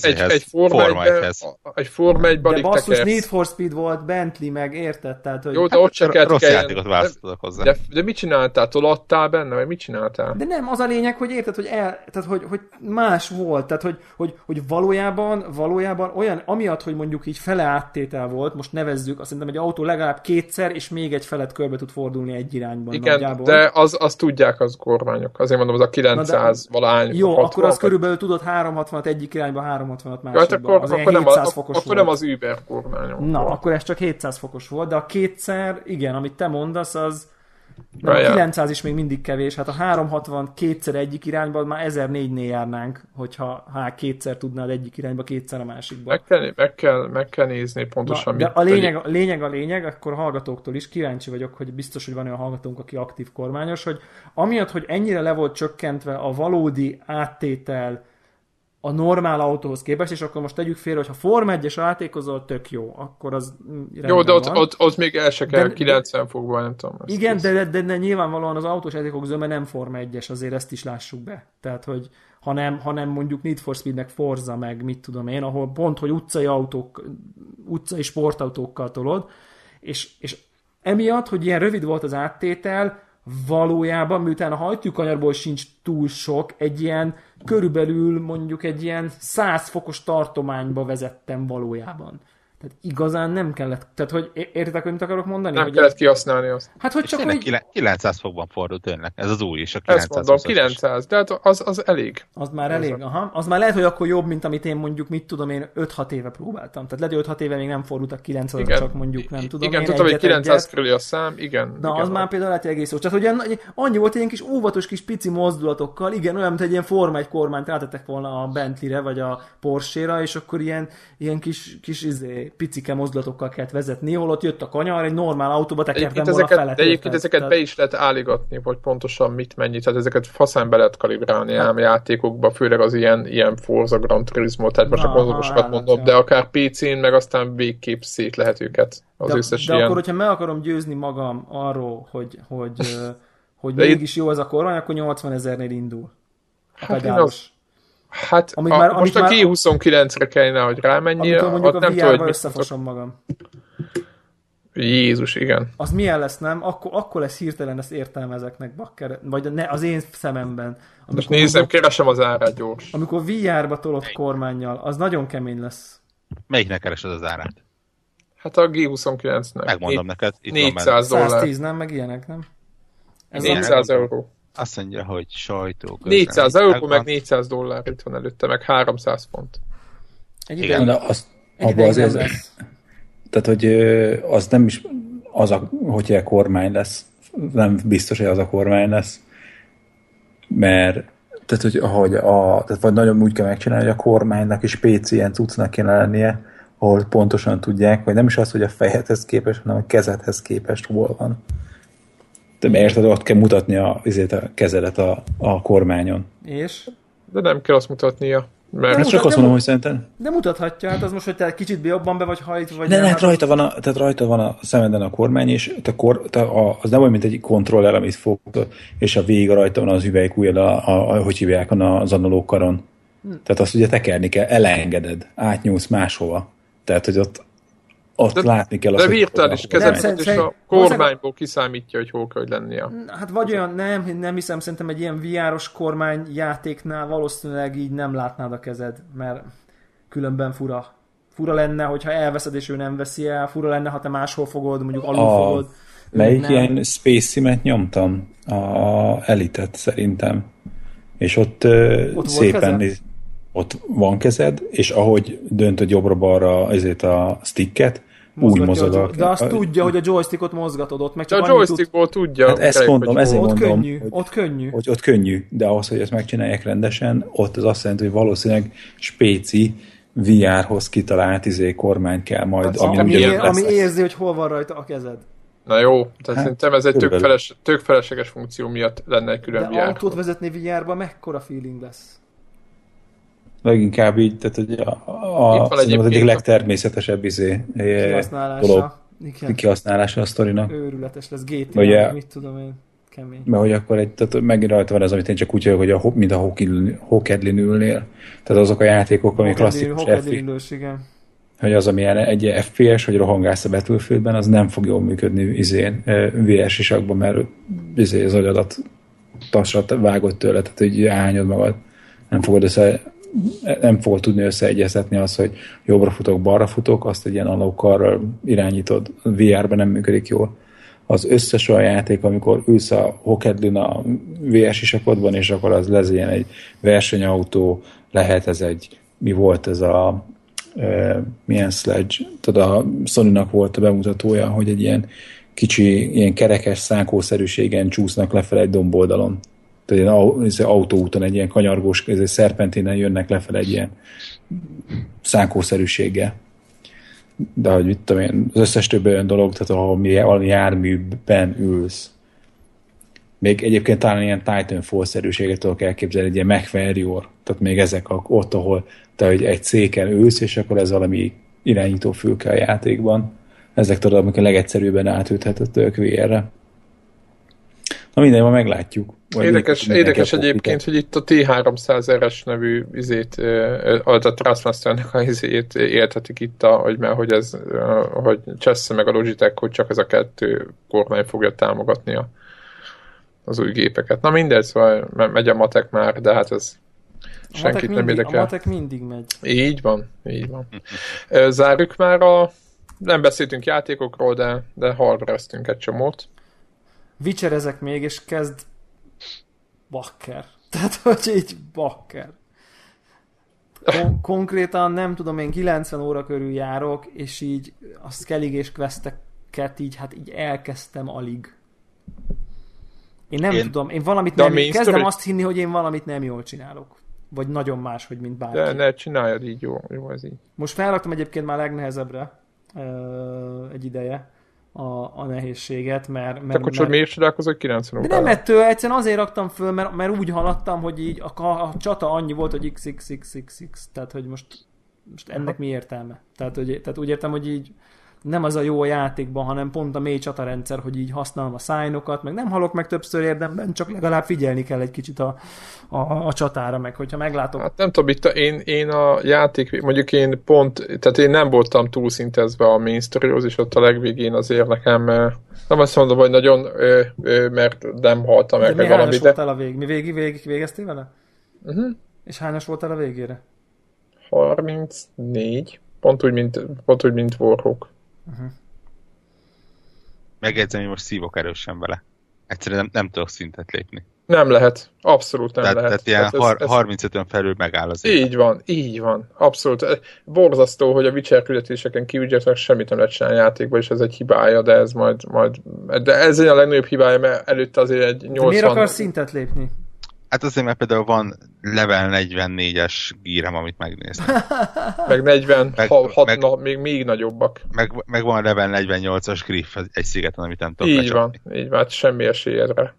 egy Forma 1 balik de basszus, tekersz. Need for Speed volt, Bentley meg, érted? Tehát, hogy... Jó, de ott se kell rossz játékot választottak hozzá. De mit csináltál? Tolattál benne, vagy mit csináltál? De nem, az a lényeg, hogy érted, hogy más volt. Tehát, hogy valójában olyan, amiatt, hogy mondjuk így fele áttétel volt, most nevezzük, azt szerintem egy autó legalább kétszer, és még egy felet körbe tud fordulni egy irányban. Igen, nagyjából. de azt tudják az kormányok. Azért mondom, az a 900 valány. Jó, akkor az körülbelül tudod 360-at egyik irányba, 360-at másikba. Hát akkor nem az Uber kormányom. Na, akkor ez csak 700 fokos volt, de a kétszer, igen, amit te mondasz, az a 900 is még mindig kevés, hát a 360 kétszer egyik irányba, már 1004-nél járnánk, hogyha kétszer tudnád egyik irányba, kétszer a másikba. Meg kell nézni pontosan. De a lényeg, akkor a hallgatóktól is kíváncsi vagyok, hogy biztos, hogy van olyan hallgatónk, aki aktív kormányos, hogy amiatt, hogy ennyire le volt csökkentve a valódi áttétel a normál autóhoz képest, és akkor most tegyük félre, hogy ha Forma 1-es átékozol, tök jó, akkor az jó, de ott még el se kell 90 fokban, nem tudom. Igen, de nyilvánvalóan az autós játékok zöme nem Forma 1-es, azért ezt is lássuk be. Tehát, hogy hanem mondjuk Need for Speed, meg Forza, meg mit tudom én, ahol pont, hogy utcai sportautókkal tolod, és emiatt, hogy ilyen rövid volt az áttétel, valójában, miután a hajtűkanyarból sincs túl sok, egy ilyen körülbelül mondjuk egy ilyen 100 fokos tartományba vezettem valójában. Tehát igazán nem kellett, tehát hogy értitek, hogy mit akarok mondani? Nem kellett kihasználni azt. Hát hogy csak hogy... 900 fokban fordult tényleg, ez az új, és a 900. Ezt mondom, 900, de hát az elég. Az már elég, aha. Az már lehet, hogy akkor jobb, mint amit én mondjuk, mit tudom én, 5-6 éve próbáltam. Tehát lehet, hogy 5-6 éve még nem fordultak 900, csak mondjuk nem tudom. Igen, tudom, hogy 900 körül a szám, igen. Na, igen, az már például lehet, hogy egész jó. Tehát, hogy annyi volt, ilyen kis óvatos kis pici mozdulatokkal, igen, olyan, mint egy ilyen Forma 1 kormányt rátettek volna a Bentleyre, vagy a Porsche-ra, és akkor ilyen kis picike mozdulatokkal kellett vezetni, hol ott jött a kanyar, egy normál autóba tekertem volna felet. De egyébként ezeket be is lehet állígatni, hogy pontosan mit mennyi, tehát ezeket faszán be lehet kalibrálni ám játékokba, főleg az ilyen Forza Gran Turismo, tehát most a konzolosokat mondom, de akár PC-n, meg aztán végképp szét lehet őket az összes de ilyen. akkor, hogyha meg akarom győzni magam arról, hogy mégis jó ez a kormány, akkor 80 000-nél indul. Most a G29-re kellene, hogy rámenjél. Amikor mondjuk a VR-ba összefosom magam. Jézus, igen. Az milyen lesz, nem? Akkor lesz hirtelen, ezt értelmezeknek, bakker, vagy az én szememben. Most nézem, keresem az árát gyors. Amikor VR-ba tolott kormánnyal, az nagyon kemény lesz. Melyiknek keresed az árát? Hát a G29-nek. Megmondom neked. Itt $400. 110, nem? Meg ilyenek, nem? Ez 400 euró. Azt mondja, hogy sajtó. 400 euró, meg $400 itt van előtte, meg 300 font. Igen, de abban azért... Tehát, hogy az nem is az hogy a kormány lesz. Nem biztos, hogy az a kormány lesz. Mert tehát vagy nagyon úgy kell megcsinálni, hogy a kormánynak is PC ilyen cuccnak kéne lennie, ahol pontosan tudják, vagy nem is az, hogy a fejedhez képest, hanem a kezedhez képest hol van. De érted, ott kell mutatni a kezedet a kormányon. És? De nem kell azt mutatnia. Mert csak azt mondom, hogy szerintem... De mutathatja, hát az most, hogy te kicsit jobban be vagy hajt, vagy... Nem, rajta van a szemeden a kormány, és az nem olyan, mint egy kontroller, amit fogod, és a vége rajta van az hüvelykújjal, hogy hívják, az analógkaron. Tehát azt ugye tekerni kell, elengeded, átnyúlsz máshova. Tehát, hogy ott látni kell azt, de virtuális kezelet, és a kormányból kiszámítja, hogy hol kell lennie. Hát vagy olyan, nem hiszem, szerintem egy ilyen VR-os kormányjátéknál valószínűleg így nem látnád a kezed, mert különben fura. Fura lenne, hogyha elveszed, és ő nem veszi el, fura lenne, ha te máshol fogod, mondjuk alul fogod. Melyik ilyen Space Sim-et nyomtam? A Elite-et szerintem. És ott szépen... Ott van kezed, és ahogy döntöd jobbra-balra ezért a sticket, úgy mozog. De azt tudja, hogy a joystickot mozgatod ott, meg csak a joystickból tudja. Hát ezt mondom, ezért mondom, ott könnyű. Hogy ott könnyű, de ahhoz, hogy ezt megcsinálják rendesen, ott az azt jelenti, hogy valószínűleg spéci VR-hoz kitalált kormány kell majd, ami érzi, hogy hol van rajta a kezed. Na jó, tehát szerintem ez egy tök felesleges funkció miatt lenne egy külön VR. De autót vezetni VR-ba mekkora feeling lesz? Leginkább így, tehát hogy az egyik legtermészetesebb kihasználása a sztorinak. Őrületes lesz, GTA, mit tudom én, kemény. Mert hogy akkor tehát megint rajta van ez, amit én csak úgy jövök, hogy mint a Hokedlin ülnél. Tehát azok a játékok, ami klasszikus FPS, hogy az, ami egy FPS, hogy rohangálsz a Battlefieldben, az nem fog jól működni VR sisakban, mert az agyadat tasrat vágott tőle, tehát hogy ányod magad. Nem fogod tudni összeegyeztetni azt, hogy jobbra futok, balra futok, azt egy ilyen analóg karral irányítod. A VR-ben nem működik jól. Az összes olyan játék, amikor ülsz a Hokedlin a VR sisakodban, és akkor az lesz ilyen egy versenyautó, lehet ez mi volt ez a milyen Sledge, tudod, a Sony-nak volt a bemutatója, hogy egy ilyen kicsi, ilyen kerekes szánkószerűségen csúsznak lefelé egy domboldalon. Tehát egy autóúton, egy ilyen kanyargós szerpentinen jönnek lefelé egy ilyen szánkószerűséggel. De hogy mit tudom én, az összes több olyan dolog, tehát ahol valami járműben ülsz. Még egyébként talán ilyen Titanfall-szerűséget tudok elképzelni, egy ilyen MechWarrior, tehát még ezek ott, ahol te egy széken ülsz, és akkor ez valami irányító fülke a játékban. Ezek tudod, amik a legegyszerűbben átülthetők VR-re. Na minden, ma meglátjuk. Érdekes egyébként, hogy itt a T300RS nevű a Trustmasternek a éltetik itt, hogy Csessze meg a Logitech, hogy csak ez a 2 kormány fogja támogatni az új gépeket. Na mindegy, szóval megy a matek már, de hát ez senkit nem érdekel. A matek mindig megy. Így van. Zárjuk már nem beszéltünk játékokról, de hardreztünk egy csomót. Vicserezek még, és kezd bakker. Tehát, hogy így bakker. Konkrétan nem tudom, én 90 óra körül járok, és így a Skellig és questeket így elkezdtem alig. Én nem tudom, én valamit nem... Kezdem azt hinni, hogy én valamit nem jól csinálok. Vagy nagyon máshogy, mint bárki. De ne csináljad így, jó ez így. Most felraktam egyébként már legnehezebbre egy ideje a nehézséget, mert akkor csak miért csodálkozol 90 órára? De nem ettől, egyszerűen azért raktam föl, mert úgy haladtam, hogy így a csata annyi volt, hogy XXXXX, tehát hogy most ennek mi értelme? Tehát úgy értem, hogy így nem az a jó a játékban, hanem pont a mély csatarendszer, hogy így használom a szájnokat, meg nem halok meg többször érdemben, csak legalább figyelni kell egy kicsit a csatára, meg hogyha meglátok. Hát nem tudom, itt én a játék, mondjuk én tehát én nem voltam túlszintezve a main storyhoz, és ott a legvégén azért nekem, nem azt mondom, hogy nagyon, mert nem haltam meg valami. Hányos voltál a vég? Mi végeztél vele? Uh-huh. És hányos voltál a végére? 34. Pont úgy, mint Warhawk. Uh-huh. Megjegyzem, hogy most szívok erősen vele. Egyszerűen nem tudok szintet lépni. Nem lehet. Abszolút nem lehet. Tehát ilyen 35-ön felül megáll az élet. Így van. Abszolút. Borzasztó, hogy a Witcher küldetéseken kívül gyakorlatilag semmit nem lehet csinálni a játékban, és ez egy hibája, de ez majd... De ez a legnagyobb hibája, mert előtte azért egy 80... De miért akarsz szintet lépni? Hát azért, mert például van level 44-es gírem, amit megnéztem. Meg 46, még nagyobbak. Meg van level 48-as griff egy szigeten, amit nem tudok becsapni. Így van, hát semmi esélyedre.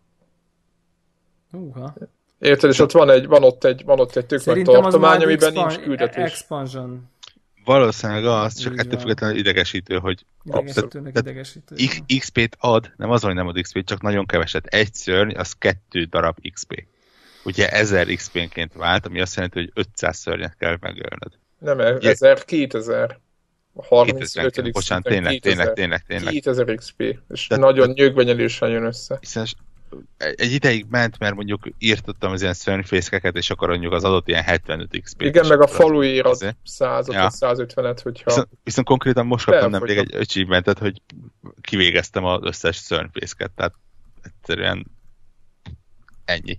Érted, és ott van ott egy tök nagy tartomány, amiben nincs küldetés. Expansion. Valószínűleg az, csak ettől függetlenül idegesítő, hogy idegesítő. XP-t ad, nem az, hogy nem ad XP-t, csak nagyon keveset. Egy szörny, az 2 darab XP. Ugye 1000 XP-nként vált, ami azt jelenti, hogy 500 szörnyet kell megölnöd. Nem, 1000, 2000. 35. Bocsánat, tényleg. 2000 XP, és nagyon nyögvenyelősen jön össze. Hiszen egy ideig ment, mert mondjuk írtottam az ilyen szörnyfészkeket, és akkor mondjuk az adott ilyen 75 XP-t. Igen, meg a faluért 100-150-et, hogyha... Viszont konkrétan most kaptam nemrég egy achievementet, hogy kivégeztem az összes szörnyfészket, tehát egyszerűen ennyi.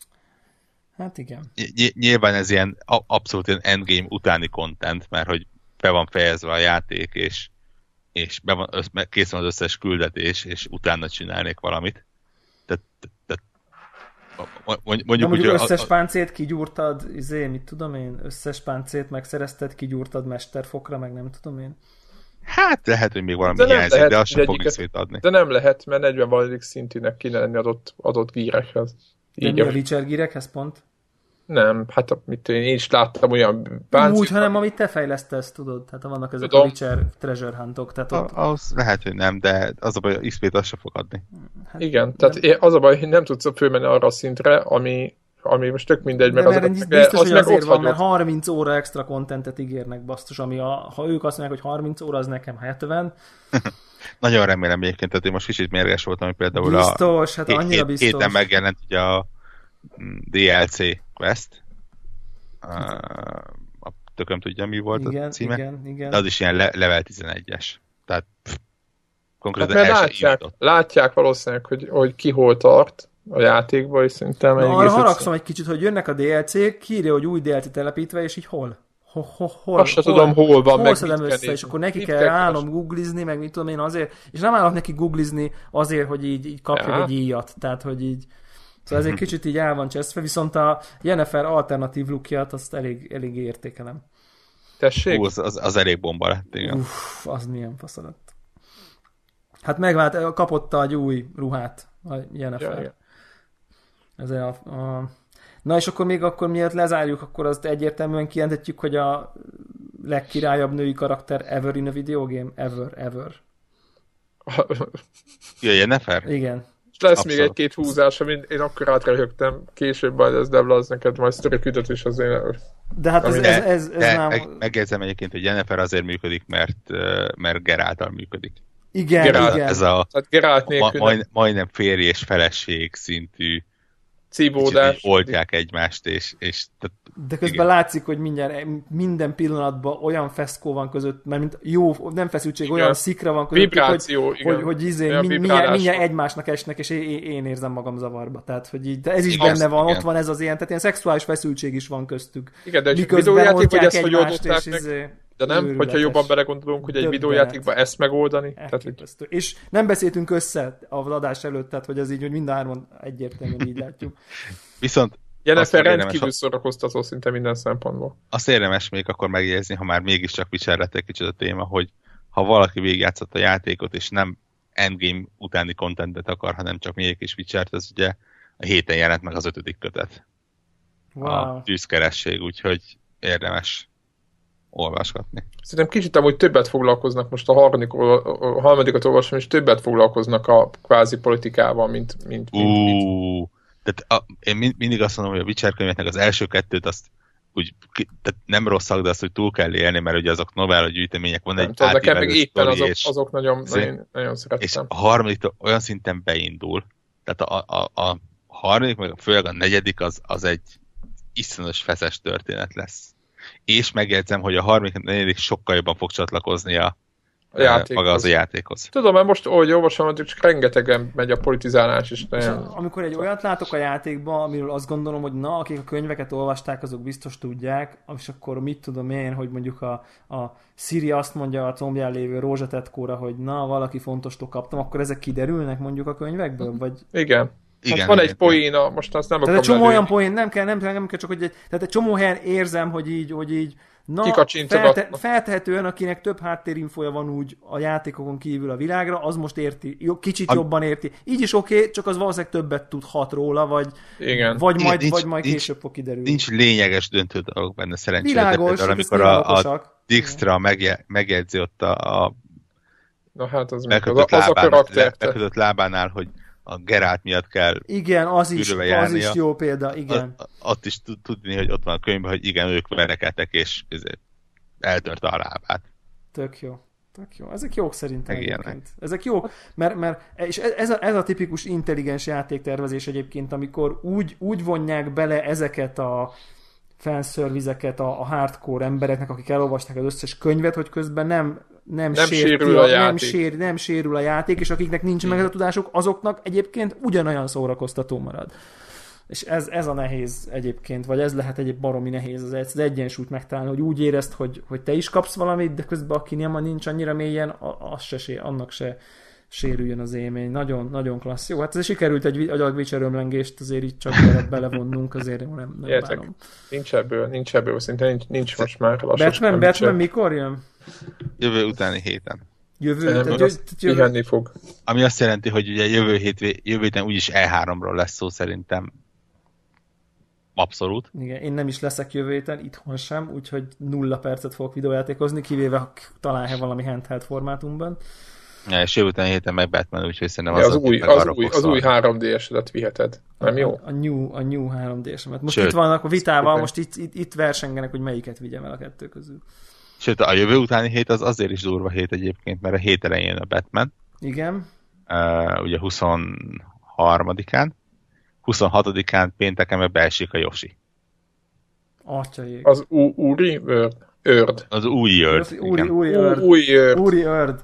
Hát igen. Nyilván ez ilyen abszolút ilyen endgame utáni content, mert hogy be van fejezve a játék, és kész van az összes küldetés, és utána csinálnék valamit. Tehát mondjuk úgy, összes páncét kigyúrtad, mit tudom én, összes páncét megszerezted, kigyúrtad mesterfokra, meg nem tudom én. Hát lehet, hogy még valami hiányzik, de azt sem fog iszét adni. De nem lehet, mert 40 szintűnek kéne lenni adott gírekhez. De mi a Witcher gírekhez pont? Nem, hát mit én is láttam olyan páncél. Úgy, hanem amit te fejlesztesz, tudod. Hát vannak ezek a Witcher treasure huntok. Tehát ott... Az lehet, hogy nem, de az a baj, hogy XP-t azt sem fog adni. Hát, igen, tehát az a baj, hogy nem tudsz fölmenni arra a szintre, ami most tök mindegy, mert az biztos, hogy azért van, mert 30 óra extra contentet ígérnek, basszus, ami ha ők azt mondják, hogy 30 óra, az nekem 70. Nagyon remélem egyébként, tehát én most kicsit mérges voltam, hogy például biztos, hát annyira biztos. Héten megjelent ugye a DLC Quest. A tököm tudja, mi volt igen, a címe. Igen. De az is ilyen level 11-es. Tehát konkrétan hát látják valószínűleg, hogy ki hol tart a játékban, és szerintem... arra haragszom egy kicsit, hogy jönnek a DLC-k, kírja, hogy új DLC telepítve, és így hol? Azt sem tudom, hol van, meg mit össze, és akkor neki kell állnom googlizni, meg mit tudom én azért, és nem állok neki googlizni azért, hogy így kapja egy íjat, tehát, hogy így szóval ez egy kicsit így el van cseszve, viszont a Yennefer alternatív lookját azt elég értékelem. Tessék? Az elég bomba lett, igen. Az milyen fasz lett. Hát kapott egy új ruhát a Yennefer. Ja. Ez Na és akkor miért lezárjuk, akkor azt egyértelműen kijelentetjük, hogy a legkirályabb női karakter ever in a video game? Ever. Yennefer? Igen. És lesz abszolút. Még egy-két húzás, amit én akkor átrehögtem, később majd ez Debla, az neked majd sztori küldetés az én... De hát ez nem... Megjegyzem egyébként, hogy Yennefer azért működik, mert Geráltal működik. Igen. Ez a Geralt nélkül majdnem férj és feleség szintű cibódás. Oltják egymást, és de közben látszik, hogy mindjárt minden pillanatban olyan feszkó van között, mert mint jó, nem feszültség, igen. Olyan szikra van között, vibráció, hogy mindjárt egymásnak esnek, és én érzem magam zavarba. Tehát, hogy így, de ez is igen, benne van, igen. Ott van ez az ilyen, tehát ilyen szexuális feszültség is van köztük. Igen, de egy videójáték, hogy ezt hogy oldották meg? De nem, hogyha jobban belegondolunk, hogy egy videójátékban ezt megoldani. És nem beszéltünk össze az adás előtt, tehát hogy ez így, hogy mindhárman egyértelműen így látjuk. Viszont Yennefer rendkívül szórakoztató szinte minden szempontból. Azt érdemes még akkor megjegyezni, ha már mégiscsak Witcher lett egy kicsit a téma, hogy ha valaki végigjátszott a játékot, és nem endgame utáni contentet akar, hanem csak még egy kis Witchert, az ugye a héten jelent meg az 5. kötet. Wow. A tűzkeresség, úgyhogy érdemes olvasgatni. Szerintem kicsit amúgy többet foglalkoznak, most a harmadikat olvasom, és többet foglalkoznak a kvázi politikával, mint Tehát én mindig azt mondom, hogy a Witcher könyveknek az első kettőt azt úgy, tehát nem rosszak, de azt, hogy túl kell élni, mert ugye azok novella gyűjtemények, van egy nekem meg éppen azok nagyon szerettem. És a harmadik olyan szinten beindul. Tehát a harmadik, meg főleg a negyedik az egy iszonyos feszes történet lesz. És megjegyzem, hogy a harmadik, negyedik sokkal jobban fog csatlakozni maga az a játékhoz. Tudom, mert most, ahogy olvasom, hogy csak rengetegen megy a politizálás is. Amikor egy olyat látok a játékban, amiről azt gondolom, hogy akik a könyveket olvasták, azok biztos tudják, és akkor mit tudom én, hogy mondjuk a Ciri azt mondja a combján lévő rózsatetkóra, hogy valaki fontostól kaptam, akkor ezek kiderülnek mondjuk a könyvekből? Vagy... Igen. Hát van egy poéna, most azt nem akarom. Tehát egy csomó olyan poén, nem kell, csak hogy tehát egy csomó helyen érzem, hogy így feltehetően, akinek több háttérinfója van úgy a játékokon kívül a világra, az most érti, kicsit jobban érti. Így is oké, csak az valószínűleg többet tudhat róla, vagy majd később fog kiderülni. Nincs lényeges döntő dolog benne szerencsére. Világos, amikor a Dijkstra megjegyzi ott a megkötött lábánál, hogy a Geralt miatt kell. Igen, az is jó példa, igen. Ott is tudni, hogy ott van a könyvben, hogy igen, ők verekedtek, és eltörte a lábát. Tök jó. Ezek jók szerintem egyébként. Ezek jók, mert és ez a tipikus intelligens játéktervezés egyébként, amikor úgy vonják bele ezeket a fanszervizeket a hardcore embereknek, akik elolvasták az összes könyvet, hogy közben nem sérül a játék, és akiknek nincs meg ez a tudásuk, azoknak egyébként ugyanolyan szórakoztató marad. És ez a nehéz egyébként, vagy ez lehet egy baromi nehéz az egyensúlyt megtalálni, hogy úgy érezd, hogy te is kapsz valamit, de közben aki nincs annyira mélyen, annak se sérüljön az élmény. Nagyon, nagyon klassz. Jó, hát ez sikerült egy agyagvicserömlengést azért így csak belevonnunk, azért nem bánom. Nincs ebből, szinte nincs most már lassan. Batman mikor jön? Jövő utáni héten. Pihenni fog. Ami azt jelenti, hogy ugye jövő héten úgyis E3-ról lesz szó szerintem. Abszolút. Igen, én nem is leszek jövő héten, itthon sem, úgyhogy 0 percet fogok videójátékozni, kivéve ha talán valami handheld formátumban. Ja, és jövő utáni héten meg Batman, úgyhogy szerintem az új 3D-eset viheted. Nem jó? A new 3D-esemet. Most itt vannak a vitával, most itt versengenek, hogy melyiket vigyem el a kettő közül. Sőt, a jövő utáni hét az azért is durva hét egyébként, mert a hét elején a Batman. Igen. Ugye 23-án. 26-án pénteken meg beesik a Yoshi. Atyaik. Az úri őrd. Az új őrd. Úri őrd.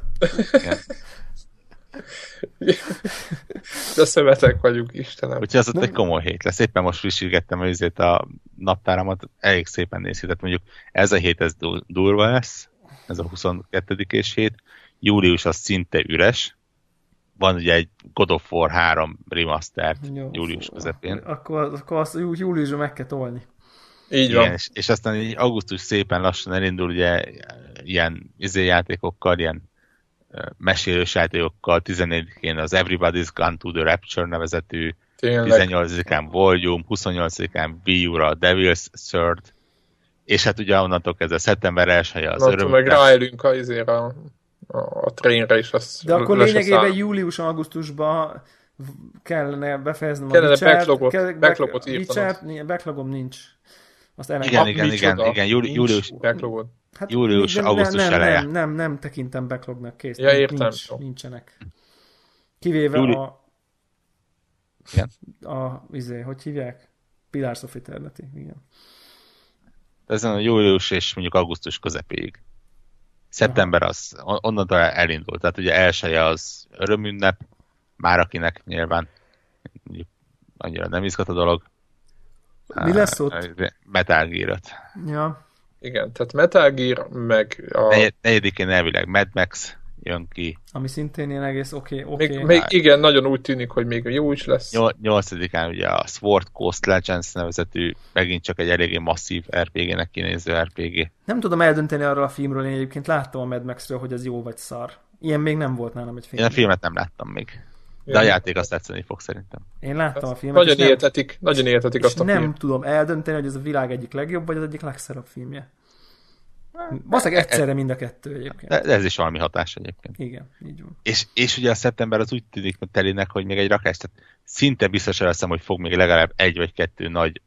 De szemetek vagyunk, Istenem. Úgyhogy az ott egy komoly hét lesz. Éppen most frissítgettem a naptáramat, elég szépen néz ki. Tehát mondjuk ez a hét ez durva lesz, ez a 22-és hét. Július az szinte üres. Van ugye egy God of War 3 remaster július közepén. Akkor azt júliusra meg kell tolni. Így van. Igen, és aztán így augusztus szépen lassan elindul ugye ilyen játékokkal, ilyen mesélős játékokkal, 14-én az Everybody's Gone to the Rapture nevezetű, 18-án Volume, 28-án Wii U-ra Devil's Third, és hát ugye onnantól kezdve szeptember 1-je az örömünkes. Meg ráélünk a trainre is. De akkor lényegében július-augusztusban kellene befejeznem a Witcher-t. Backlogot írtam. Backlogom nincs. Igen, július, augusztus eleje. Nem tekintem backlognak, kész. Ja, értem. Nincsenek. Kivéve hogy hívják? Pillars of Eternity, igen. Ezen a július és mondjuk augusztus közepéig. Szeptember az onnantól elindult. Tehát ugye elsője az örömünnep, már akinek nyilván mondjuk annyira nem izgat a dolog. Mi lesz ott? Metal Gear 5. Ja. Igen, tehát Metal Gear, meg a... Negyedikén elvileg Mad Max jön ki. Ami szintén ilyen egész oké. Még igen, nagyon úgy tűnik, hogy még jó is lesz. 8-án ugye a Sword Coast Legends nevezetű, megint csak egy eléggé masszív RPG-nek kinéző RPG. Nem tudom eldönteni arról a filmről, én egyébként láttam a Mad Max-ről, hogy ez jó vagy szar. Ilyen még nem volt nálam egy film. Én a filmet nem láttam még. De a játék azt tetszeni fog szerintem. Én láttam a filmet. Nagyon éltetik azt a filmet. Nem tudom eldönteni, hogy ez a világ egyik legjobb, vagy az egyik legszarabb filmje. Valószínűleg egyszerre mind a kettő egyébként. De ez is valami hatás egyébként. Igen, így van. És ugye a szeptember az úgy tűnik telinek, hogy még egy rakás, tehát szinte biztos leszem, hogy fog még legalább 1 vagy 2 nagy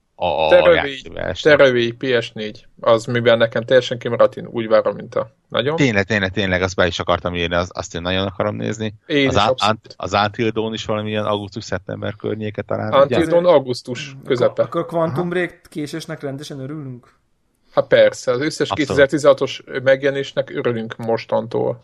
Terövény PS4, az miben nekem teljesen kimaradt, én úgy várom, mint a nagyon. Tényleg, azt be is akartam írni, azt én nagyon akarom nézni. Az Until Dawn is valamilyen augusztus-szeptember környéke talán. Until Dawn augusztus közepe. Akkor Quantum Break késésnek rendesen örülünk? Hát persze, az összes 2016-os megjelenésnek örülünk mostantól.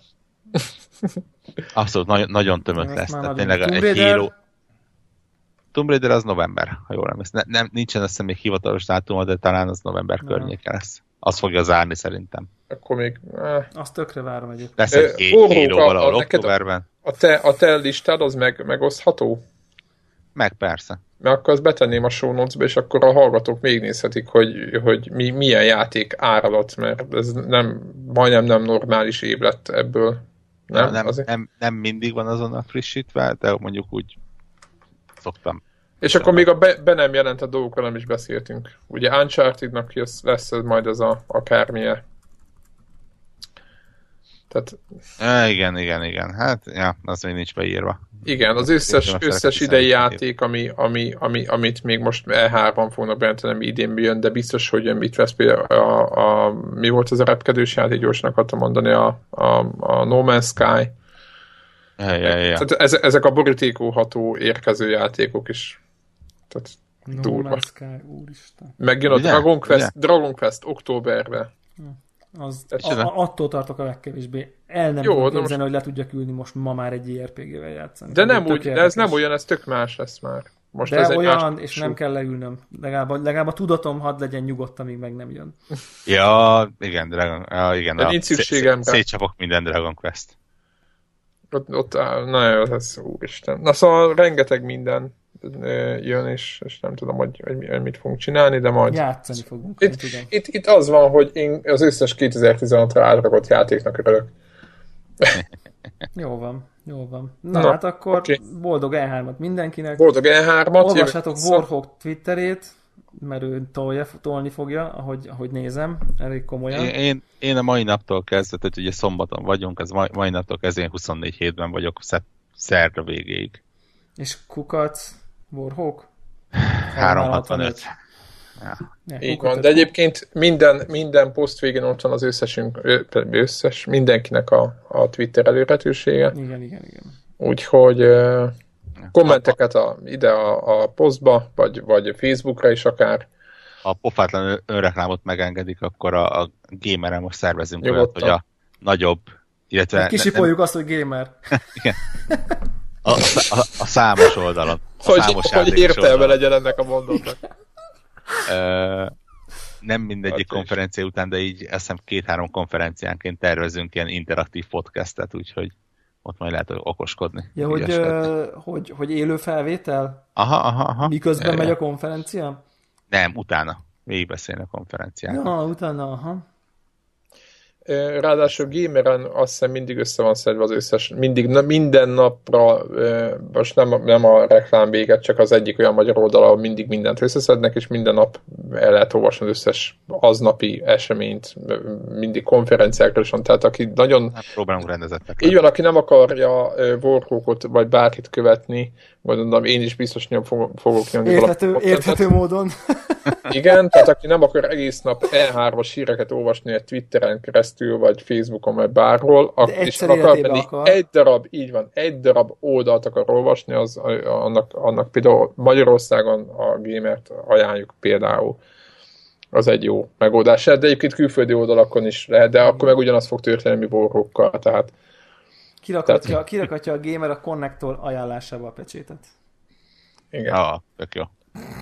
Abszolút, nagyon tömött lesz. Tehát tényleg egy Halo... Tomb Raider az november, ha jól emlékszem. Nincsen azt még hivatalos dátuma, de talán az november környéke lesz. Az fogja zárni szerintem. Akkor még... Azt tökre várom egyébként. Lesz egy Halo valahol októberben. A te listád az megosztható? Meg persze. Mert akkor azt betenném a show notes-ba, és akkor a hallgatók végignézhetik, hogy milyen játék áradat, mert ez majdnem nem normális év lett ebből. Nem mindig van azonnal frissítve, de mondjuk úgy szoktam. És akkor még a be nem jelentett dolgokról nem is beszéltünk. Ugye Uncharted-nak lesz ez majd az akármilyen. Tehát... Igen. Hát, ja, az még nincs beírva. Igen, az összes idei játék, amit még most E3-ban fognak bejelenteni, idén jön, de biztos, hogy jön mit vesz például mi volt az a repkedős játék, gyorsan akartam mondani, a No Man's Sky. Ja. Tehát ezek a borítékolható érkező játékok is. Tehát durva. No Man's Sky, úristen. Megjön a Dragon Quest októberben. Attól tartok a legkevésbé. Nem tudom képzelni, hogy le tudjak ülni most ma már egy JRPG-vel játszani. De nem úgy, de ez nem olyan, ez tök más lesz már. Most de olyan, és nem kell leülnöm. Legalább a tudatom hadd legyen nyugodt, amíg meg nem jön. Ja, igen, igen. De nincs szükségem. Szétcsapok minden Dragon Quest. Ott nagyon, ez úristen. Na szóval rengeteg minden jön, és nem tudom, hogy mit fogunk csinálni, de majd... Játszani fogunk, itt az van, hogy én az összes 2016-ra átragott játéknak örülök. Jó van. Na hát akkor okay. Boldog E3-at mindenkinek. Boldog E3-at. Olvassátok Warhawk Twitterét, mert ő tolni fogja, ahogy nézem, elég komolyan. Én a mai naptól kezdve, tehát ugye szombaton vagyunk, ez mai naptól kezdve 24 hétben vagyok szerda végéig. És kukac, Warhawk? 365. Ja, így van, de egyébként minden poszt végén ott van az összes mindenkinek a Twitter elérhetősége. Igen. Úgyhogy kommenteket ide a posztba, vagy Facebookra is akár. Ha pofátlan önreklámot megengedik, akkor a Gamerem most szervezünk olyat, hogy a nagyobb, illetve... Kisipoljuk azt, hogy gamer. Igen. A számos oldalon. Hogy értelme legyen ennek a mondatnak. Nem mindegyik konferencia után, de így azt hiszem 2-3 konferenciánként tervezünk ilyen interaktív podcastet, úgyhogy ott majd lehet okoskodni. Ja, hogy élő felvétel? Aha. Miközben megy a konferencia? Nem, utána. Végigbeszélni a konferencián. Ja, utána, aha. Ráadásul Gameren azt hiszem mindig össze van szedve az összes, minden napra, most nem a reklám véget, csak az egyik olyan magyar oldal, ahol mindig mindent összeszednek, és minden nap el lehet olvasni az összes aznapi eseményt, mindig konferenciákra is van, tehát aki nagyon... Hát próbálunk rendezettek. Így van, aki nem akarja Warhawkot vagy bárkit követni, vagy mondom, én is biztos fogok nyomni érthető módon. Igen, tehát aki nem akar egész nap E3-as híreket olvasni egy Twitteren keresztül, vagy Facebookon, vagy bárhol, és akar pedig egy darab oldalt akar olvasni, annak például Magyarországon a Gamert ajánljuk például. Az egy jó megoldás. De egyébként külföldi oldalakon is lehet, de akkor meg ugyanaz fog történni, mi Warhawkkal, tehát... Kirakatja a Gamer a Connector ajánlásával a pecsétet. Igen. Tök jó.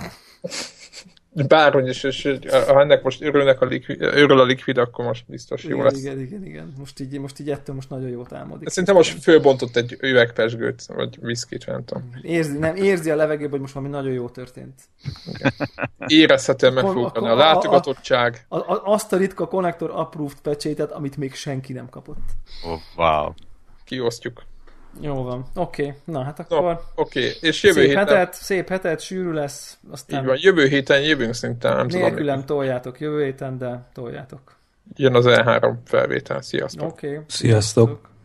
Bárhogy is, és ha ennek most örül a Liquid, akkor most biztos jó lesz. Igen. Most így ettől most nagyon jót álmodik. Szerintem most fölbontott egy üvegpezsgőt, vagy viszkit, nem tudom. Érzi a levegőben, hogy most valami nagyon jó történt. Igen. Érezhetően meg fog a látogatottság. Azt a ritka Connector approved pecsétet, amit még senki nem kapott. Wow. Kiosztjuk. Jó van. Oké. Na hát akkor... Oké. És jövő héten... Szép hetet, sűrű lesz. Aztán így van. Jövő héten jövünk szinte, nem tudom. Nélkülem toljátok jövő héten, de toljátok. Jön az E3 felvétel. Sziasztok. Oké. Sziasztok.